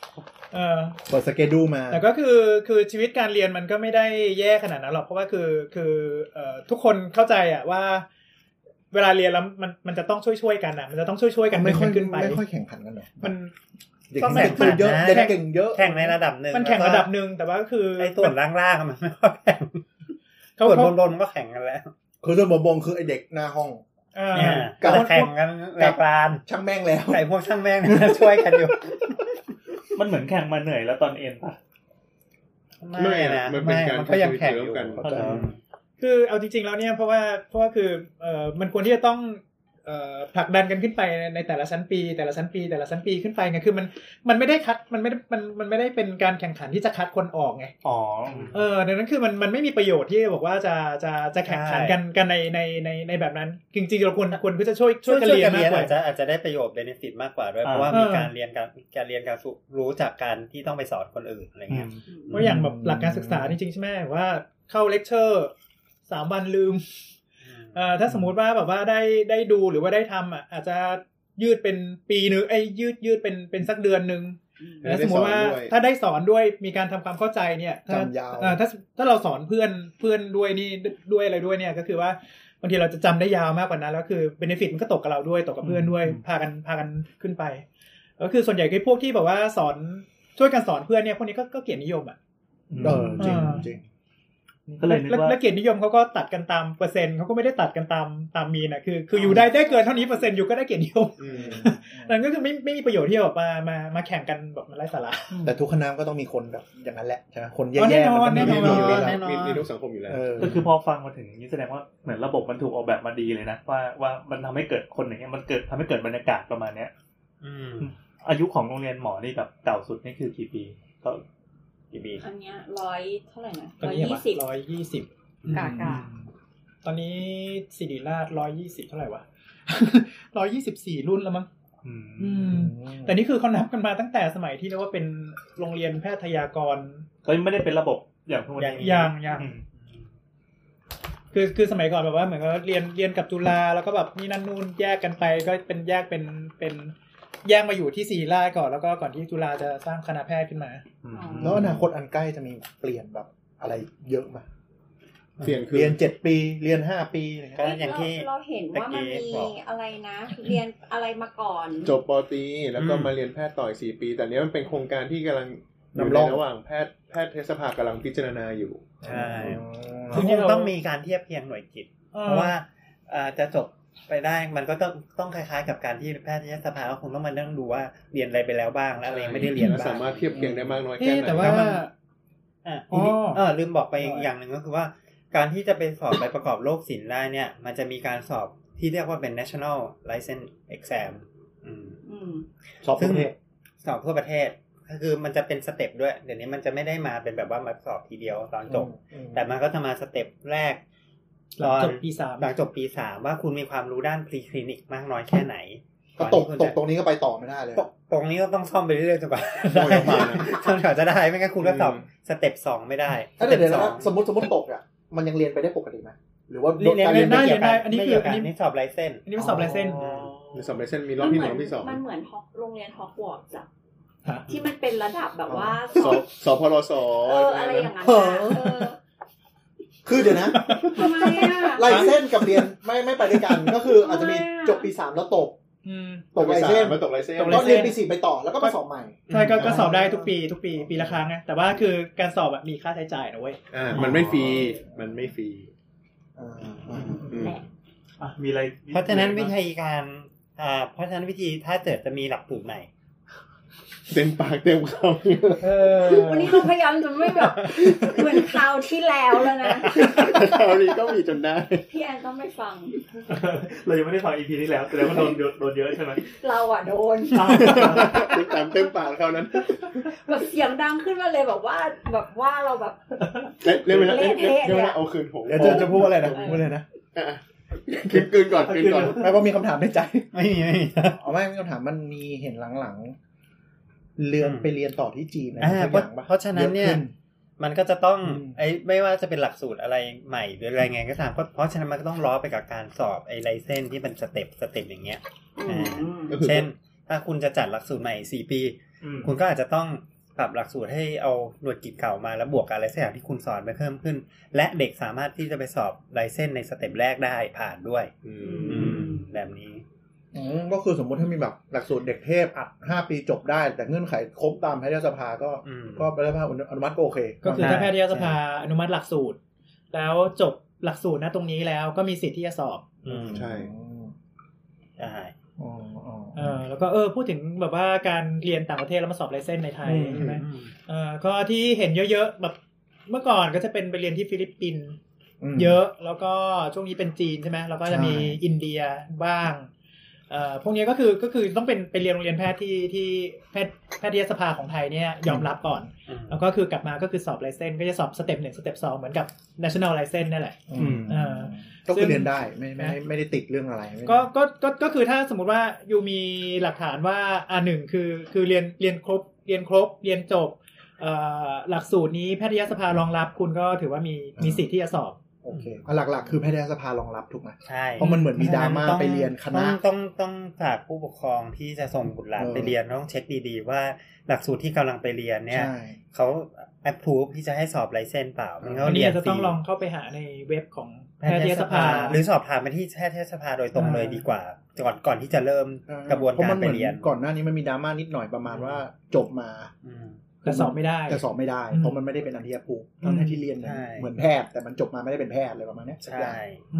เออเปิดสเกดูมาแต่ก็คือคือชีวิตการเรียนมันก็ไม่ได้แย่ขนาดนั้นหรอกเพราะว่าคือคือเอ่อทุกคนเข้าใจอะว่าเวลาเรียนแล้วมันมันจะต้องช่วยๆกันอะมันจะต้องช่วยๆกันไม่ค่อยขึ้นไปไม่ค่อยแข่งขันกันหรอมันเด็กก็เก่งแข่งเยอะนะเด็กเก่งเยอะแข่งในระดับหนึ่งมันแข่งระดับหนึ่งแต่ว่าคือไอ้ส่วนล่างๆมันไม่ค่อยแข่งเขาส่วนเขาบนๆมันก็แข่งกันแล้วคือส่วนบงๆคือไอเด็กหน้าห้องอ่าเนี่ยกับก็แข่งกันแหลกลานช่างแม่งแล้วไอ้พวกช่างแม่งเนี่ยช่วยกันอยู่มันเหมือนแข่งมาเหนื่อยแล้วตอนเอ็นป่ะไม่นะมันเป็นไม่การมันก็ยังแข่งอยู่กันเข้าใจคือเอาจริงๆแล้วเนี่ยเพราะว่าเพราะว่าคือเอ่อมันควรที่จะต้องเอ่อผลักดันกันขึ้นไปในแต่ละชั้นปี แต่ละชั้นปี แต่ละชั้นปีขึ้นไปไงคือมันมันไม่ได้คัดมันไม่ได้มันมันไม่ได้เป็นการแข่งขันที่จะคัดคนออกไงอ๋อเออดังนั้นคือมันมันไม่มีประโยชน์ที่บอกว่าจะจะจะแข่งขันกันกันในในในในแบบนั้นจริงๆเราควรควรที่จะช่วยช่วยกันเรียนมากกว่าอาจจะอาจจะได้ประโยชน์เบเนฟิตมากกว่าด้วยเพราะว่ามีการเรียนการการเรียนการรู้จากการที่ต้องไปสอนคนอื่นอะไรเงี้ยเพราะอย่างแบบหลักการศึกษาจริงๆใช่ไหมว่าเข้าเลคเชอร์สามวันลืมเอ่อถ้าสมมุติว่าแบบว่าได้ได้ดูหรือว่าได้ทำอ่ะอาจจะยืดเป็นปีนึงไอ้ยืดยืดเป็นเป็นสักเดือนนึงแล้วสมมติว่าถ้าได้สอนด้วยมีการทำความเข้าใจเนี่ยถ้าจำยาวเอ่อถ้าถ้าเราสอนเพื่อนเพื่อนด้วยนี่ด้วยอะไรด้วยเนี่ยก็คือว่าบางทีเราจะจำได้ยาวมากกว่านั้นแล้วคือเบเนฟิตมันก็ตกกับเราด้วยตกกับเพื่อนด้วยพากันพากันขึ้นไปก็คือส่วนใหญ่คือพวกที่แบบว่าสอนช่วยกันสอนเพื่อนเนี่ยพวกนี้ก็ก็เกียรตินิยมอ่ะเออจริงจริงก็เลยนึกว่าและเกียรตินิยมเขาก็ตัดกันตามเปอร์เซ็นต์เขาก็ไม่ได้ตัดกันตามตามมีนนะคือคืออยู่ได้ได้เกินเท่านี้เปอร์เซ็นต์อยู่ก็ได้เกียรตินิยมนั่นก็คือไม่ไม่มีประโยชน์ที่แบบมามามาแข่งกันแบบมันไร้สาระแต่ทุกคณะก็ต้องมีคนแบบอย่างนั้นแหละใช่ไหมคนแย่อ๋อแน่ๆนอนมันต้องมีแน่นอนอยู่แล้วแน่นอนมีมีทุกสังคมอยู่แล้วเออก็คือพอฟังมาถึงอย่างนี้แสดงว่าเหมือนระบบมันถูกออกแบบมาดีเลยนะว่าว่ามันทำให้เกิดคนอย่างเงี้ยมันเกิดทำให้เกิดบรรยากาศประมาณเนี้ยอืมอายุของโรงเรียนหมอนี่แบบเก่าสุดนี่คือกี่ปีก็กี่ปีอันเนี้ยร้อยเท่าไหร่นะตอนร้อยนี้ยี่สิบร้อยยี่สิบกากาตอนนี้ศิริราชร้อยยี่สิบเท่าไหร่วะ ร้อยยี่สิบสี่รุ่นแล้วมั้งอืมอืมแต่นี่คือเขานับกันมาตั้งแต่สมัยที่เรียกว่าเป็นโรงเรียนแพทยากรก็ไม่ได้เป็นระบบอย่างทุกวันนี้อย่างอย่างอืมคือคือสมัยก่อนแบบว่าเหมือนกับเรียนเรียนกับจุฬาแล้วก็แบบนี่นั่นนู่นแยกกันไปก็เป็นแยกเป็นเป็นแยกมาอยู่ที่ศิริราชก่อนแล้วก็ก่อนที่จุฬาจะสร้างคณะแพทย์ขึ้นมาอืมแล้วอนาคตอันใกล้จะมีเปลี่ยนแบบอะไรเยอะไหมเปลี่ยนคือเรียนเจ็ดปีเรียนห้าปีอะไรก็เงี้ยอย่างที่เราเห็นว่ามันมีตะกี้บอกอะไรนะ เรียนอะไรมาก่อนจบป.ตรีแล้วก็อืมมาเรียนแพทย์ต่ออีกสี่ปี แต่เนี้ยมันเป็นโครงการที่กำลังอยู่ในระหว่างแพทย์แพทยสภากำลังพิจารณาอยู่ใช่คืคืออที่คงเราต้องมีการเทียบเคียงหน่วยกิตเพราะว่าอ่าจะจบไปได้มันก็ต้องต้องคล้ายๆกับการที่แพทยสภาก็คงต้องมานั่งดูว่าเรียนอะไรไปแล้วบ้างแล้วอะไรยังไม่ได้เรียนและบ้างสามารถเทียบเคียงได้มากน้อยเอ๊ะแค่ไหนแต่ว่าอ่ะอ๋อเออลืมบอกไปอีกอย่างหนึ่งก็คือว่าการที่จะไปสอบใบประกอบโรคศิลป์ได้เนี่ยมันจะมีการสอบที่เรียกว่าเป็น national license exam อืมอืมสอบประเภทสอบทั่วประเทศก็คือมันจะเป็นสเต็ปด้วยเดี๋ยวนี้มันจะไม่ได้มาเป็นแบบว่ามาสอบทีเดียวตอนจบ แต่มันก็จะมาสเต็ปแรกหลังจบปีสามหลังจบปีสามว่าคุณมีความรู้ด้านพรีคลินิกมากน้อยแค่ไหนก็ตกอนตที่กคุณจะตรงนี้ก็ไปต่อไม่ได้เลยตกตรงนี้ก็ต้องซ่อมไปเรื่อยๆจนกว่าโดยประมาณนั้นจนกว่าจะได้ไม่งั้นคุณก็สอบสเต็ปสองไม่ได้สถ้าเต็ปเดี๋ยวสองนะสมมติสมมติตกอ่ะมันยังเรียนไปได้ปกติไหมหรือว่าเรียนการเรีเรียยนนได้เรีเรียยนนได้ได้อันนี้ไม่คือเกี่ยวกัอันนนี้นี่สอบไลเซนส์อันนี้มันสอบลายเส้นในสอบเลเซนมีรอบที่หนึ่งรอบที่สองมันเหมือนฮอกโรงเรียนฮอกวอตส์อะฮะที่มันเป็นระดับแบบว่าสอบสอบพลสเอออะไรอย่างนั้นอะเออคือเดี๋ยวนะทำไมอะไลเส้นกับเรียนไม่ไม่ไปด้วยกัน ก็คืออาจจะมีทำไมอะจบปีสามแล้วตกอืมตกไลเส้นมาตกไลเซนตกไลก็เรียนปีสี่ไปต่อแล้วก็มาสอบใหม่ใช่ก็ก็สอบได้ทุกปีทุกปีปีละครั้งนะแต่ว่าคือการสอบแบบมีค่าใช้จ่ายนะเว้ยอ่ามันไม่ฟรีมันไม่ฟรีอ่าอ่าอืมแหละอ่ะมีอะไรเพราะฉะนั้นวิธีการอ่าเพราะฉะนั้นวิธีถ้าเกิดจะมีหลักสูตรใหม่เต็มปากเต็มคำเออวันนี้เราพยายามจะไม่แบบเหมือนคราวที่แล้วแล้วนะคราวนี้ก็มีจนได้พี่แอนต้องไปฟังเรายังไม่ได้ฟัง อี พี ที่แล้วแสดงว่าโดนเยอะโดนเยอะใช่ไหมเราอะโดนเต็มตามเต็มปากคราวนั้นแบบเสียงดังขึ้นมาเลยแบบว่าแบบว่าเราแบบเล่นไปแล้วเละเล่นเทะเล่นไปเลยแล้วอะเอาคืนผมเดี๋ยวจะจะพูดอะไรนะพูดเลยนะอ่ะคลิปคืนก่อนคืนก่อนไม่เพราะมีคำถามในใจไม่มีไม่มีเอาไม่มีคำถามมันมีเห็นหลังๆเรียนไปเรียนต่อที่จีนนะอ่าสักเพอราะย่างปะเพราะฉะนั้นเนี่ยอะขึ้มันก็จะต้องอืมไอ้ไม่ว่าจะเป็นหลักสูตรอะไรใหม่หรืออะไรไงก็ตามเพราะเพราะฉะนั้นมันก็ต้องล้อไปกับการสอบไอ้ไลเซนที่เป็นสเต็ปสเต็ปอย่างเงี้ยอืมก็คือเช่น ถ้าคุณจะจัดหลักสูตรใหม่สี่ปีอืมคุณก็อาจจะต้องปรับหลักสูตรให้เอาหน่วยกิจเก่ามาแล้วบวกกับอะไรสักอย่างที่คุณสอนไปเพิ่มขึ้นและเด็กสามารถที่จะไปสอบไลเซนส์ในสเต็ปแรกได้ผ่านด้วยแบบนี้อืมก็คือสมมุติถ้ามีแบบหลักสูตรเด็กเทพอัดห้าปีจบได้แต่เงื่อนไขครบตามแพทยสภาก็ก็แพทยสภาอนุมัติก็โอเคก็คือถ้าแพทยสภาอนุมัติหลักสูตรแล้วจบหลักสูตรนะตรงนี้แล้วก็มีสิทธิ์ที่จะสอบอืมใช่ใช่อ๋ออ๋อเออแล้วก็เออพูดถึงแบบว่าการเรียนต่างประเทศแล้วมาสอบไลเซนส์ในไทยใช่ไหมเออก็ที่เห็นเยอะๆแบบเมื่อก่อนก็จะเป็นไปเรียนที่ฟิลิปปินส์เยอะแล้วก็ช่วงนี้เป็นจีนใช่ไหมแล้วก็จะมีอินเดียบ้างเอ่อพวกนี้ก็คือก็คือต้องเป็นไปเรียนโรงเรียนแพทย์ที่ที่แพทย์แพทยสภาของไทยเนี่ยยอมรับก่อนแล้วก็คือกลับมาก็คือสอบไลเซนส์ก็จะสอบสเต็ปหนึ่งสเต็ปสองเหมือนกับ national license นั่นแหละเออก็คือเรียนได้ไม่ไม่ไม่ได้ติดเรื่องอะไรก็ก็ก็ก็คือถ้าสมมุติว่าอยู่มีหลักฐานว่าอ่าหนึ่งคือคือเรียนเรียนครบเรียนครบเรียนจบเอ่อหลักสูตรนี้แพทยสภารองรับคุณก็ถือว่ามีมีสิทธิ์ที่จะสอบโอเคหลักๆคือแพทยสภารองรับถูกไหมใช่เพราะมันเหมือนมีดราม่าไปเรียนคณะต้องต้องฝากผู้ปกครองที่จะส่งบุตรหลานไปเรียนต้องเช็คดีๆว่าหลักสูตรที่กำลังไปเรียนเนี่ยเขา approve ที่จะให้สอบไลเซนส์เปล่ามันก็เรียนจะต้องลองเข้าไปหาในเว็บของแพทยสภาหรือสอบถามไปที่แพทยสภาโดยตรงเลยดีกว่าก่อนก่อนที่จะเริ่มกระบวนการไปเรียนก่อนหน้านี้มันมีดราม่านิดหน่อยประมาณว่าจบมาแต่สอบไม่ได้แต่สอบไม่ได้เพราะมันไม่ได้เป็นอันที่ภูมิทั้งที่เรียนเหมือนแพทย์แต่มันจบมาไม่ได้เป็นแพทย์อะไรประมาณนี้ใช่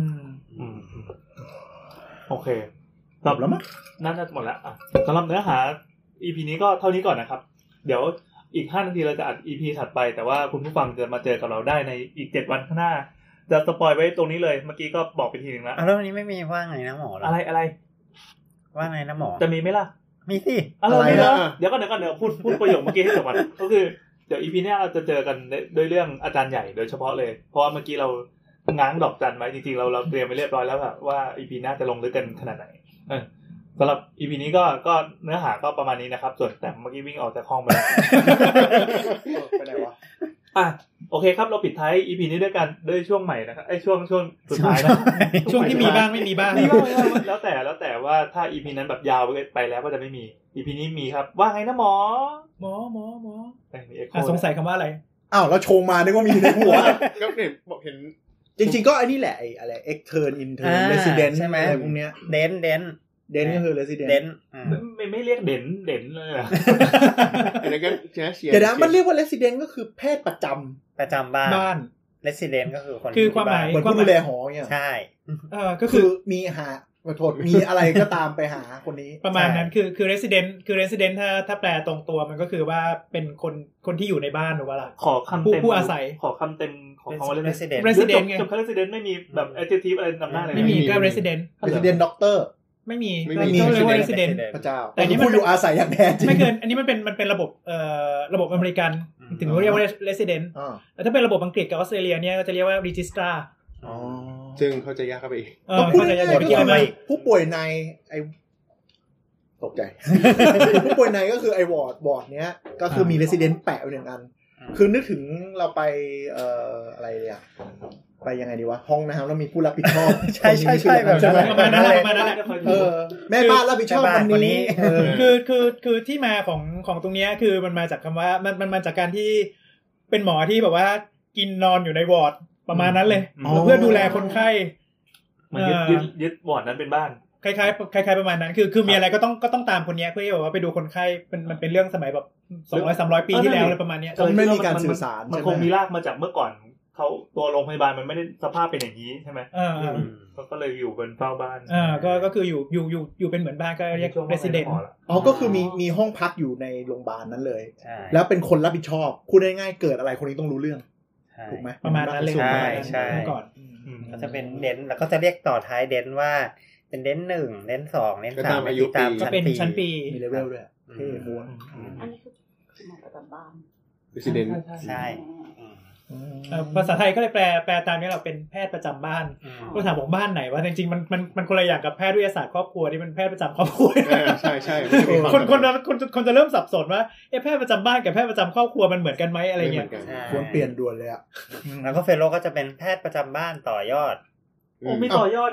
โอเคจบแล้วมั้งน่าจะหมดแล้วอ่ะสำหรับเนื้อหา อี พี นี้ก็เท่านี้ก่อนนะครับเดี๋ยวอีกห้านาทีเราจะอัด อี พี ถัดไปแต่ว่าคุณผู้ฟังจะมาเจอกับเราได้ในอีกเจ็ดวันข้างหน้าจะสปอยไว้ตรงนี้เลยเมื่อกี้ก็บอกไปทีนึงแล้วแล้ววันนี้ไม่มีว่าไงนะหมออะไรอะไรว่าไงนะหมอจะมีไหมล่ะมีสิอะไรนะเดี๋ยวก่อนเดี๋ยวก่อนเดี๋ยวพูดพูดประโยคเมื่อกี้ให้จบก่อนก็คือเดี๋ยว อี พี เนี้ยเราจะเจอกันด้วยเรื่องอาจารย์ใหญ่โดยเฉพาะเลยเพราะว่าเมื่อกี้เราง้างดอกจันไว้จริงๆเราเราเตรียมไว้เรียบร้อยแล้วแบบว่า อี พี หน้าจะลงลึกกันขนาดไหนเออสำหรับ อี พี นี้ก็ก็เนื้อหาก็ประมาณนี้นะครับส่วนแต่เมื่อกี้วิ่งออกจากห้องไปแล้วไปไหนวะอ่ะโอเคครับเราปิดท้าย อี พี นี้ด้วยกันด้วยช่วงใหม่นะครับไอ้ช่วงช่วงสุดท้ายนะช่วงที่มีบ้างไม่มีบ้างแล้วแต่แล้วแต่ว่าถ้า อี พี นั้นแบบยาวไปแล้วก็จะไม่มี อี พี นี้มีครับว่าไงนะหมอหมอหมอหมอเอ้ยมีเอ็กโคสงสัยคำว่าอะไรอ้าวแล้วโชว์มานึกว่ามีในหัวก็เห็นบอกเห็นจริงๆก็ไอ้นี่แหละไอ้อะไร extern intern resident ใช่ไหมอะไรพวกเนี้ยเดนเดนเดนก็คือ resident เดนไม่ไม่เรียกเด่นเด่นเลยอ่ะอะไรกันแจ๊สเชียร์เดี๋ยวนะมันเรียกว่า resident ก็คือแพทย์ประจำประจำบ้านบ้าน resident ก็คือคนคือความหมายเหมือนผู้ดูแลหอเนี่ยใช่เออก็คือมีหาขอโทษมีอะไรก็ตามไปหาคนนี้ประมาณนั้นคือคือ resident คือ resident ถ้าถ้าแปลตรงตัวมันก็คือว่าเป็นคนคนที่อยู่ในบ้านหรือว่าล่ะขอคำเต็มผู้อาศัยขอคำเต็มของคำว่า resident resident ไงจบคำ resident ไม่มีแบบ adjective อะไรนำหน้าเลยไม่มีก็ resident resident doctor ไม่มีไม่มีเรียกว่า resident พระเจ้าแต่นี่มันอยู่อาศัยอย่างแท้จริงไม่เกินอันนี้มันเป็นมันเป็นระบบเอ่อระบบอเมริกันถึงเรียกว่า resident แต่ถ้าเป็นระบบอังกฤษกับออสเตรเลียเนี่ยก็จะเรียกว่า registrar อ๋อซึ่งเขาจะยากเข้าไปอีกก็พูดง่ายๆก็คือผู้ป่วยในไอตกใจผู้ป่วยในก็คือไอวอร์ดวอร์ดเนี้ยก็คือมี resident แปะไว้หนึ่งอันคือนึกถึงเราไปเอ่ออะไรอ่ะไปยังไงดีวะห้องน้ำแล้วมีผู้รับผิดชอบใช่ใช่ใช่แบบประมาณนั้นประมาณนั้นเออแม่บ้านรับผิดชอบคนนี้คือคือคือที่มาของของตรงนี้คือมันมาจากคำว่ามันมันมาจากการที่เป็นหมอที่แบบว่ากินนอนอยู่ในวอร์ดประมาณนั้นเลยเพื่อดูแลคนไข้มันยึดยึดยึดวอร์ดนั้นเป็นบ้านคล้ายๆคล้ายๆประมาณนั้นคือคือมีอะไรก็ต้องก็ต้องตามคนนี้เพื่อที่แบบว่าไปดูคนไข้มันมันเป็นเรื่องสมัยแบบสองร้อย สามร้อยปีที่แล้วอะไรประมาณนี้มันไม่มีการสื่อสารมันคงมีรากมาจากเมื่อก่อนเขาตัวโรงพยาบาลมันไม่ได้สภาพเป็นอย่างนี้ใช่ไหมอ่าก็เลยอยู่เป็นเฝ้าบ้านอ่าก็ก็คืออยู่อยู่อยู่อยู่เป็นเหมือนบ้านก็เรียก resident อ๋อก็คือมีมีห้องพักอยู่ในโรงพยาบาลนั้นเลยแล้วเป็นคนรับผิดชอบพูดง่ายๆเกิดอะไรคนนี้ต้องรู้เรื่องถูกไหมประมาณนั้นเลยใช่ใช่ก่อนก็จะเป็นเดนแล้วก็จะเรียกต่อท้ายเดนว่าเป็นเดนหนึ่งเดนสองเดนสามตามก็เป็นชั้นปีมีเลเวลด้วยเท่ม้วนอันนี้คือหมอประจำบ้าน resident ใช่ภาษาไทยก็เลยแปลแปลตามนี้เราเป็นแพทย์ประจำบ้านก็ถามบอกบ้านไหนว่าจริงๆมันมันมันคนละอย่างกับแพทย์วิทยาศาสตร์ครอบครัวที่เป็นแพทย์ประจำครอบครัวใช่ใช่คนคนคนคนจะเริ่มสับสนว่าเอ๊ะแพทย์ประจำบ้านกับแพทย์ประจำครอบครัวมันเหมือนกันไหมอะไรเงี้ยควรเปลี่ยนด่วนเลยอ่ะแล้วก็เฟโลก็จะเป็นแพทย์ประจำบ้านต่อยอดโอ้มีต่อยอดอีก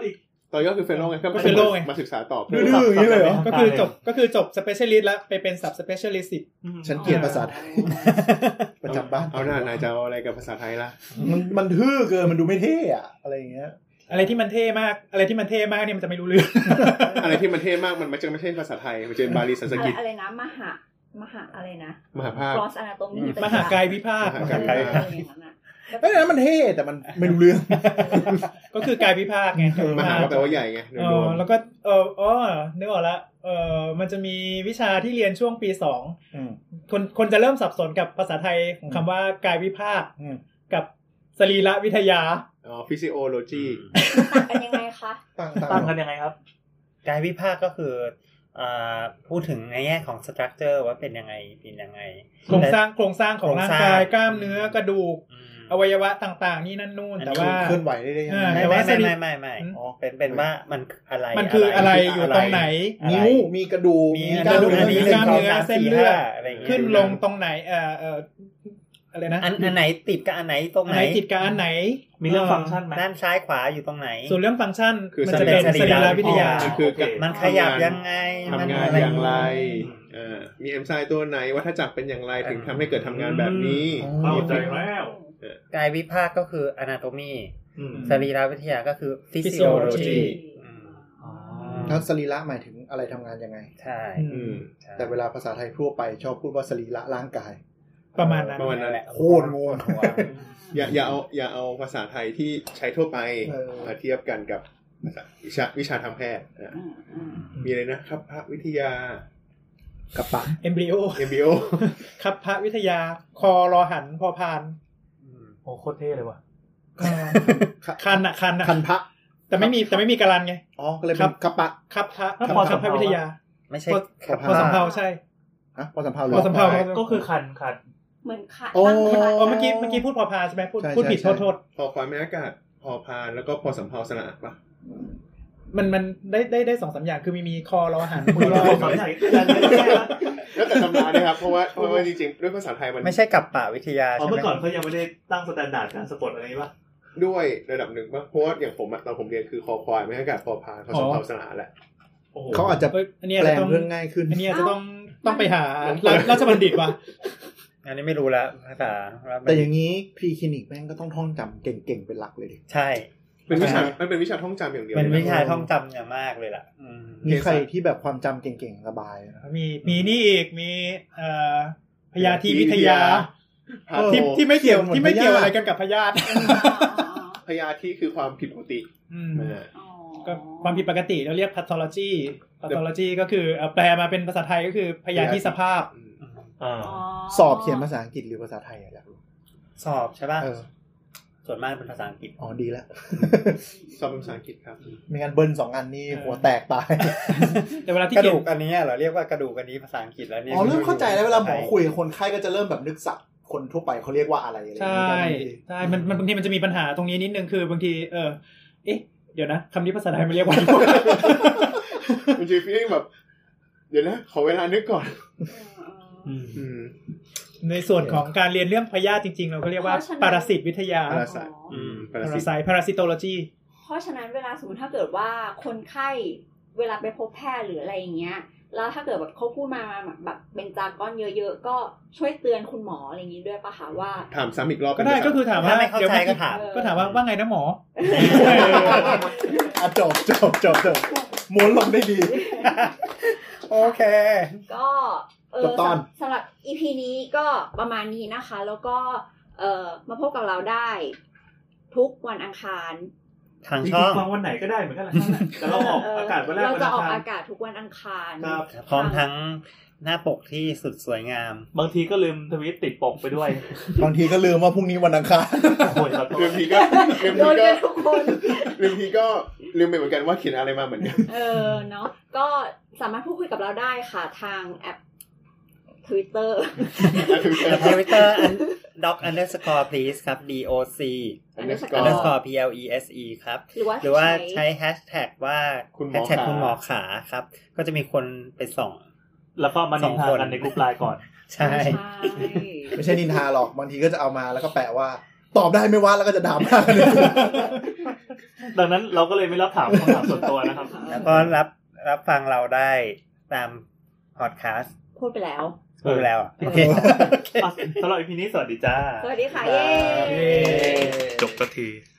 ต่อยอดคือเฟลโลไงก็ก็ fellow ไงมาศึกษาต่อดื้อๆอย่างนี้เลยเหรอก็คือจบก็คือจบ specialist แล้วไปเป็น sub specialist สิบฉันเกลียดภาษาไทยประจำบ้านเอาหน้านายจะเอาอะไรกับภาษาไทยล่ะมันมันทื่อเกินมันดูไม่เท่อะอะไรอย่างเงี้ยอะไรที่มันเท่มากอะไรที่มันเท่มากเนี่ยมันจะไม่รู้เรื่องอะไรที่มันเท่มากมันไม่ใช่ไม่ใช่ภาษาไทยมันจะเป็นบาลีสันสกฤตอะไรนะมหามหาอะไรนะมหาภาค cross anatomy มหากายวิภาคมหากายอะไรอย่างนั้นน่ะเอ้ยนั้นมันเท่แต่มันไม่รู้เรื่องก็คือกายวิภาคไงมหาก็แปลว่าใหญ่ไงโดยเอรวอมแล้วก็เอออ๋อนึกออกละเออมันจะมีวิชาที่เรียนช่วงปีสองอืมคนคนจะเริ่มสับสนกับภาษาไทยของคำว่ากายวิภาคอืมกับสรีรวิทยาอ๋อ physiology ต่างกันยังไงคะตั้งตั้งกันยังไงครับกายวิภาคก็คืออ่าพูดถึงในแง่ของ structure ว่าเป็นยังไงเป็นยังไงโครงสร้างโครงสร้างของร่างกายกล้ามเนื้อกระดูกอืมอวัยวะต่างๆ นี่นั่นนู่นแต่ว่าเคลื่อนไหวได้ได้ยังอ่าไงไม่แต่ว่าไม่ไม่ไม่ไม่อืมอ๋อเป็นเป็นว่ามันอะไรมันคืออะไรอยู่ตรงไหนนิ้วมีกระดูกมีมีกกระระดูดูกกอันมีนี้เส้นกล้ามเนื้อเส้นเลือดอะไรอย่างเงี้ยขึ้นลงตรงไหนเอ่อเอ่ออะไรนะอันอันไหนติดกับอันไหนตรงอันไหนไหนติดกับอันไหนมีเรื่องฟังก์ชันไหมด้านซ้ายขวาอยู่ตรงไหนส่วนเรื่องฟังก์ชันคือมันจะเป็นสรีสรีระรวิทยามันคือโอเคมันขยับยังไงทำงานอย่างไรอ่ามีเอนไซม์ตัวไหนวัฏจักรเป็นอย่างไรถึงทำให้เกิดทำงานแบบนี้เข้าใจแล้วกายวิภาคก็คือ anatomy อืมสรีรวิทยาก็คือ physiology อืมอ๋อแล้วสรีระหมายถึงอะไรทำงานยังไงใช่อืมใช่แต่เวลาภาษาไทยทั่วไปชอบพูดว่าสรีระร่างกายประมาณนั้นประมาณนั้นแหละโคตรงงอย่าอย่าเอาอย่าเอาภาษาไทยที่ใช้ทั่วไปเออมาเทียบกันกับภาษาวิชาวิชาทางแพทย์อ่ะอืมอืมมีอะไรนะครับพระวิทยากับปะเอมบริโอเอ็มบีโอครับพระวิทยา คอรอหันพอพานโอ้โคตรเท่เลยว่ะเออคันอะคันอะคันพระแต่ไม่มีแต่ไม่มีการันไงอ๋อก็เลยเป็นกับปะครับพระแล้วครับพอครับพระสำเภาวิทยาไม่ใช่พอครับพอสำเภาใช่ฮะพอสำเภาหรืพอสำเภาก็คือคันคันเหมือนค่ะโอ้ตั้งคันอ๋อเมื่อกี้เมื่อกี้พูดพอพานใช่ไหมพูดใช่พูดผิดใช่โทษโทษพอควายแม่อากาศพอพานแล้วก็พอสำเภาสระอาดปะมันมันได้ได้ได้สองสามอย่างคือมีมีคอรอหันมือรอสองอย่างกันเลยแค่ละแล้วแต่ตำรานะครับเพราะว่าเพราะว่าจริงๆด้วยภาษาไทยมันไม่ใช่กับป่าวิทยาอ๋อใช่ไหมเมื่อก่อนเขายังไม่ได้ตั้งสแตนดาร์ดการสะกดอะไรนี้ป่ะด้วยระดับหนึ่งปะเพราะว่าอย่างผมอะตอนผมเรียนคือคอควายแม่อากาศพอพานพอสำเภาสระอาดแหละโอ้โหเขาอาจจะเอ้ยอันนี้แปลจะงต้องเรื่องง่ายขึ้นอันนี้จะต้องต้องไปหาราชบัณฑิตว่ะอันนี้ไม่รู้แล้วภาษาแต่อย่างนี้พรีคลินิกแม่งก็ต้องท่องจำเก่งๆเป็นหลักเลยดิใช่เป็นวิชามันเป็นวิชาท่องจำอย่างเดียวเป็นวิชาลยะท่องจำอย่างมากเลยล่ะอืมมีใครที่แบบความจำเก่งๆสบายนะมีมีนี่อีกมีเอ่อพยาธิวิทยาพาที่โทที่ไม่เกี่ยวเหมือนที่ไม่เกี่ยวพยาธิอะไรกันกับพยาธิพยาธิคือความผิดปกติอืมอ่าอ๋อก็ความผิดปกติเราเรียก pathology pathology ก็คือเอาแปลมาเป็นภาษาไทยก็คือพยาธิสภาพอืมอ่าสอบเขียนภาษาอังกฤษหรือภาษาไทยอะอยากรู้สอบใช่ป่ะเออส่วนมากเป็นภาษาอังกฤษอ๋อดีแล้วสอบเป็นภาษาอังกฤษครับไม่งั้นเบิ้ลสองอันนี่หัวแตกตายแต่เวลาที่กระเขียดูนกอันนี้เหรอเรียกว่ากระดูกอันนี้ภาษาอังกฤษแล้วนี่อ๋อเริ่มเข้าใจแล้วเวลาหมอคุยกับคนไข้ก็จะเริ่มแบบนึกศัพท์คนทั่วไปเขาเรียกว่าอะไรอะไรอย่างใช่เงี้ยใช่มันมันบางทีมันจะมีปัญหาตรงนี้นิดนึงคือบางทีเออเอ๊ะเดี๋ยวนะคำนี้ภาษาไทยมันเรียกว่ามันจะฟีลแบบเดี๋ยวนะขอเวลานึกก่อนอืมอืมในส่วนของการเรียนเรื่องพยาธิจริงๆ เราก็เรียกว่าปรสิตวิทยาพาราไซต์อืมพาราซิต parasite parasitology เพราะฉะนั้นเวลาสมมติถ้าเกิดว่าคนไข้เวลาไปพบแพทย์หรืออะไรอย่างเงี้ยแล้วถ้าเกิดแบบเขาพูดมาแบบเป็นจาก้อนเยอะๆก็ช่วยเตือนคุณหมออะไรอย่างงี้ด้วยปะคะว่าถามซ้ำอีกรอบก็ได้ก็คือถามว่าถ้าไม่เข้าใจก็ถามก็ถามว่าว่าไงนะหมออ่ะจบจบจบจบม้วนลงได้ดีโอเคก็เอจอบตอนสำหรับ อี พี นี้ก็ประมาณนี้นะคะ แล้วก็เอ่อมาพบกับเราได้ทุกวันอังคารทางจริช่องงๆฟังวันไหนก็ได้เหมือนกันแหละแต่เราออกอากาศวันแรกเราวันจะอังออกคารอากาศทุกวันอังคารครับพร้อมทั้งหน้าปกที่สุดสวยงามบางทีก็ลืมทวิตติดปกไปด้วยบางทีก็ลืมว่าพรุ่งนี้วันอังคารโอ้ยครับลืมทีก็ลืมโดทีนก็กันทุกคนลืมทีก็ลืมไปเหมือนกันว่าเขียนอะไรมาเหมือนกันเออเนาะก็สามารถพูดคุยกับเราได้ค่ะทางแอป Twitter ทวิตเตอร์ doc underscore please ครับ doc underscore underscore please ครับหรือว่าหรือว่าใช้ใช้แฮชแท็กว่าคุณหมแฮอชแท็กขาคุณหมอขาครับ ก็จะมีคนไปส่องแล้วก็มานินทาสองคนกันในกลุ่มไลน์ก่อนใช่ใช่ไม่ใช่นินทาหรอกบางทีก็จะเอามาแล้วก็แปะว่า ตอบได้ไหมวะแล้วก็จะด่ามากันเลยดังนั้นเราก็เลยไม่รับถามคำถามส่วนตัวนะครับแล้วก็รับรับฟังเราได้ตามพอดแคสต์พูดไปแล้วพูดไปแล้วโอเคสำหรับ อี พี นี้สวัสดีจ้าสวัสดีค่ะ เย้จบสักที